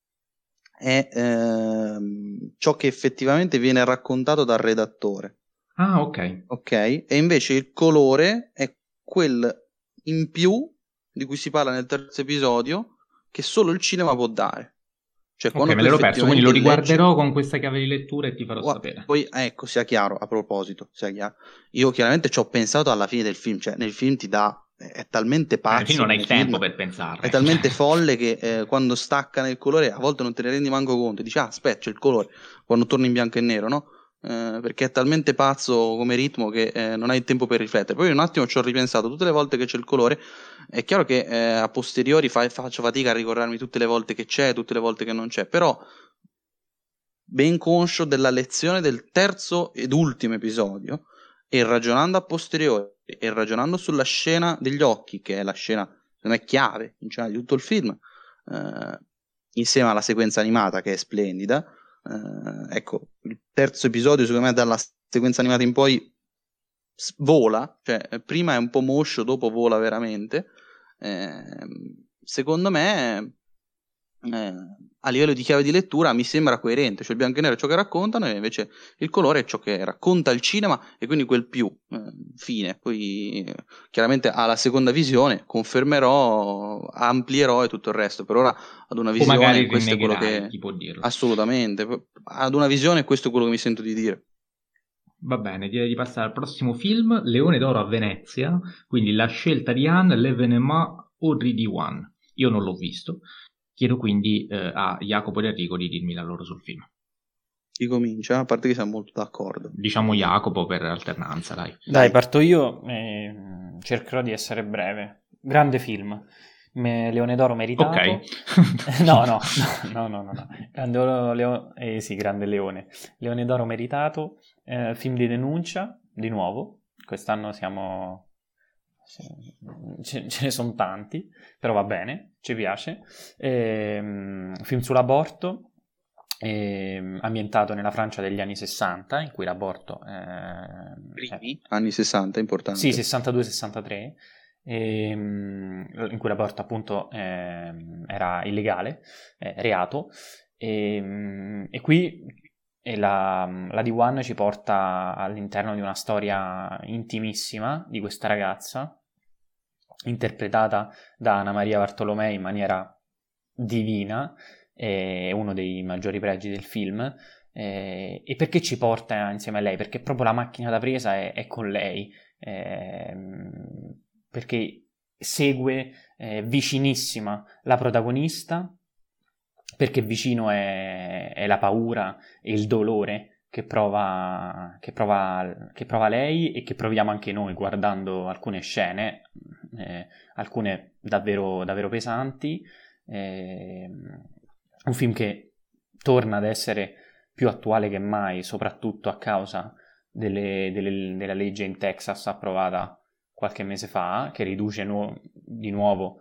è ehm, ciò che effettivamente viene raccontato dal redattore. Ah, ok. Ok, e invece il colore è quel in più di cui si parla nel terzo episodio, che solo il cinema può dare. Cioè, ok, me l'ero perso, quindi lo riguarderò leggi... con questa chiave di lettura e ti farò Guarda, sapere. Poi, ecco, sia chiaro, a proposito, sia chiaro. Io chiaramente ci ho pensato alla fine del film, cioè nel film ti dà, è talmente pazzo. Nel film non hai film, tempo per pensare. È talmente folle che eh, quando stacca nel colore a volte non te ne rendi manco conto, dici, ah, aspetta, c'è il colore, quando torna in bianco e nero, no? Eh, perché è talmente pazzo come ritmo che eh, non hai tempo per riflettere. Poi un attimo ci ho ripensato, tutte le volte che c'è il colore è chiaro che eh, a posteriori fa, faccio fatica a ricordarmi tutte le volte che c'è, tutte le volte che non c'è, però ben conscio della lezione del terzo ed ultimo episodio, e ragionando a posteriori e ragionando sulla scena degli occhi, che è la scena secondo me chiave in di tutto il film, eh, insieme alla sequenza animata che è splendida. Uh, ecco, il terzo episodio secondo me dalla sequenza animata in poi vola, cioè prima è un po' moscio, dopo vola veramente. Eh, secondo me eh, a livello di chiave di lettura mi sembra coerente, cioè il bianco e nero è ciò che raccontano e invece il colore è ciò che racconta il cinema, e quindi quel più, eh, fine. Poi eh, chiaramente alla seconda visione confermerò, amplierò e tutto il resto. Per ora ad una visione, o magari questo è quello che chi può dirlo. Assolutamente, ad una visione questo è quello che mi sento di dire. Va bene, direi di passare al prossimo film, Leone d'Oro a Venezia, quindi la scelta di Anne, L'Evénement Audrey D uno. Io non l'ho visto, chiedo quindi eh, a Jacopo e Enrico di dirmi la loro sul film. Chi comincia? A parte che siamo molto d'accordo. Diciamo Jacopo per alternanza, dai. Dai, parto io e cercherò di essere breve. Grande film. Me- Leone d'Oro meritato. Ok. no, no, no, no, no, no. Grande, Oro- Leo- eh, sì, Grande Leone. Leone d'Oro meritato. Eh, film di denuncia, di nuovo. Quest'anno siamo... Ce, ce ne sono tanti, però va bene, ci piace. Ehm, film sull'aborto, ehm, ambientato nella Francia degli anni sessanta, in cui l'aborto... eh, Primi, eh, anni sessanta, importante. sì, sessantadue sessantatré, ehm, in cui l'aborto appunto ehm, era illegale, eh, reato, e, e qui e la, la D uno ci porta all'interno di una storia intimissima di questa ragazza, interpretata da Anna Maria Bartolomei in maniera divina, è uno dei maggiori pregi del film. Eh, e perché ci porta insieme a lei? Perché proprio la macchina da presa è, è con lei, eh, perché segue eh, vicinissima la protagonista, perché vicino è, è la paura e il dolore che prova, che, prova, che prova lei e che proviamo anche noi guardando alcune scene, eh, alcune davvero, davvero pesanti. Eh, un film che torna ad essere più attuale che mai, soprattutto a causa delle, delle, della legge in Texas approvata qualche mese fa, che riduce nu- di nuovo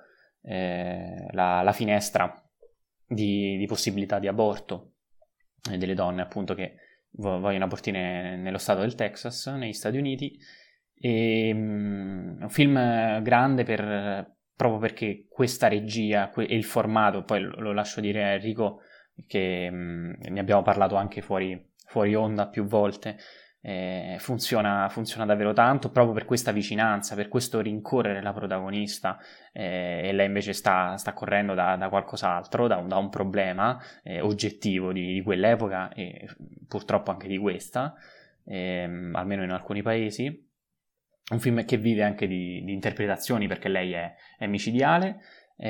eh, la, la finestra di, di possibilità di aborto eh, delle donne appunto che vo- vogliono abortire nello stato del Texas, negli Stati Uniti. E, um, è un film grande per, proprio perché questa regia que- e il formato, poi lo, lo lascio dire a Enrico che um, ne abbiamo parlato anche fuori, fuori onda più volte, eh, funziona, funziona davvero tanto proprio per questa vicinanza, per questo rincorrere la protagonista, eh, e lei invece sta, sta correndo da, da qualcos'altro, da un, da un problema eh, oggettivo di, di quell'epoca e purtroppo anche di questa, ehm, almeno in alcuni paesi. Un film che vive anche di, di interpretazioni perché lei è, è micidiale,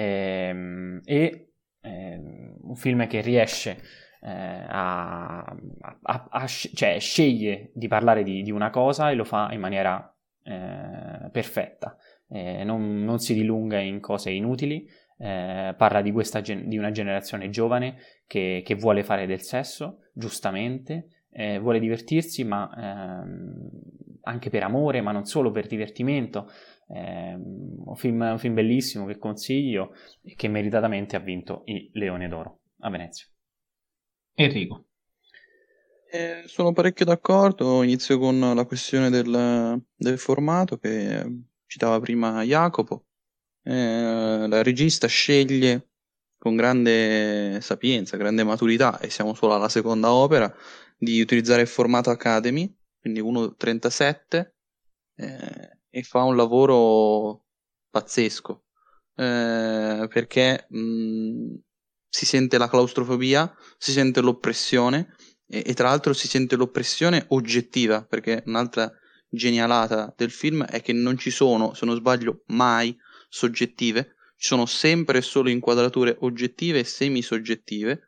ehm, e ehm, un film che riesce eh, a, a, a cioè sceglie di parlare di, di una cosa e lo fa in maniera eh, perfetta, eh, non, non si dilunga in cose inutili, eh, parla di, questa gen- di una generazione giovane che, che vuole fare del sesso, giustamente, eh, vuole divertirsi, ma ehm, anche per amore, ma non solo per divertimento. Eh, un, film, un film bellissimo che consiglio e che meritatamente ha vinto il Leone d'Oro a Venezia. Enrico. Eh, sono parecchio d'accordo, inizio con la questione del, del formato che citava prima Jacopo. Eh, la regista sceglie con grande sapienza, grande maturità, e siamo solo alla seconda opera, di utilizzare il formato Academy, quindi uno virgola trentasette, eh, e fa un lavoro pazzesco, eh, perché mh, si sente la claustrofobia, si sente l'oppressione, e, e tra l'altro si sente l'oppressione oggettiva, perché un'altra genialata del film è che non ci sono, se non sbaglio, mai soggettive, ci sono sempre e solo inquadrature oggettive e semisoggettive,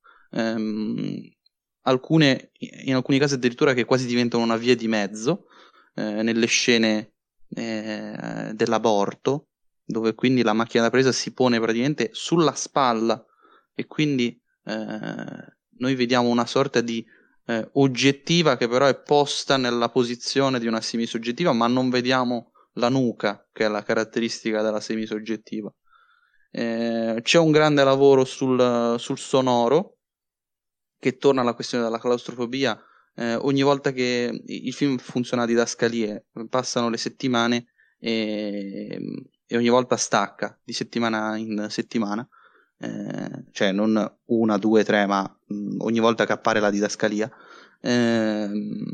ehm, alcune, in alcuni casi addirittura che quasi diventano una via di mezzo, eh, nelle scene eh, dell'aborto, dove quindi la macchina da presa si pone praticamente sulla spalla e quindi eh, noi vediamo una sorta di eh, oggettiva che però è posta nella posizione di una semisoggettiva, ma non vediamo la nuca, che è la caratteristica della semisoggettiva. Eh, c'è un grande lavoro sul, sul sonoro, che torna alla questione della claustrofobia. Eh, ogni volta che il film funziona a didascalie, passano le settimane e, e ogni volta stacca di settimana in settimana, eh, cioè non una, due, tre, ma mh, ogni volta che appare la didascalia. Eh,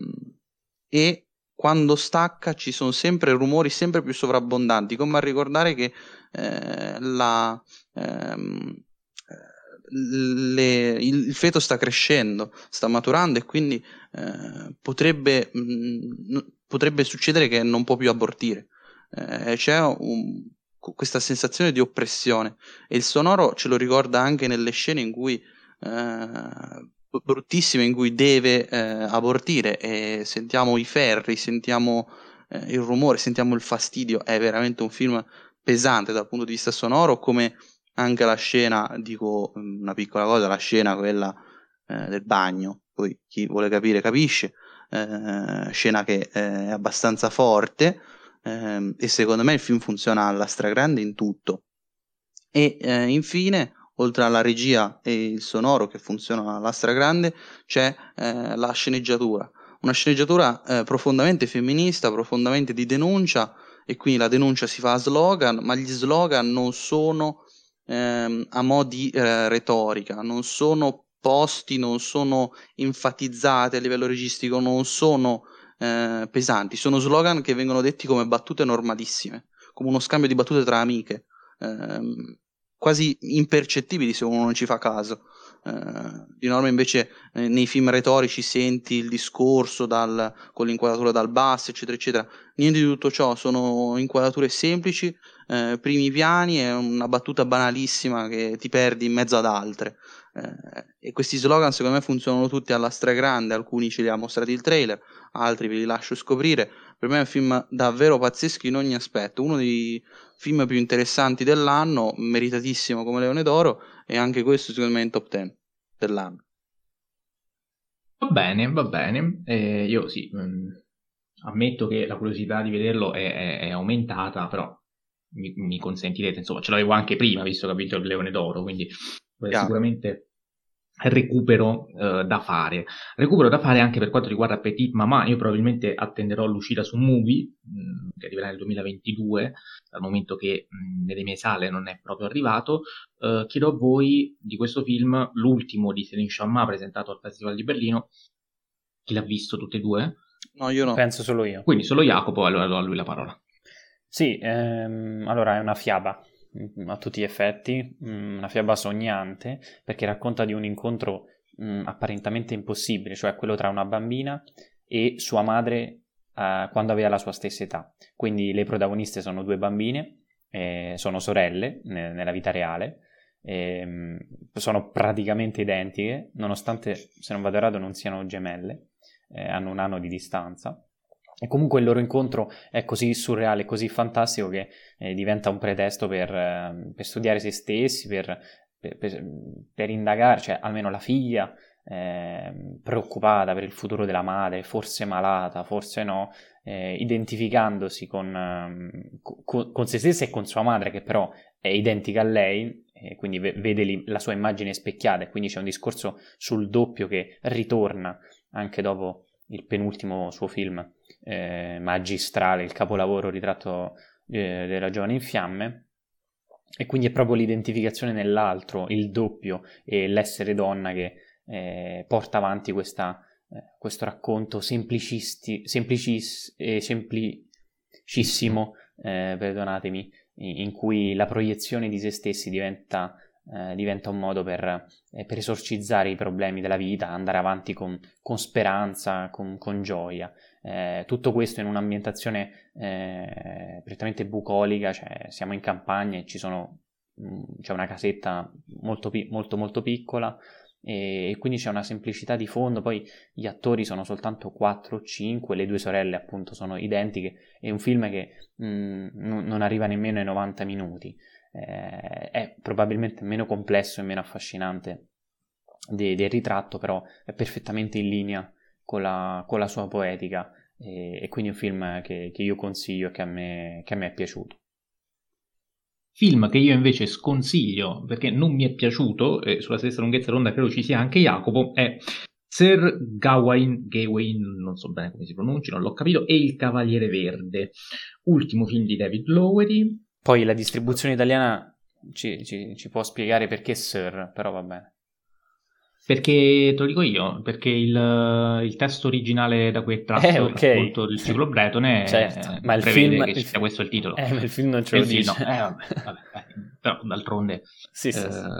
e quando stacca ci sono sempre rumori sempre più sovrabbondanti, come a ricordare che eh, la, ehm, le, il, il feto sta crescendo, sta maturando, e quindi eh, potrebbe, mh, potrebbe succedere che non può più abortire. Eh, c'è un, questa sensazione di oppressione, e il sonoro ce lo ricorda anche nelle scene in cui eh, bruttissime, in cui deve eh, abortire, e sentiamo i ferri, sentiamo eh, il rumore, sentiamo il fastidio. È veramente un film pesante dal punto di vista sonoro, come anche la scena, dico una piccola cosa, la scena quella eh, del bagno, poi chi vuole capire capisce, eh, scena che eh, è abbastanza forte, eh, e secondo me il film funziona alla stragrande in tutto. E eh, infine, oltre alla regia e il sonoro che funzionano alla stragrande, c'è eh, la sceneggiatura, una sceneggiatura eh, profondamente femminista, profondamente di denuncia, e quindi la denuncia si fa a slogan, ma gli slogan non sono ehm, a mo' di eh, retorica, non sono posti, non sono enfatizzati a livello registico, non sono eh, pesanti, sono slogan che vengono detti come battute normalissime, come uno scambio di battute tra amiche, ehm, quasi impercettibili se uno non ci fa caso. Uh, di norma invece eh, nei film retorici senti il discorso dal, con l'inquadratura dal basso, eccetera eccetera. Niente di tutto ciò, sono inquadrature semplici, eh, primi piani e una battuta banalissima che ti perdi in mezzo ad altre, eh, e questi slogan secondo me funzionano tutti alla stragrande. Alcuni ce li ha mostrati il trailer, altri ve li lascio scoprire. Per me è un film davvero pazzesco in ogni aspetto, uno dei film più interessanti dell'anno, meritatissimo come Leone d'Oro, e anche questo secondo me è in top dieci dell'anno. Va bene, va bene. Eh, io sì, mh, ammetto che la curiosità di vederlo è, è, è aumentata, però mi, mi consentirete, insomma, ce l'avevo anche prima, visto che ha vinto il Leone d'Oro, quindi eh, sicuramente recupero eh, da fare. Recupero da fare anche per quanto riguarda Petite Maman. Io probabilmente attenderò l'uscita su Movie, mh, che arriverà nel duemilaventidue, dal momento che mh, nelle mie sale non è proprio arrivato. Uh, chiedo a voi di questo film, l'ultimo di Céline Sciamma presentato al Festival di Berlino, chi l'ha visto tutte e due? No, io no. Penso solo io. Quindi solo Jacopo, allora do a lui la parola. Sì, ehm, allora è una fiaba a tutti gli effetti, una fiaba sognante, perché racconta di un incontro mh, apparentemente impossibile, cioè quello tra una bambina e sua madre uh, quando aveva la sua stessa età. Quindi le protagoniste sono due bambine, eh, sono sorelle ne- nella vita reale, eh, sono praticamente identiche, nonostante, se non vado errato, non siano gemelle, eh, hanno un anno di distanza. E comunque il loro incontro è così surreale, così fantastico, che eh, diventa un pretesto per, eh, per studiare se stessi, per, per, per, per indagare, cioè almeno la figlia eh, preoccupata per il futuro della madre, forse malata, forse no, eh, identificandosi con, eh, con, con se stessa e con sua madre, che però è identica a lei, e quindi v- vede li, la sua immagine specchiata, e quindi c'è un discorso sul doppio che ritorna anche dopo il penultimo suo film eh, magistrale, il capolavoro Ritratto eh, della giovane in fiamme. E quindi è proprio l'identificazione nell'altro, il doppio e l'essere donna che eh, porta avanti questa, eh, questo racconto semplicisti, semplicis, eh, semplicissimo, eh, perdonatemi, in cui la proiezione di se stessi diventa Eh, diventa un modo per, eh, per esorcizzare i problemi della vita, andare avanti con, con speranza, con, con gioia. Eh, tutto questo in un'ambientazione eh, prettamente bucolica, cioè siamo in campagna e ci sono, mh, c'è una casetta molto, molto, molto piccola, e, e quindi c'è una semplicità di fondo. Poi gli attori sono soltanto quattro o cinque, le due sorelle appunto sono identiche. È un film che mh, n- non arriva nemmeno ai novanta minuti. Eh, è probabilmente meno complesso e meno affascinante de- del ritratto, però è perfettamente in linea con la, con la sua poetica, e, e quindi è un film che, che io consiglio e che a me, che a me è piaciuto. Film che io invece sconsiglio perché non mi è piaciuto, e sulla stessa lunghezza d'onda credo ci sia anche Jacopo, è Sir Gawain, Gawain, non so bene come si pronunci, non l'ho capito, e Il Cavaliere Verde, ultimo film di David Lowery. Poi la distribuzione italiana ci, ci, ci può spiegare perché Sir, però va bene. Perché, te lo dico io, perché il, il testo originale da cui è tratto eh, okay. appunto il ciclo Bretone certo, ma il prevede film, che il ci sia questo il titolo. Eh, ma il film non ce lo il dice. Film, no. eh, vabbè, vabbè, però d'altronde sì, sì, eh, sì.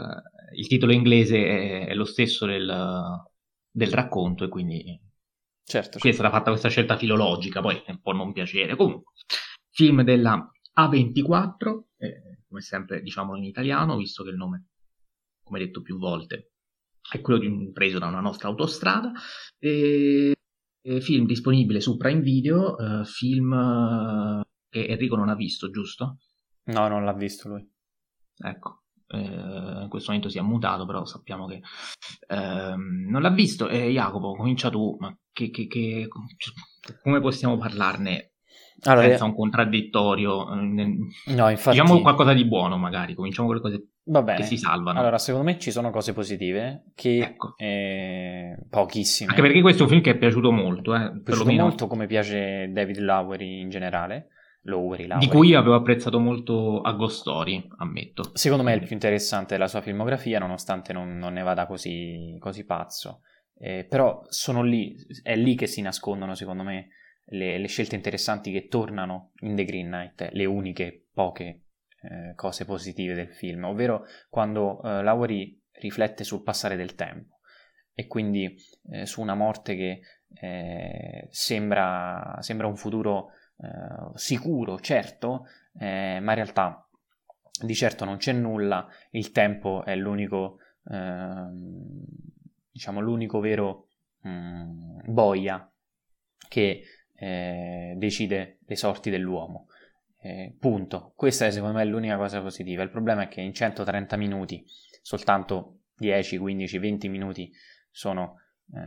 il titolo inglese è, è lo stesso del, del racconto e quindi certo, qui è certo. stata fatta questa scelta filologica, poi può non piacere. Comunque, film della A ventiquattro, eh, come sempre diciamolo in italiano, visto che il nome, come detto più volte, è quello di un, preso da una nostra autostrada. E, e film disponibile su Prime Video, eh, film eh, che Enrico non ha visto, giusto? No, non l'ha visto lui. Ecco, eh, in questo momento si è mutato, però sappiamo che ehm, non l'ha visto. Eh, Jacopo, comincia tu, ma che, che, che, come possiamo parlarne Allora, senza un contraddittorio? Eh, nel- no, infatti, Diciamo qualcosa di buono, magari, cominciamo con le cose va che si bene. salvano. Allora, secondo me ci sono cose positive che Ecco. eh, pochissime. Anche perché questo è un film che è piaciuto molto, eh, Mi è piaciuto perlomeno molto, come piace David Lowery in generale. Lowery, di Lowery. cui avevo apprezzato molto A Ghost Story, ammetto. Secondo me è il più interessante della sua filmografia, nonostante non, non ne vada così, così pazzo. Eh, però sono lì, è lì che si nascondono, secondo me, le, le scelte interessanti che tornano in The Green Knight, le uniche poche eh, cose positive del film, ovvero quando eh, Lowery riflette sul passare del tempo e quindi eh, su una morte che eh, sembra, sembra un futuro eh, sicuro, certo, eh, ma in realtà di certo non c'è nulla, il tempo è l'unico, eh, diciamo, l'unico vero mh, boia che eh, decide le sorti dell'uomo. Eh, punto. Questa è secondo me l'unica cosa positiva. Il problema è che in centotrenta minuti soltanto dieci, quindici, venti minuti sono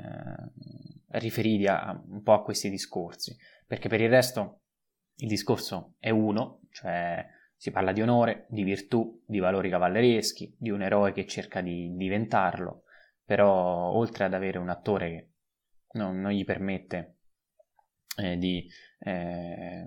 eh, riferiti a, un po' a questi discorsi, perché per il resto il discorso è uno, cioè si parla di onore, di virtù, di valori cavallereschi, di un eroe che cerca di diventarlo, però oltre ad avere un attore che non, non gli permette eh, di, eh,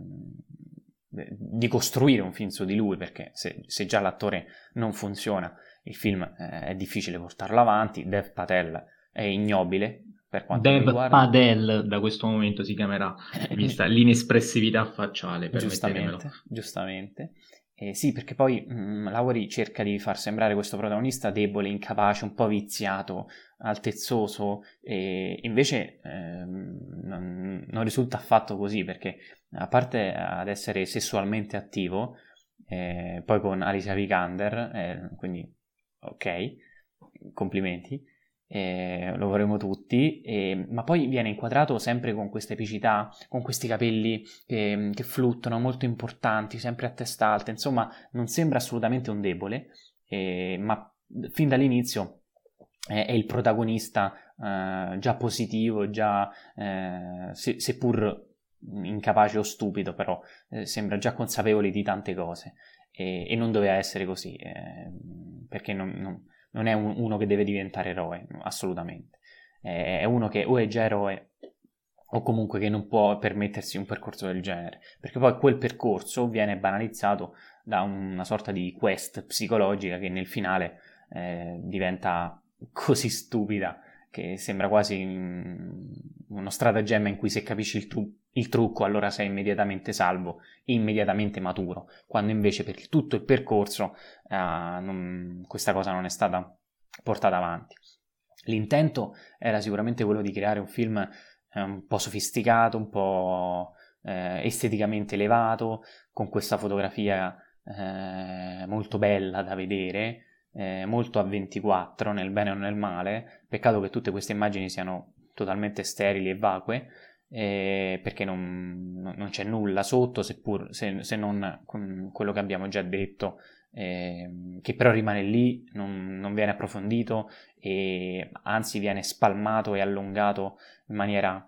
di costruire un film su di lui, perché se, se già l'attore non funziona, il film eh, è difficile portarlo avanti. Dev Patel è ignobile per quanto mi Dev riguarda. Padel da questo momento si chiamerà, vista l'inespressività facciale, permettetemelo. Giustamente, giustamente. Eh, sì, perché poi mh, Lowery cerca di far sembrare questo protagonista debole, incapace, un po' viziato, altezzoso, e invece ehm, non, non risulta affatto così, perché a parte ad essere sessualmente attivo, eh, poi con Alicia Vikander, eh, quindi ok, complimenti, eh, lo vorremmo tutti, eh, ma poi viene inquadrato sempre con questa epicità, con questi capelli che, che fluttuano, molto importanti, sempre a testa alta, insomma non sembra assolutamente un debole, eh, ma fin dall'inizio è, è il protagonista eh, già positivo, già eh, se, seppur incapace o stupido, però eh, sembra già consapevole di tante cose, e, e non doveva essere così, eh, perché non, non non è un, uno che deve diventare eroe, assolutamente. È, è uno che o è già eroe o comunque che non può permettersi un percorso del genere, perché poi quel percorso viene banalizzato da una sorta di quest psicologica che nel finale eh, diventa così stupida che sembra quasi um, uno stratagemma in cui se capisci il, tru- il trucco allora sei immediatamente salvo, immediatamente maturo, quando invece per tutto il percorso uh, non, questa cosa non è stata portata avanti. L'intento era sicuramente quello di creare un film eh, un po' sofisticato, un po' eh, esteticamente elevato, con questa fotografia eh, molto bella da vedere, eh, molto A ventiquattro nel bene o nel male. Peccato che tutte queste immagini siano totalmente sterili e vacue, eh, perché non, non c'è nulla sotto, seppur se, se non quello che abbiamo già detto, eh, che però rimane lì, non, non viene approfondito e anzi viene spalmato e allungato in maniera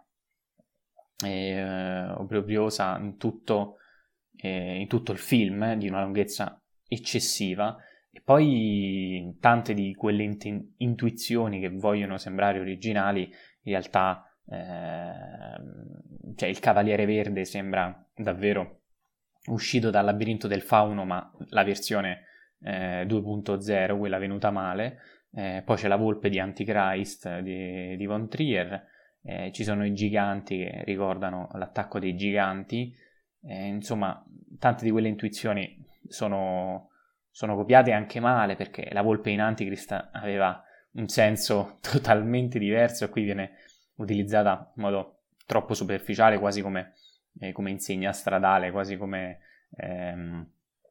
eh, obbrobriosa in tutto, eh, in tutto il film, eh, di una lunghezza eccessiva. E poi tante di quelle int- intuizioni che vogliono sembrare originali, in realtà eh, cioè il Cavaliere Verde sembra davvero uscito dal Labirinto del Fauno, ma la versione eh, due punto zero, quella venuta male. Eh, poi c'è la volpe di Antichrist di, di Von Trier, eh, ci sono i giganti che ricordano l'attacco dei giganti, eh, insomma tante di quelle intuizioni sono sono copiate anche male, perché La Volpe in Antichrist aveva un senso totalmente diverso e qui viene utilizzata in modo troppo superficiale, quasi come, eh, come insegna stradale, quasi come ehm,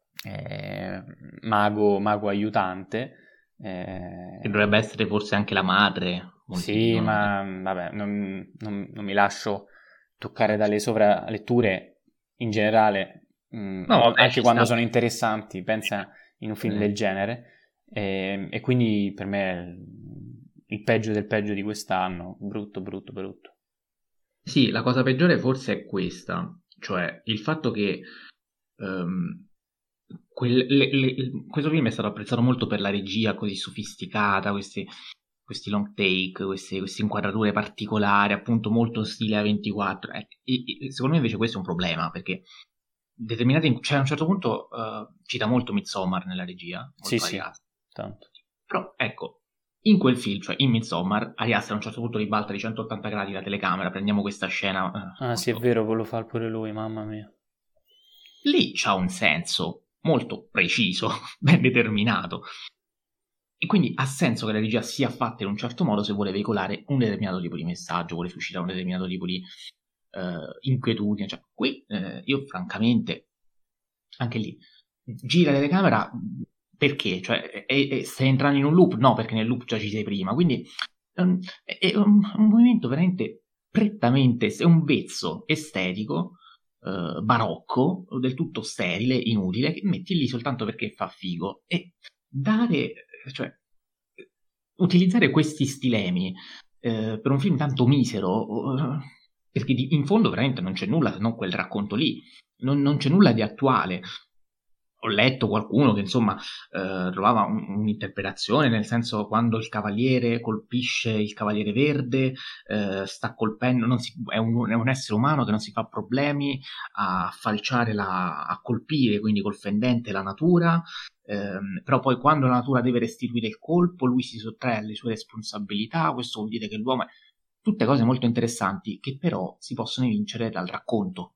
eh, mago, mago aiutante. Eh, Che dovrebbe essere forse anche la madre. sì, dicono. ma vabbè, non, non, non mi lascio toccare dalle sovraletture in generale, mh, No, vabbè, anche ci quando sta. sono interessanti, pensa in un film Eh. del genere, e, e quindi per me è il, il peggio del peggio di quest'anno, brutto, brutto, brutto. Sì, la cosa peggiore forse è questa, cioè il fatto che ehm, quel- le- le- questo film è stato apprezzato molto per la regia così sofisticata, questi, questi long take, queste, queste inquadrature particolari, appunto molto stile A ventiquattro. Eh, e- e secondo me invece questo è un problema, perché determinate, cioè a un certo punto eh, cita molto Midsommar nella regia, molto Sì, Ari sì, Aster. tanto. Però ecco, in quel film, cioè in Midsommar, Ari Aster a un certo punto ribalta di centottanta gradi la telecamera, prendiamo questa scena. eh, Ah sì, è molto- vero, quello fa pure lui, mamma mia. Lì c'ha un senso molto preciso, ben determinato. E quindi ha senso che la regia sia fatta in un certo modo se vuole veicolare un determinato tipo di messaggio, vuole suscitare un determinato tipo di eh, inquietudine. Cioè, qui eh, io francamente, anche lì, gira la telecamera perché? Cioè, e, e stai entrando in un loop? No, perché nel loop già ci sei prima. Quindi um, è, è un, un movimento veramente prettamente, è un vezzo estetico, eh, barocco, del tutto sterile, inutile, che metti lì soltanto perché fa figo. E dare, cioè, utilizzare questi stilemi eh, per un film tanto misero, eh, perché di, in fondo veramente non c'è nulla se non quel racconto lì, non, non c'è nulla di attuale. Ho letto qualcuno che insomma eh, trovava un, un'interpretazione, nel senso quando il cavaliere colpisce il cavaliere verde, eh, sta colpendo, non si, è, un, è un essere umano che non si fa problemi a falciare, la, a colpire quindi col fendente la natura, ehm, però poi quando la natura deve restituire il colpo lui si sottrae alle sue responsabilità, questo vuol dire che l'uomo è... Tutte cose molto interessanti che però si possono vincere dal racconto,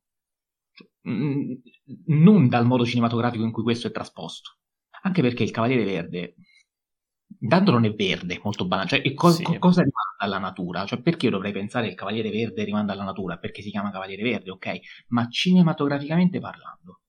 non dal modo cinematografico in cui questo è trasposto. Anche perché il Cavaliere Verde, intanto non è verde, molto banale. Cioè, e co- Sì. co- cosa rimanda alla natura? Cioè, perché io dovrei pensare che il Cavaliere Verde rimanda alla natura? Perché si chiama Cavaliere Verde, ok? Ma cinematograficamente parlando,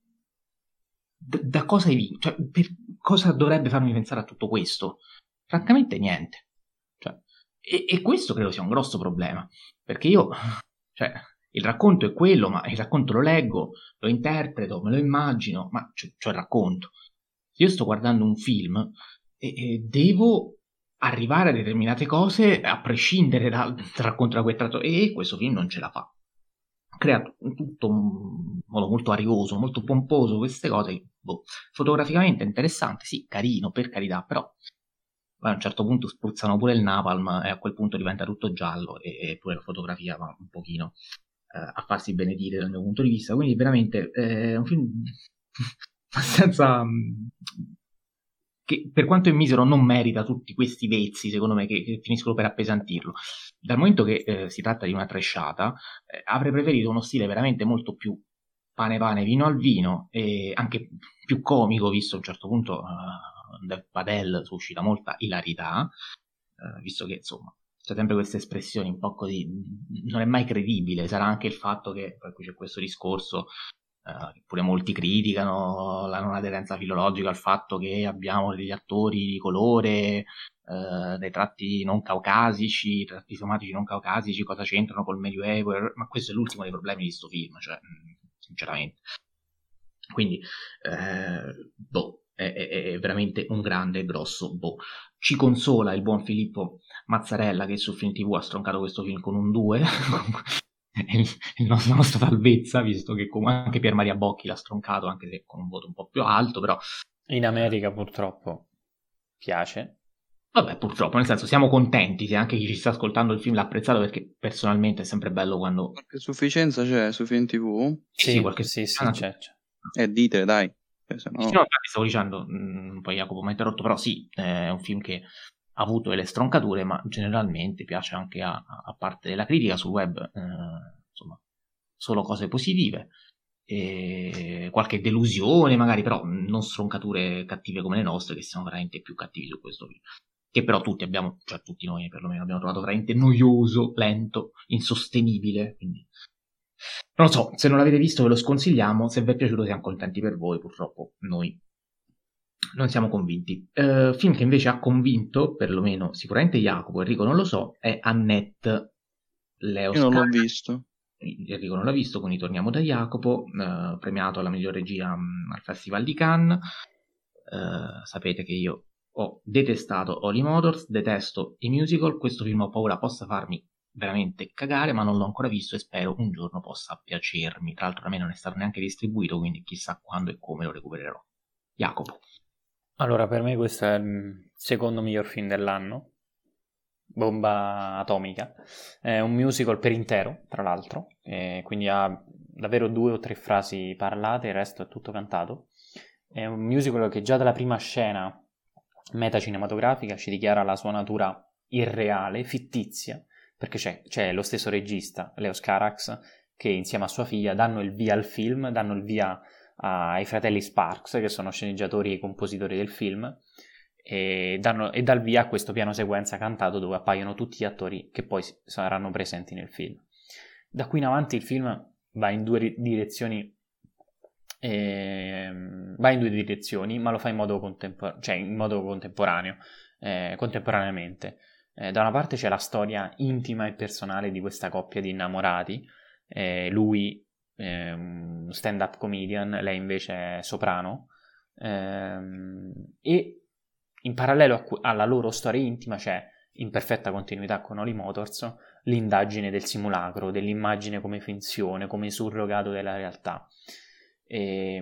d- da cosa hai vinto? Cioè, per cosa dovrebbe farmi pensare a tutto questo? Francamente niente. Cioè, e, e questo credo sia un grosso problema. Perché io, cioè, il racconto è quello, ma il racconto lo leggo, lo interpreto, me lo immagino, ma c'ho, c'ho il racconto. Io sto guardando un film e, e devo arrivare a determinate cose a prescindere dal, dal racconto da cui è tratto, e questo film non ce la fa. Crea t- tutto in modo molto arioso, molto pomposo, queste cose, boh, fotograficamente interessante, sì, carino, per carità, però a un certo punto spruzzano pure il napalm e a quel punto diventa tutto giallo e, e pure la fotografia va un pochino eh, a farsi benedire dal mio punto di vista. Quindi veramente eh, è un film abbastanza mh, che per quanto è misero non merita tutti questi vezzi, secondo me, che, che finiscono per appesantirlo. Dal momento che eh, si tratta di una trashata, eh, avrei preferito uno stile veramente molto più pane pane, vino al vino, e anche più comico, visto a un certo punto uh, Dev Patel suscita molta ilarità, uh, visto che insomma c'è sempre queste espressioni un po' così, non è mai credibile. Sarà anche il fatto che, poi qui c'è questo discorso Uh, che pure molti criticano la non aderenza filologica al fatto che abbiamo degli attori di colore, uh, dei tratti non caucasici, tratti somatici non caucasici, cosa c'entrano col Medioevo? Ma questo è l'ultimo dei problemi di sto film, cioè, sinceramente. Quindi, eh, boh, è, è, è veramente un grande, grosso boh. Ci consola il buon Filippo Mazzarella che su Film tivù ha stroncato questo film con un due, il, il nostro, la nostra salvezza, visto che anche Pier Maria Bocchi l'ha stroncato, anche se con un voto un po' più alto, però... In America purtroppo piace. Vabbè, purtroppo, nel senso, siamo contenti se anche chi ci sta ascoltando il film l'ha apprezzato, perché personalmente è sempre bello quando... Qualche sufficienza c'è su Film tivù? Sì, sì, qualche sì, sì, c'è, c'è. Eh, dite, dai. Eh, se no... No, infatti stavo dicendo, mh, poi Jacopo mi ha interrotto, però sì, è un film che ha avuto delle stroncature, ma generalmente piace anche a, a parte della critica sul web, eh, insomma, solo cose positive. e qualche delusione magari, però non stroncature cattive come le nostre, che siamo veramente più cattivi su questo film, che però tutti abbiamo, cioè tutti noi perlomeno abbiamo trovato veramente noioso, lento, insostenibile, quindi non lo so, se non l'avete visto ve lo sconsigliamo, se vi è piaciuto siamo contenti per voi, purtroppo noi non siamo convinti. Uh, film che invece ha convinto, perlomeno sicuramente Jacopo, Enrico non lo so, è Annette. Leo Io non l'ho Scar- visto. Enrico non l'ha visto, quindi torniamo da Jacopo, uh, premiato alla miglior regia um, al Festival di Cannes. Uh, sapete che io ho detestato Holy Motors, detesto i musical, questo film ho paura possa farmi veramente cagare, ma non l'ho ancora visto e spero un giorno possa piacermi. Tra l'altro da me non è stato neanche distribuito, quindi chissà quando e come lo recupererò. Jacopo. Allora, per me questo è il secondo miglior film dell'anno, Bomba atomica. È un musical per intero, tra l'altro, e quindi ha davvero due o tre frasi parlate, il resto è tutto cantato. È un musical che già dalla prima scena metacinematografica ci dichiara la sua natura irreale, fittizia, perché c'è, c'è lo stesso regista, Leo Carax, che insieme a sua figlia danno il via al film, danno il via ai fratelli Sparks, che sono sceneggiatori e compositori del film, e, danno, e dal via a questo piano sequenza cantato dove appaiono tutti gli attori che poi saranno presenti nel film. Da qui in avanti il film va in due direzioni, eh, va in due direzioni, ma lo fa in modo, contempor- cioè in modo contemporaneo, eh, contemporaneamente. Eh, da una parte c'è la storia intima e personale di questa coppia di innamorati, eh, lui Um, stand-up comedian, lei invece è soprano, um, e in parallelo a cu- alla loro storia intima c'è, in perfetta continuità con Holy Motors, l'indagine del simulacro, dell'immagine come finzione, come surrogato della realtà. E,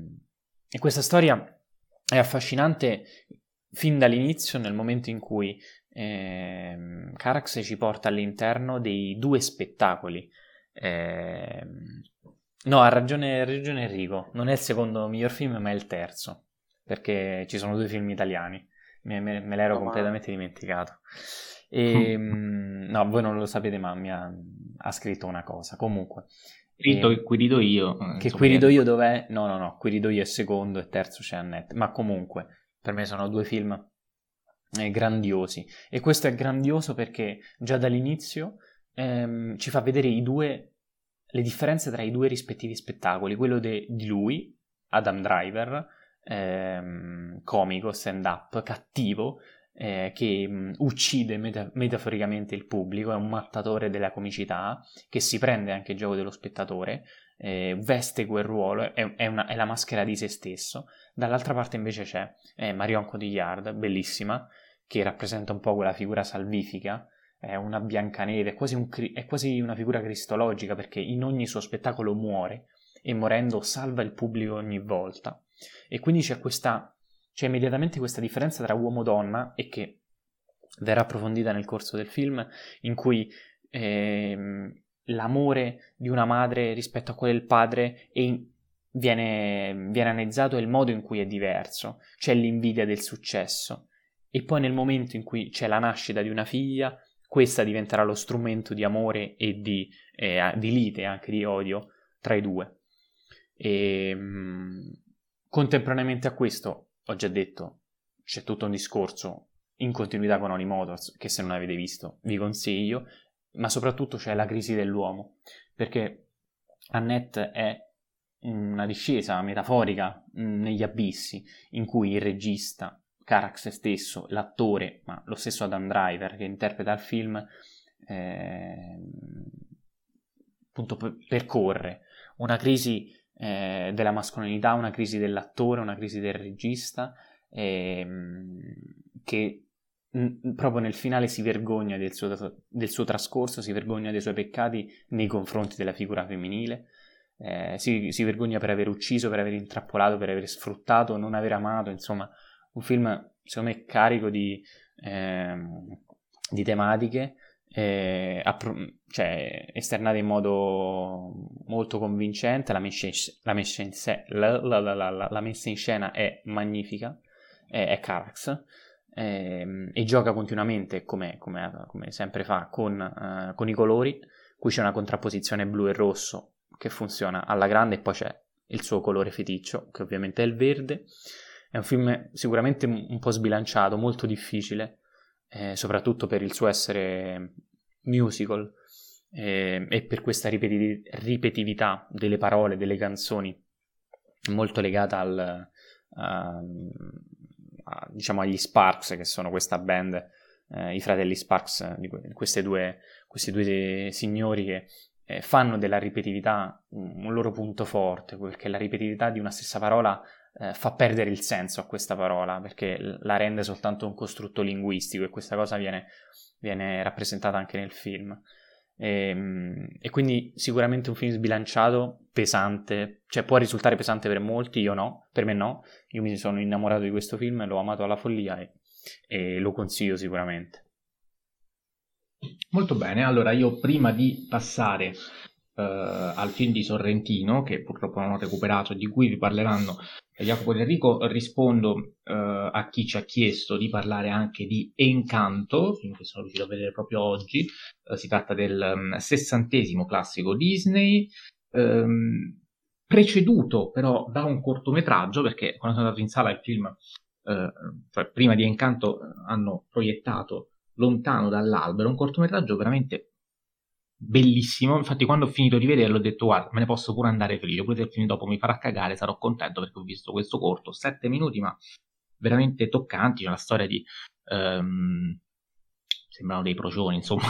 e questa storia è affascinante fin dall'inizio, nel momento in cui eh, Carax ci porta all'interno dei due spettacoli. Eh, no, ha ragione, ha ragione Enrico, non è il secondo miglior film, ma è il terzo, perché ci sono due film italiani, me, me, me l'ero no, completamente ma... dimenticato. E, no, voi non lo sapete, ma mi ha, ha scritto una cosa, comunque. Scritto e, che qui rido io. Che qui rido io dov'è? No, no, no, qui rido io è secondo e terzo c'è Annette, ma comunque, per me sono due film eh, grandiosi, e questo è grandioso perché già dall'inizio ehm, ci fa vedere i due, le differenze tra i due rispettivi spettacoli, quello de, di lui, Adam Driver, ehm, comico, stand-up, cattivo, eh, che mh, uccide meta- metaforicamente il pubblico, è un mattatore della comicità, che si prende anche il gioco dello spettatore, eh, veste quel ruolo, è, è, una, è la maschera di se stesso. Dall'altra parte invece c'è eh, Marion Cotillard, bellissima, che rappresenta un po' quella figura salvifica, è una Biancaneve, è quasi, un, è quasi una figura cristologica, perché in ogni suo spettacolo muore e morendo salva il pubblico ogni volta. E quindi c'è questa, c'è immediatamente questa differenza tra uomo-donna, e che verrà approfondita nel corso del film, in cui ehm, l'amore di una madre rispetto a quello del padre è in, viene, viene analizzato, e il modo in cui è diverso. C'è l'invidia del successo, e poi nel momento in cui c'è la nascita di una figlia, questa diventerà lo strumento di amore e di, eh, di lite, anche di odio tra i due. E, mh, contemporaneamente a questo, ho già detto, c'è tutto un discorso in continuità con Holy Motors, che se non avete visto vi consiglio, ma soprattutto c'è la crisi dell'uomo, perché Annette è una discesa metaforica mh, negli abissi, in cui il regista, Carax stesso, l'attore, ma lo stesso Adam Driver che interpreta il film, eh, appunto per- percorre una crisi eh, della mascolinità, una crisi dell'attore, una crisi del regista, eh, che mh, proprio nel finale si vergogna del suo, del suo trascorso, si vergogna dei suoi peccati nei confronti della figura femminile, eh, si, si vergogna per aver ucciso, per aver intrappolato, per aver sfruttato, non aver amato, insomma. Un film, secondo me, carico di, eh, di tematiche, eh, appro- cioè, esternate in modo molto convincente. La messa in, la messa in, se- la, la, la, la, la messa in scena è magnifica, è, è Carax, eh, e gioca continuamente, come, come, come sempre fa, con, uh, con i colori. Qui c'è una contrapposizione blu e rosso che funziona alla grande, e poi c'è il suo colore feticcio, che ovviamente è il verde. È un film sicuramente un po' sbilanciato, molto difficile, eh, soprattutto per il suo essere musical, eh, e per questa ripeti- ripetitività delle parole, delle canzoni, molto legata al, a, a, diciamo agli Sparks, che sono questa band, eh, i fratelli Sparks, di queste due, questi due signori che eh, fanno della ripetitività un, un loro punto forte, perché la ripetitività di una stessa parola eh, fa perdere il senso a questa parola, perché la rende soltanto un costrutto linguistico, e questa cosa viene, viene rappresentata anche nel film. E, e quindi sicuramente un film sbilanciato, pesante, cioè può risultare pesante per molti, io no, per me no, io mi sono innamorato di questo film, l'ho amato alla follia e, e lo consiglio sicuramente. Molto bene, allora io prima di passare uh, al film di Sorrentino, che purtroppo non ho recuperato e di cui vi parleranno Jacopo ed Enrico, rispondo uh, a chi ci ha chiesto di parlare anche di Encanto, film che sono riuscito a vedere proprio oggi. Uh, si tratta del um, sessantesimo classico Disney, um, preceduto però da un cortometraggio, perché quando sono andato in sala il film, uh, cioè prima di Encanto, hanno proiettato Lontano dall'albero, un cortometraggio veramente bellissimo. Infatti quando ho finito di vederlo ho detto guarda, me ne posso pure andare felice, pure se il film dopo mi farà cagare sarò contento, perché ho visto questo corto, sette minuti ma veramente toccanti. C'è una storia di um, sembrano dei procioni, insomma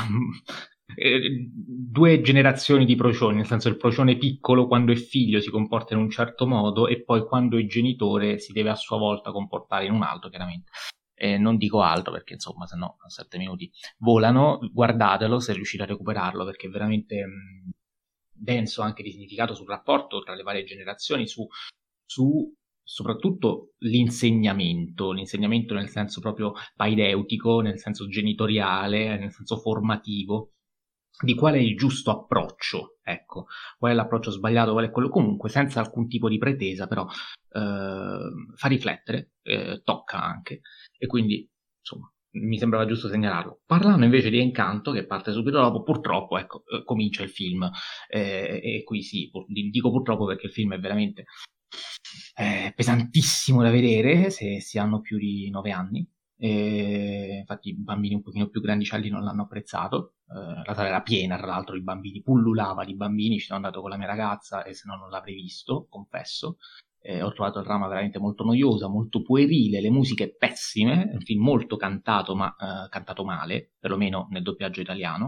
due generazioni di procioni, nel senso il procione piccolo quando è figlio si comporta in un certo modo e poi quando è genitore si deve a sua volta comportare in un altro, chiaramente. Eh, non dico altro perché insomma se no sette minuti volano. Guardatelo se riuscite a recuperarlo, perché è veramente mh, denso anche di significato sul rapporto tra le varie generazioni, su, su soprattutto l'insegnamento l'insegnamento nel senso proprio paideutico, nel senso genitoriale, nel senso formativo, di qual è il giusto approccio, ecco, qual è l'approccio sbagliato, qual è quello, comunque senza alcun tipo di pretesa, però eh, fa riflettere, eh, tocca anche, e quindi insomma mi sembrava giusto segnalarlo. Parlando invece di Encanto, che parte subito dopo, purtroppo ecco eh, comincia il film, eh, e qui sì, pur, dico purtroppo perché il film è veramente eh, pesantissimo da vedere se si hanno più di nove anni. E infatti i bambini un pochino più grandicelli non l'hanno apprezzato. Eh, la sala era piena, tra l'altro, di bambini, pullulava di bambini. Ci sono andato con la mia ragazza e se no non l'avrei visto, confesso. Eh, ho trovato il trama veramente molto noiosa, molto puerile, le musiche pessime, è un film molto cantato ma eh, cantato male, perlomeno nel doppiaggio italiano.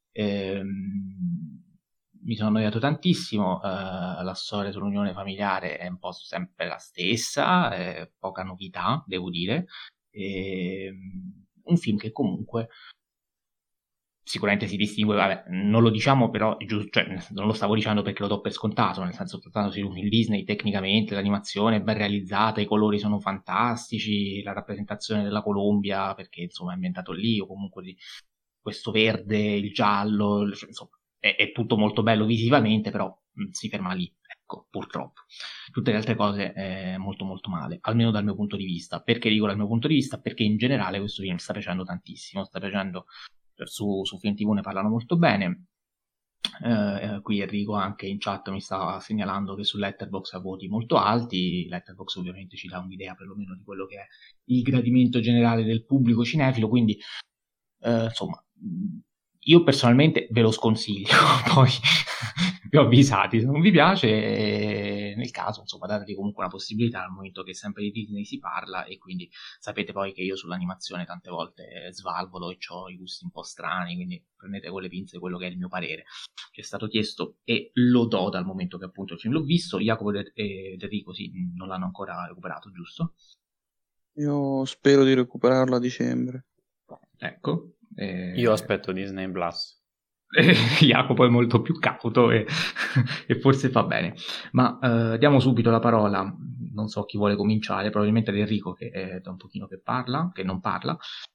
Ehm, mi sono annoiato tantissimo. Eh, la storia sull'unione familiare è un po' sempre la stessa, eh, poca novità, devo dire. E, un film che comunque sicuramente si distingue, vabbè, non lo diciamo però, giusto, cioè, non lo stavo dicendo perché lo do per scontato, nel senso, trattandosi di un film Disney, tecnicamente l'animazione è ben realizzata, i colori sono fantastici, la rappresentazione della Colombia, perché insomma è ambientato lì, o comunque di questo verde, il giallo, insomma, è, è tutto molto bello visivamente, però mh, si ferma lì. Ecco, purtroppo. Tutte le altre cose eh, molto molto male, almeno dal mio punto di vista. Perché dico dal mio punto di vista? Perché in generale questo film sta piacendo tantissimo, sta piacendo, su, su Film tivù ne parlano molto bene. Eh, qui Enrico anche in chat mi sta segnalando che su Letterboxd ha voti molto alti. Letterboxd ovviamente ci dà un'idea perlomeno di quello che è il gradimento generale del pubblico cinefilo, quindi eh, insomma io personalmente ve lo sconsiglio, poi vi ho avvisati se non vi piace, e nel caso insomma datevi comunque una possibilità, al momento che sempre di Disney si parla, e quindi sapete poi che io sull'animazione tante volte svalvolo e ho i gusti un po' strani, quindi prendete con le pinze quello che è il mio parere. Ci è stato chiesto e lo do dal momento che appunto il film l'ho visto. Jacopo ed Enrico sì, non l'hanno ancora recuperato, giusto? Io spero di recuperarlo a dicembre. Ecco. Eh... Io aspetto Disney Plus. Jacopo è molto più cauto e, e forse fa bene. Ma eh, diamo subito la parola, non so chi vuole cominciare, probabilmente ad Enrico, che è da un pochino che parla, che non parla.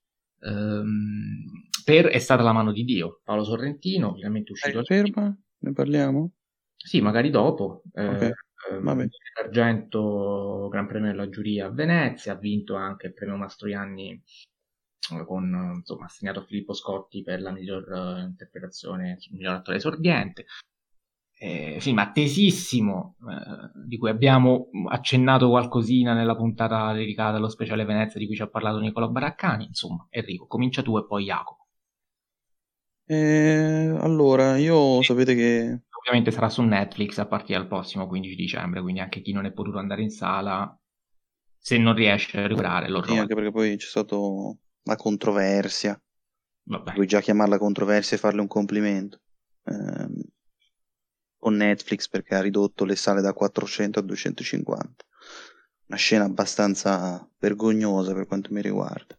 Ehm, per È stata la mano di Dio, Paolo Sorrentino, finalmente uscito. Ferma? Ne parliamo? Sì, magari dopo. Eh, okay. ehm, Argento, Gran Premio della Giuria a Venezia, ha vinto anche il premio Mastroianni, con, insomma, assegnato a Filippo Scotti per la miglior uh, interpretazione, il miglior attore esordiente. Eh, film attesissimo, eh, di cui abbiamo accennato qualcosina nella puntata dedicata allo speciale Venezia di cui ci ha parlato Nicolò Baraccani. Insomma, Enrico, comincia tu e poi Jacopo. Eh, allora, io sapete che Ovviamente sarà su Netflix a partire dal prossimo quindici dicembre, quindi anche chi non è potuto andare in sala, se non riesce a recuperare, lo sì, trova. anche perché poi c'è stata la controversia, Vabbè. puoi già chiamarla controversia e farle un complimento. Ehm, con Netflix perché ha ridotto le sale da quattrocento a duecentocinquanta. Una scena abbastanza vergognosa per quanto mi riguarda.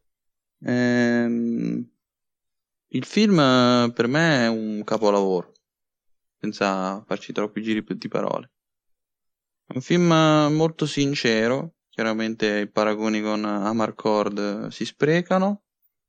Ehm, il film eh, per me è un capolavoro, senza farci troppi giri di parole. È un film eh, molto sincero, chiaramente i paragoni con Amarcord eh, si sprecano,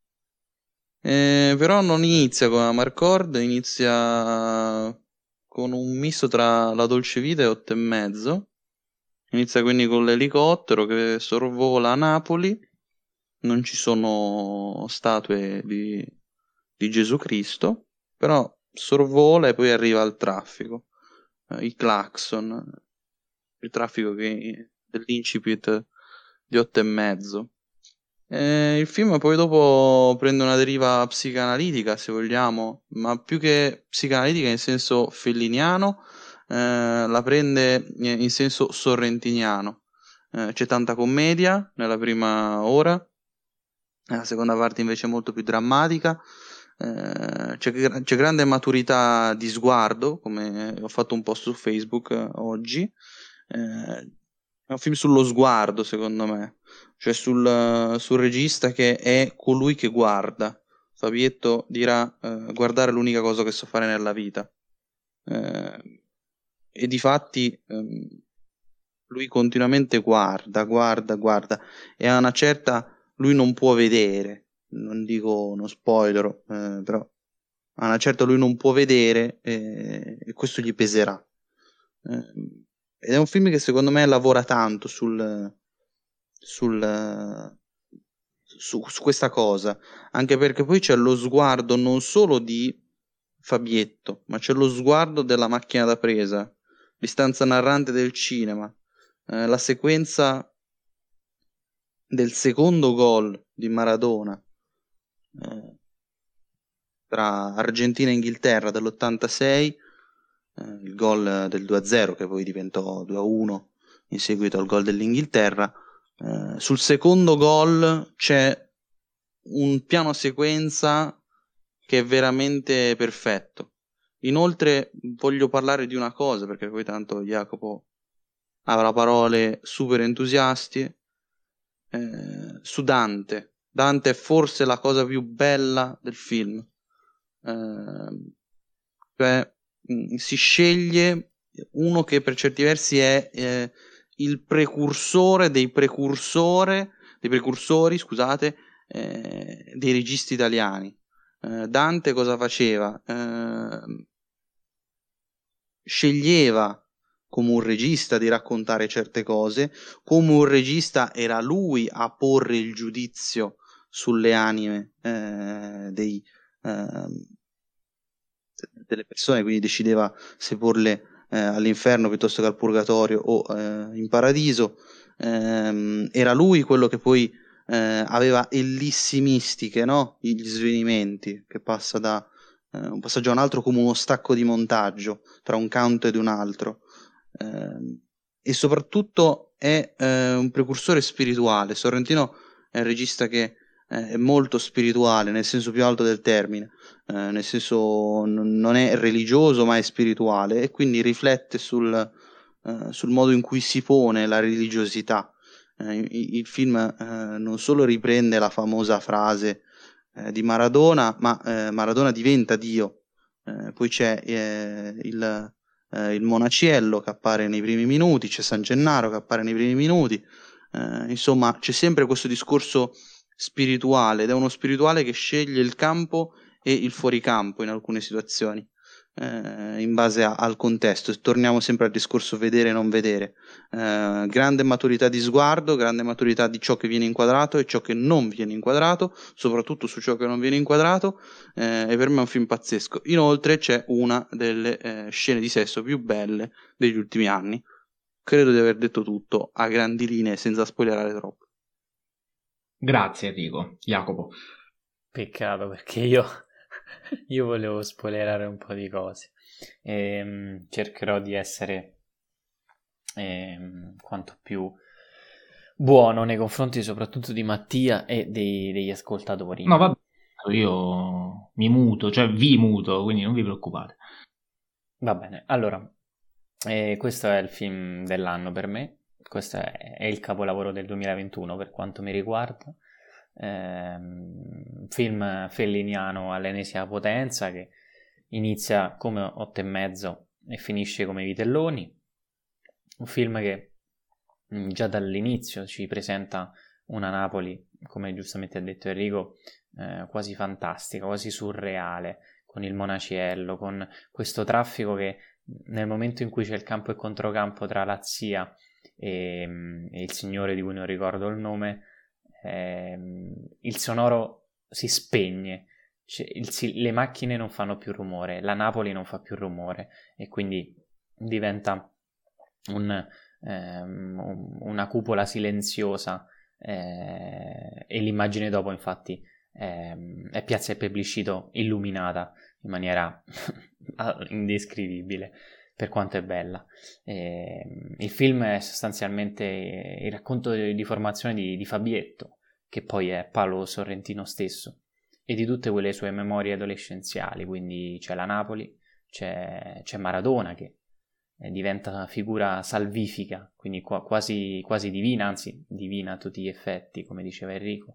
eh, però non inizia con Amarcord, inizia con un misto tra La dolce vita e Otto e mezzo. Inizia quindi con l'elicottero che sorvola Napoli, non ci sono statue di, di Gesù Cristo, però sorvola e poi arriva al traffico, eh, i clacson, il traffico che, dell'incipit di Otto e mezzo. Eh, il film poi dopo prende una deriva psicanalitica, se vogliamo, ma più che psicanalitica in senso felliniano, eh, la prende in senso sorrentiniano. Eh, c'è tanta commedia nella prima ora, la seconda parte invece è molto più drammatica. Eh, c'è, c'è grande maturità di sguardo, come ho fatto un post su Facebook eh, oggi. Eh, è un film sullo sguardo, secondo me, cioè sul, sul regista che è colui che guarda. Fabietto dirà eh, guardare è l'unica cosa che so fare nella vita. Eh, e difatti ehm, lui continuamente guarda, guarda, guarda e a una certa lui non può vedere, non dico uno spoiler, eh, però a una certa lui non può vedere eh, e questo gli peserà. Eh, ed è un film che secondo me lavora tanto sul, sul, su, su questa cosa, anche perché poi c'è lo sguardo non solo di Fabietto, ma c'è lo sguardo della macchina da presa, l'istanza narrante del cinema, eh, la sequenza del secondo gol di Maradona eh, tra Argentina e Inghilterra dell'ottantasei, eh, il gol del due a zero che poi diventò due a uno in seguito al gol dell'Inghilterra. Eh, sul secondo gol c'è un piano sequenza che è veramente perfetto. Inoltre voglio parlare di una cosa, perché poi tanto Jacopo avrà parole super entusiasti, eh, su Dante. Dante è forse la cosa più bella del film. Eh, cioè, mh, si sceglie uno che per certi versi è eh, il precursore dei precursore, dei precursori, scusate, eh, dei registi italiani. Eh, Dante cosa faceva? Eh, sceglieva come un regista di raccontare certe cose, come un regista era lui a porre il giudizio sulle anime eh, dei, eh, delle persone, quindi decideva se porle eh, all'inferno piuttosto che al purgatorio o eh, in paradiso. Eh, era lui quello che poi eh, aveva ellissimistiche, no? Gli svenimenti, che passa da eh, un passaggio a un altro come uno stacco di montaggio tra un canto ed un altro. Eh, e soprattutto è eh, un precursore spirituale. Sorrentino è un regista che eh, è molto spirituale nel senso più alto del termine, eh, nel senso n- non è religioso ma è spirituale e quindi riflette sul, eh, sul modo in cui si pone la religiosità. Eh, il, il film eh, non solo riprende la famosa frase eh, di Maradona, ma eh, Maradona diventa Dio. Eh, poi c'è eh, il, eh, il Monaciello che appare nei primi minuti, c'è San Gennaro che appare nei primi minuti. Eh, insomma, c'è sempre questo discorso spirituale ed è uno spirituale che sceglie il campo e il fuoricampo in alcune situazioni. eh, in base a- al contesto. E torniamo sempre al discorso vedere e non vedere. Eh, grande maturità di sguardo, grande maturità di ciò che viene inquadrato e ciò che non viene inquadrato, soprattutto su ciò che non viene inquadrato, eh, e per me è un film pazzesco. Inoltre c'è una delle eh, scene di sesso più belle degli ultimi anni. Credo di aver detto tutto a grandi linee senza spoilerare troppo. Grazie Enrico. Jacopo. Peccato, perché io, io volevo spoilerare un po' di cose. Ehm, cercherò di essere ehm, quanto più buono nei confronti soprattutto di Mattia e dei- degli ascoltatori. No, vabbè, io mi muto, cioè vi muto, quindi non vi preoccupate. Va bene, allora, eh, questo è il film dell'anno per me, questo è, è il capolavoro del duemilaventuno per quanto mi riguarda. Ehm, film felliniano all'ennesima potenza che inizia come otto e mezzo e finisce come Vitelloni. Un film che mh, già dall'inizio ci presenta una Napoli, come giustamente ha detto Enrico, eh, quasi fantastica, quasi surreale, con il Monaciello, con questo traffico che nel momento in cui c'è il campo e controcampo tra la zia e, e il signore di cui non ricordo il nome, ehm, il sonoro si spegne, cioè, il, si, le macchine non fanno più rumore, la Napoli non fa più rumore e quindi diventa un, ehm, una cupola silenziosa eh, e l'immagine dopo infatti ehm, è Piazza del Plebiscito illuminata in maniera indescrivibile per quanto è bella. Eh, il film è sostanzialmente il racconto di, di formazione di, di Fabietto, che poi è Paolo Sorrentino stesso, e di tutte quelle sue memorie adolescenziali, quindi c'è la Napoli, c'è, c'è Maradona che eh, diventa una figura salvifica, quindi qua, quasi, quasi divina, anzi divina a tutti gli effetti, come diceva Enrico.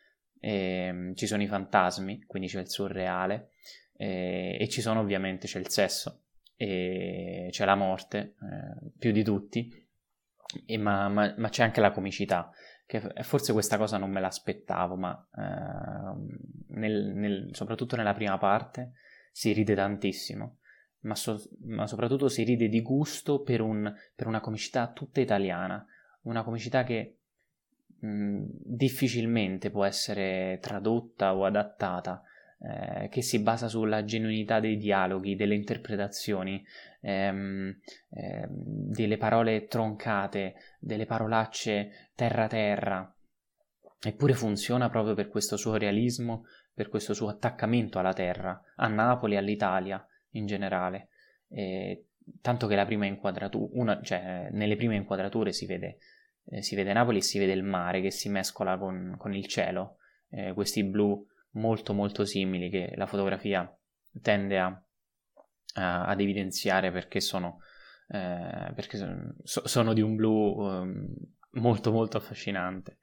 E, ci sono i fantasmi, quindi c'è il surreale, e, e ci sono ovviamente, c'è il sesso, e c'è la morte, eh, più di tutti, e ma, ma, ma c'è anche la comicità, che forse questa cosa non me l'aspettavo, ma eh, nel, nel, soprattutto nella prima parte si ride tantissimo, ma, so, ma soprattutto si ride di gusto per, un, per una comicità tutta italiana, una comicità che mh, difficilmente può essere tradotta o adattata, eh, che si basa sulla genuinità dei dialoghi, delle interpretazioni, ehm, ehm, delle parole troncate, delle parolacce terra-terra, eppure funziona proprio per questo suo realismo, per questo suo attaccamento alla terra, a Napoli, all'Italia in generale. E tanto che la prima inquadratura, una, cioè nelle prime inquadrature si vede, eh, si vede Napoli e si vede il mare che si mescola con, con il cielo, eh, questi blu molto molto simili che la fotografia tende a, a, ad evidenziare perché sono, eh, perché so, sono di un blu um, molto molto affascinante.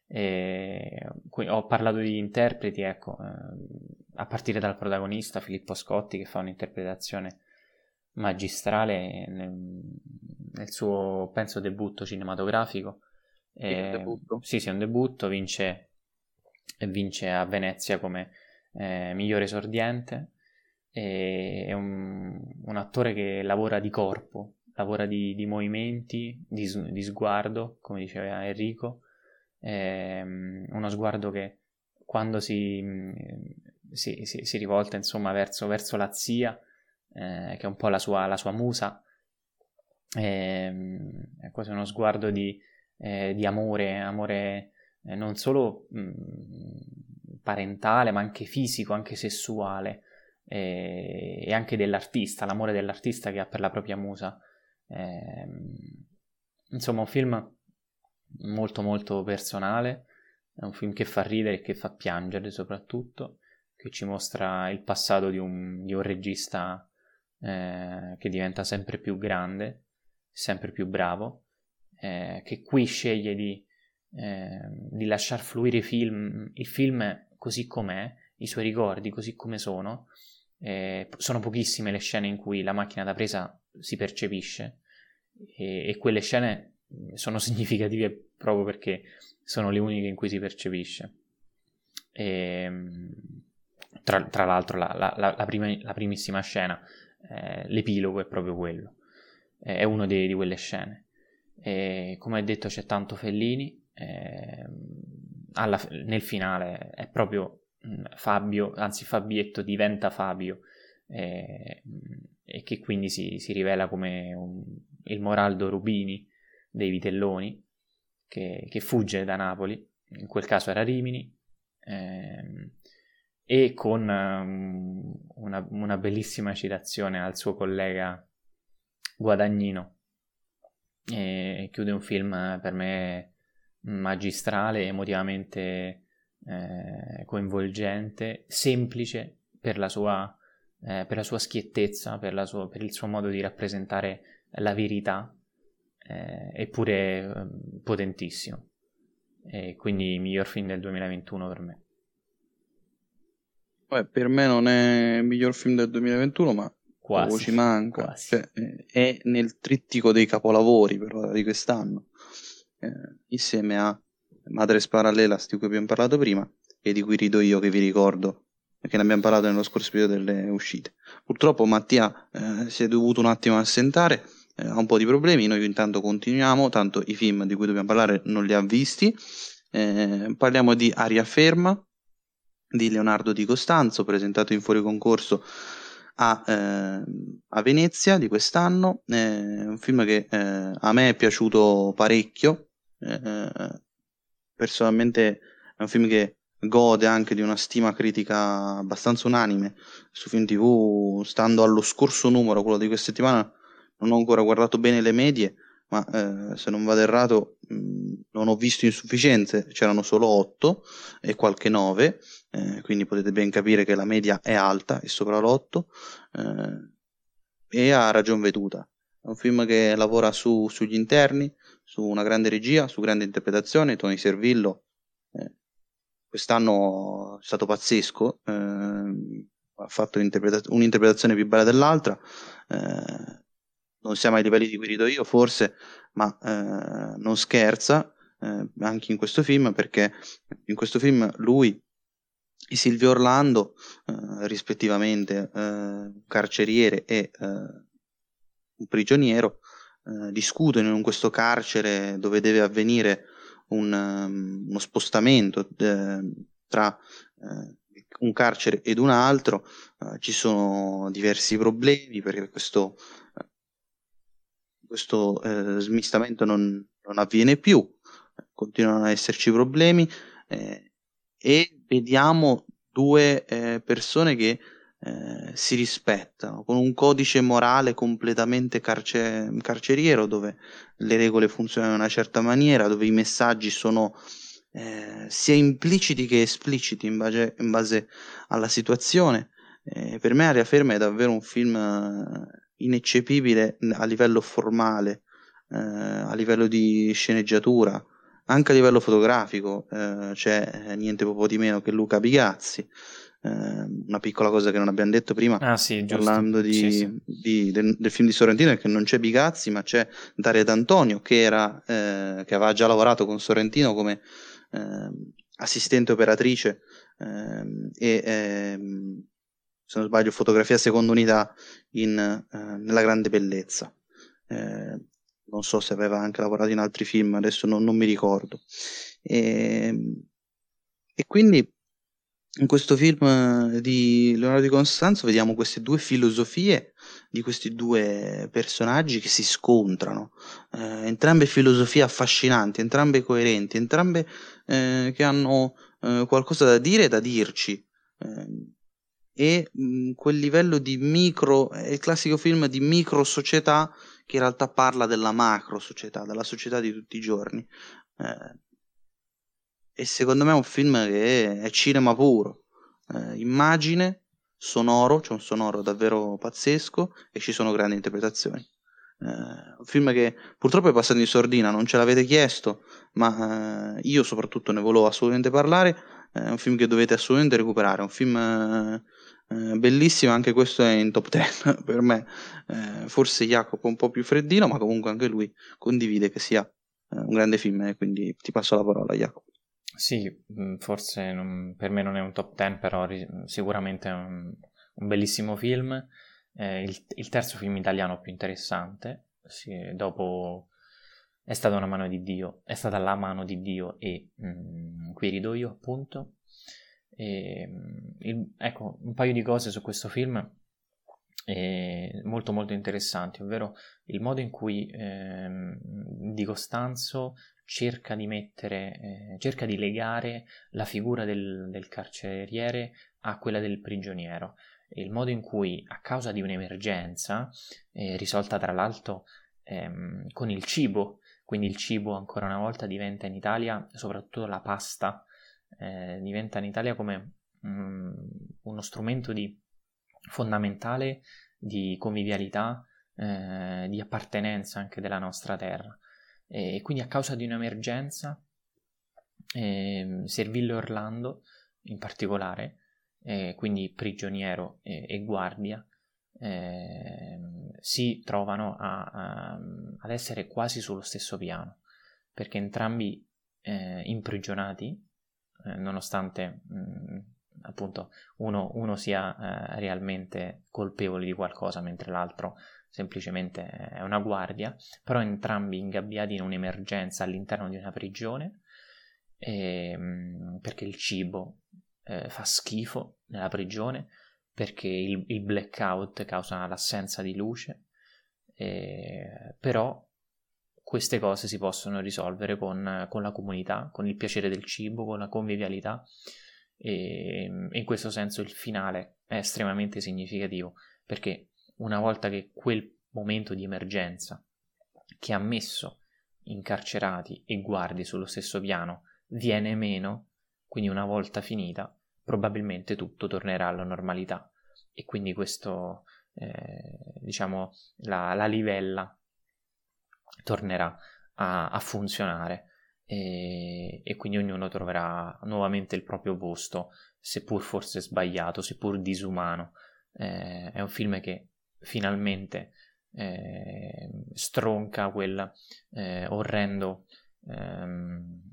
E qui ho parlato di interpreti, ecco, eh, a partire dal protagonista Filippo Scotti che fa un'interpretazione magistrale nel, nel suo, penso, debutto cinematografico. Sì, è un Eh, debutto. sì, sì, è un debutto, vince, vince a Venezia come eh, migliore esordiente. E, è un, un attore che lavora di corpo, lavora di, di movimenti, di, di sguardo, come diceva Enrico. Eh, uno sguardo che quando si, si, si, si rivolta insomma verso, verso la zia, eh, che è un po' la sua, la sua musa, eh, è quasi uno sguardo di, eh, di amore, amore eh, non solo mh, parentale ma anche fisico, anche sessuale, eh, e anche dell'artista, l'amore dell'artista che ha per la propria musa. Eh, insomma un film molto molto personale, è un film che fa ridere e che fa piangere soprattutto, che ci mostra il passato di un, di un regista eh, che diventa sempre più grande, sempre più bravo, eh, che qui sceglie di, eh, di lasciar fluire i film, il film così com'è, i suoi ricordi così come sono. Eh, sono pochissime le scene in cui la macchina da presa si percepisce e, e quelle scene sono significative proprio perché sono le uniche in cui si percepisce. E, tra, tra l'altro la, la, la, prima, la primissima scena eh, l'epilogo è proprio quello, eh, è uno di, di quelle scene. E, come hai detto, c'è tanto Fellini, eh, alla, nel finale è proprio mh, Fabio, anzi Fabietto diventa Fabio, eh, e che quindi si, si rivela come un, il Moraldo Rubini dei Vitelloni, che, che fugge da Napoli, in quel caso era Rimini, ehm, e con um, una, una bellissima citazione al suo collega Guadagnino. E chiude un film per me magistrale, emotivamente eh, coinvolgente, semplice per la sua, eh, per la sua schiettezza, per, la sua, per il suo modo di rappresentare la verità, eh, eppure eh, potentissimo. E quindi il miglior film del duemilaventuno per me. Beh, per me non è il miglior film del duemilaventuno, ma Quasi, poco ci manca. quasi. Cioè, eh, è nel trittico dei capolavori però di quest'anno, eh, insieme a Madres Parallelas di cui abbiamo parlato prima e di cui rido io, che vi ricordo, perché ne abbiamo parlato nello scorso periodo delle uscite. Purtroppo Mattia eh, si è dovuto un attimo assentare, eh, ha un po' di problemi, noi intanto continuiamo, tanto i film di cui dobbiamo parlare non li ha visti. Eh, parliamo di Aria Ferma di Leonardo Di Costanzo, presentato in fuori concorso a, eh, a Venezia di quest'anno. È un film che eh, a me è piaciuto parecchio, eh, personalmente è un film che gode anche di una stima critica abbastanza unanime su Film tivù. Stando allo scorso numero, quello di questa settimana, non ho ancora guardato bene le medie, ma eh, se non vado errato mh, non ho visto insufficienze, c'erano solo otto e qualche nove, eh, quindi potete ben capire che la media è alta, è sopra l'otto, eh, e ha ragion veduta. È un film che lavora su, sugli interni, su una grande regia, su grande interpretazione. Tony Servillo eh, quest'anno è stato pazzesco, eh, ha fatto un'interpreta- un'interpretazione più bella dell'altra. eh, non siamo ai livelli di cui rido io forse, ma eh, non scherza eh, anche in questo film, perché in questo film lui e Silvio Orlando, eh, rispettivamente eh, carceriere e eh, un prigioniero, eh, discutono in questo carcere dove deve avvenire un, um, uno spostamento eh, tra eh, un carcere ed un altro. Eh, ci sono diversi problemi perché questo, questo eh, smistamento non, non avviene più, continuano ad esserci problemi, eh, e vediamo due eh, persone che eh, si rispettano con un codice morale completamente carce- carceriero, dove le regole funzionano in una certa maniera, dove i messaggi sono eh, sia impliciti che espliciti in base, in base alla situazione. Eh, per me Aria Ferma è davvero un film eh, ineccepibile a livello formale, eh, a livello di sceneggiatura, anche a livello fotografico. Eh, c'è niente poco di meno che Luca Bigazzi. Eh, una piccola cosa che non abbiamo detto prima, Ah sì, giusto. parlando di, Sì, sì. di- del, del film di Sorrentino, è che non c'è Bigazzi, ma c'è Daria D'Antonio, che, era, eh, che aveva già lavorato con Sorrentino come eh, assistente operatrice, ehm, e ehm, se non sbaglio fotografia seconda unità in, eh, nella grande bellezza. Eh, non so se aveva anche lavorato in altri film, adesso non, non mi ricordo. E, e quindi in questo film di Leonardo Di Costanzo vediamo queste due filosofie di questi due personaggi che si scontrano, eh, entrambe filosofie affascinanti, entrambe coerenti, entrambe eh, che hanno eh, qualcosa da dire e da dirci. Eh, e mh, quel livello di micro, è il classico film di micro società che in realtà parla della macro società, della società di tutti i giorni. Eh, e secondo me è un film che è cinema puro, eh, immagine, sonoro, c'è un sonoro davvero pazzesco e ci sono grandi interpretazioni. Eh, un film che purtroppo è passato in sordina, non ce l'avete chiesto, ma eh, io soprattutto ne volevo assolutamente parlare. È un film che dovete assolutamente recuperare, è un film eh, eh, bellissimo, anche questo è in top dieci per me. Eh, forse Jacopo un po' più freddino, ma comunque anche lui condivide che sia eh, un grande film, e quindi ti passo la parola, Jacopo. Sì, forse non, per me non è un top dieci, però ri- sicuramente è un, un bellissimo film. eh, il, il terzo film italiano più interessante, sì, dopo È stata una mano di Dio, è stata la mano di Dio e mm, Qui rido io, appunto. E, il, ecco, un paio di cose su questo film eh, molto molto interessanti, ovvero il modo in cui eh, Di Costanzo cerca di mettere, eh, cerca di legare la figura del, del carceriere a quella del prigioniero, e il modo in cui, a causa di un'emergenza eh, risolta tra l'altro ehm, con il cibo, quindi il cibo ancora una volta diventa in Italia, soprattutto la pasta, eh, diventa in Italia come mm, uno strumento di fondamentale di convivialità, eh, di appartenenza anche della nostra terra. E quindi a causa di un'emergenza, eh, Servillo e Orlando in particolare, eh, quindi prigioniero e, e guardia, eh, si trovano a, a, ad essere quasi sullo stesso piano, perché entrambi eh, imprigionati, eh, nonostante mh, appunto uno, uno sia eh, realmente colpevole di qualcosa mentre l'altro semplicemente è una guardia, però entrambi ingabbiati in un'emergenza all'interno di una prigione, e, mh, perché il cibo eh, fa schifo nella prigione, perché il, il blackout causa l'assenza di luce, eh, però queste cose si possono risolvere con, con la comunità, con il piacere del cibo, con la convivialità, e, e in questo senso il finale è estremamente significativo, perché una volta che quel momento di emergenza che ha messo incarcerati e guardie sullo stesso piano viene meno, quindi una volta finita, probabilmente tutto tornerà alla normalità, e quindi questo, eh, diciamo, la, la livella tornerà a, a funzionare, e, e quindi ognuno troverà nuovamente il proprio posto, seppur forse sbagliato, seppur disumano. Eh, è un film che finalmente eh, stronca quel eh, orrendo ehm,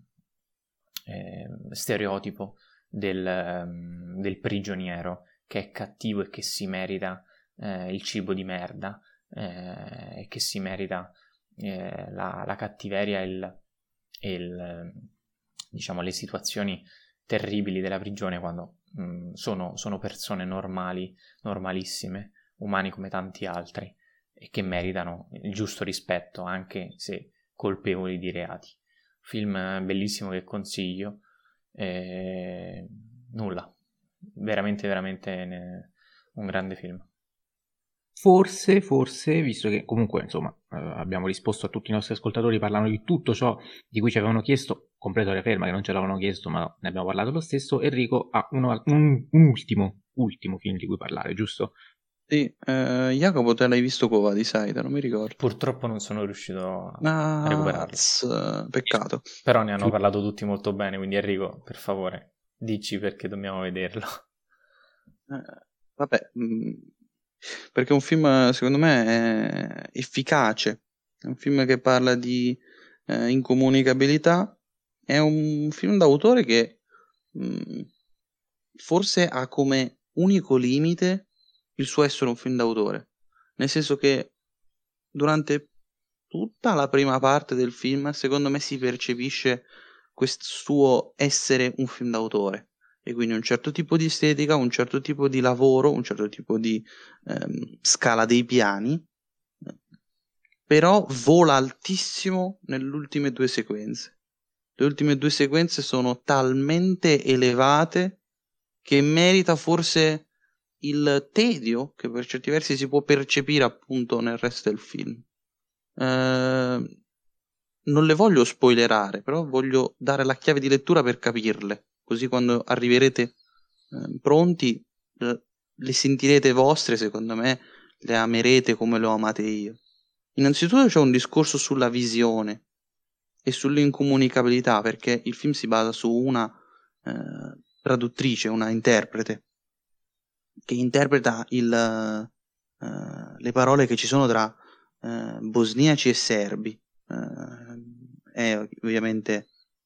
eh, stereotipo del, ehm, del prigioniero che è cattivo e che si merita eh, il cibo di merda, eh, e che si merita eh, la, la cattiveria e, il, e il, diciamo, le situazioni terribili della prigione, quando mh, sono, sono persone normali, normalissime, umani come tanti altri, e che meritano il giusto rispetto anche se colpevoli di reati. Film bellissimo che consiglio, eh, nulla, veramente veramente un grande film. Forse, forse, visto che comunque insomma eh, abbiamo risposto a tutti i nostri ascoltatori parlando di tutto ciò di cui ci avevano chiesto, compreso la ferma che non ce l'avevano chiesto, ma ne abbiamo parlato lo stesso, Enrico ha uno, un, un ultimo, ultimo film di cui parlare, giusto? Sì, eh, Jacopo, te l'hai visto Cova di Saida, non mi ricordo. Purtroppo non sono riuscito a, ah, a recuperarlo. z- peccato. Però ne hanno parlato tutti molto bene, quindi Enrico, per favore, dici perché dobbiamo vederlo. Eh, vabbè, mh, perché è un film, secondo me, è efficace. È un film che parla di eh, incomunicabilità. È un film d'autore che mh, forse ha come unico limite il suo essere un film d'autore, nel senso che durante tutta la prima parte del film, secondo me, si percepisce questo suo essere un film d'autore, e quindi un certo tipo di estetica, un certo tipo di lavoro, un certo tipo di ehm, scala dei piani, però vola altissimo nelle ultime due sequenze. Le ultime due sequenze sono talmente elevate che merita forse il tedio che per certi versi si può percepire appunto nel resto del film. Eh, non le voglio spoilerare, però voglio dare la chiave di lettura per capirle, così quando arriverete eh, pronti eh, le sentirete vostre, secondo me le amerete come lo amate io. Innanzitutto c'è un discorso sulla visione e sull'incomunicabilità, perché il film si basa su una eh, traduttrice, una interprete, che interpreta il, uh, le parole che ci sono tra uh, bosniaci e serbi. Uh, è ovviamente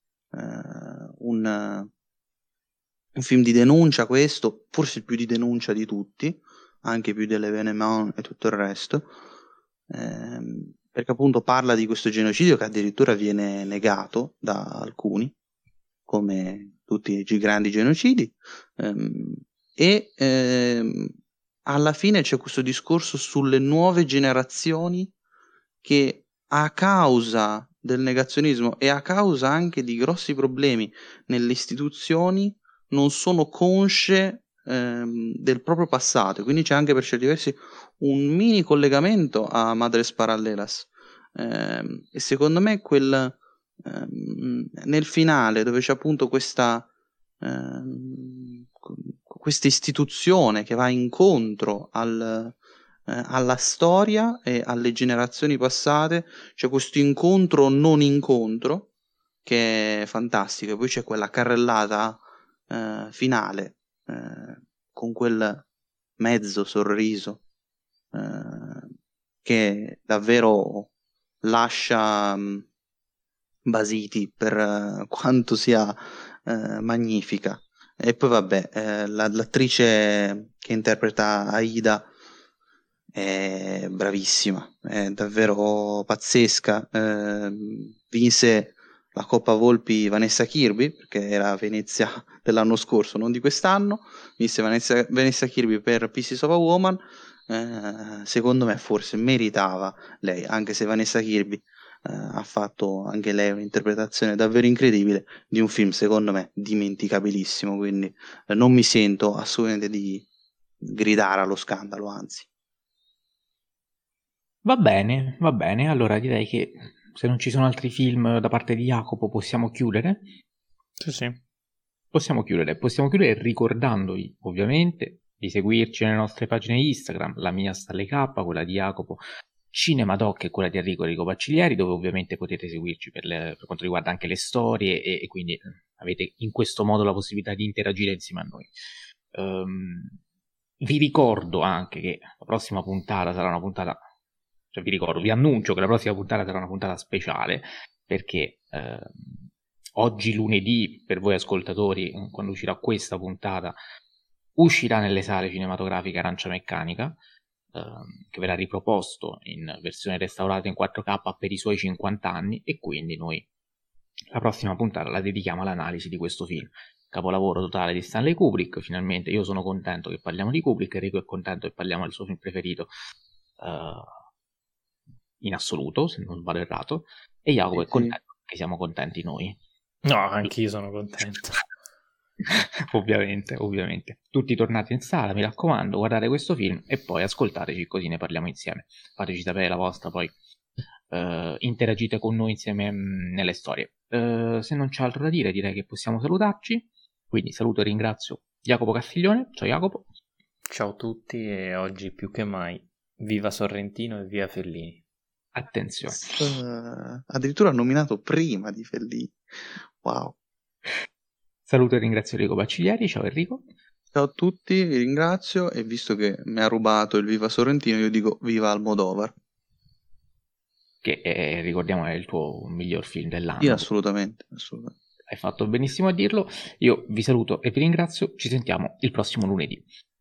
uh, un, un film di denuncia, questo, forse il più di denuncia di tutti, anche più dell'Evénement e tutto il resto, ehm, perché appunto parla di questo genocidio che addirittura viene negato da alcuni, come tutti i grandi genocidi, ehm, e ehm, alla fine c'è questo discorso sulle nuove generazioni che a causa del negazionismo e a causa anche di grossi problemi nelle istituzioni non sono consce ehm, del proprio passato, quindi c'è anche per certi versi un mini collegamento a Madres Paralelas, ehm, e secondo me quel ehm, nel finale dove c'è appunto questa ehm, questa istituzione che va incontro al, eh, alla storia e alle generazioni passate, c'è questo incontro non incontro che è fantastico, e poi c'è quella carrellata eh, finale eh, con quel mezzo sorriso eh, che davvero lascia mh, basiti per eh, quanto sia eh, magnifica. E poi vabbè, eh, la- l'attrice che interpreta Aida è bravissima, è davvero pazzesca. Eh, vinse la Coppa Volpi Vanessa Kirby, perché era a Venezia dell'anno scorso, non di quest'anno. Vinse Vanessa, Vanessa Kirby per Pieces of a Woman. Eh, secondo me forse meritava lei, anche se Vanessa Kirby eh, ha fatto anche lei un'interpretazione davvero incredibile di un film, secondo me, dimenticabilissimo, quindi eh, non mi sento assolutamente di gridare allo scandalo, anzi. Va bene, va bene, allora direi che se non ci sono altri film da parte di Jacopo possiamo chiudere. Sì, sì. Possiamo chiudere, possiamo chiudere ricordandovi ovviamente di seguirci nelle nostre pagine Instagram, la mia Stanley K, quella di Jacopo Cinemadoc e quella di Enrico Enrico Bacciglieri, dove ovviamente potete seguirci per, le, per quanto riguarda anche le storie e, e quindi avete in questo modo la possibilità di interagire insieme a noi. Um, vi ricordo anche che la prossima puntata sarà una puntata, cioè vi ricordo, vi annuncio che la prossima puntata sarà una puntata speciale, perché eh, oggi lunedì, per voi ascoltatori, quando uscirà questa puntata, uscirà nelle sale cinematografiche Arancia Meccanica, ehm, che verrà riproposto in versione restaurata in quattro K per i suoi cinquanta anni, e quindi noi la prossima puntata la dedichiamo all'analisi di questo film. Capolavoro totale di Stanley Kubrick. Finalmente io sono contento che parliamo di Kubrick, Enrico è contento che parliamo del suo film preferito uh, in assoluto, se non vado errato, e Jacopo sì, è contento sì. che siamo contenti noi. No, anch'io sono contento. ovviamente, ovviamente. Tutti tornate in sala, mi raccomando, guardate questo film e poi ascoltateci, così ne parliamo insieme. Fateci sapere la vostra, poi uh, interagite con noi insieme mh, nelle storie. Uh, se non c'è altro da dire, direi che possiamo salutarci. Quindi saluto e ringrazio Jacopo Castiglione. Ciao Jacopo. Ciao a tutti, e oggi più che mai viva Sorrentino e via Fellini. Attenzione. Uh, addirittura nominato prima di Fellini. Wow. Saluto e ringrazio Enrico Bacciglieri. Ciao Enrico. Ciao a tutti, vi ringrazio, e visto che mi ha rubato il viva Sorrentino, io dico viva Almodovar. Che è, ricordiamo, è il tuo miglior film dell'anno. Sì, assolutamente, assolutamente. Hai fatto benissimo a dirlo. Io vi saluto e vi ringrazio. Ci sentiamo il prossimo lunedì.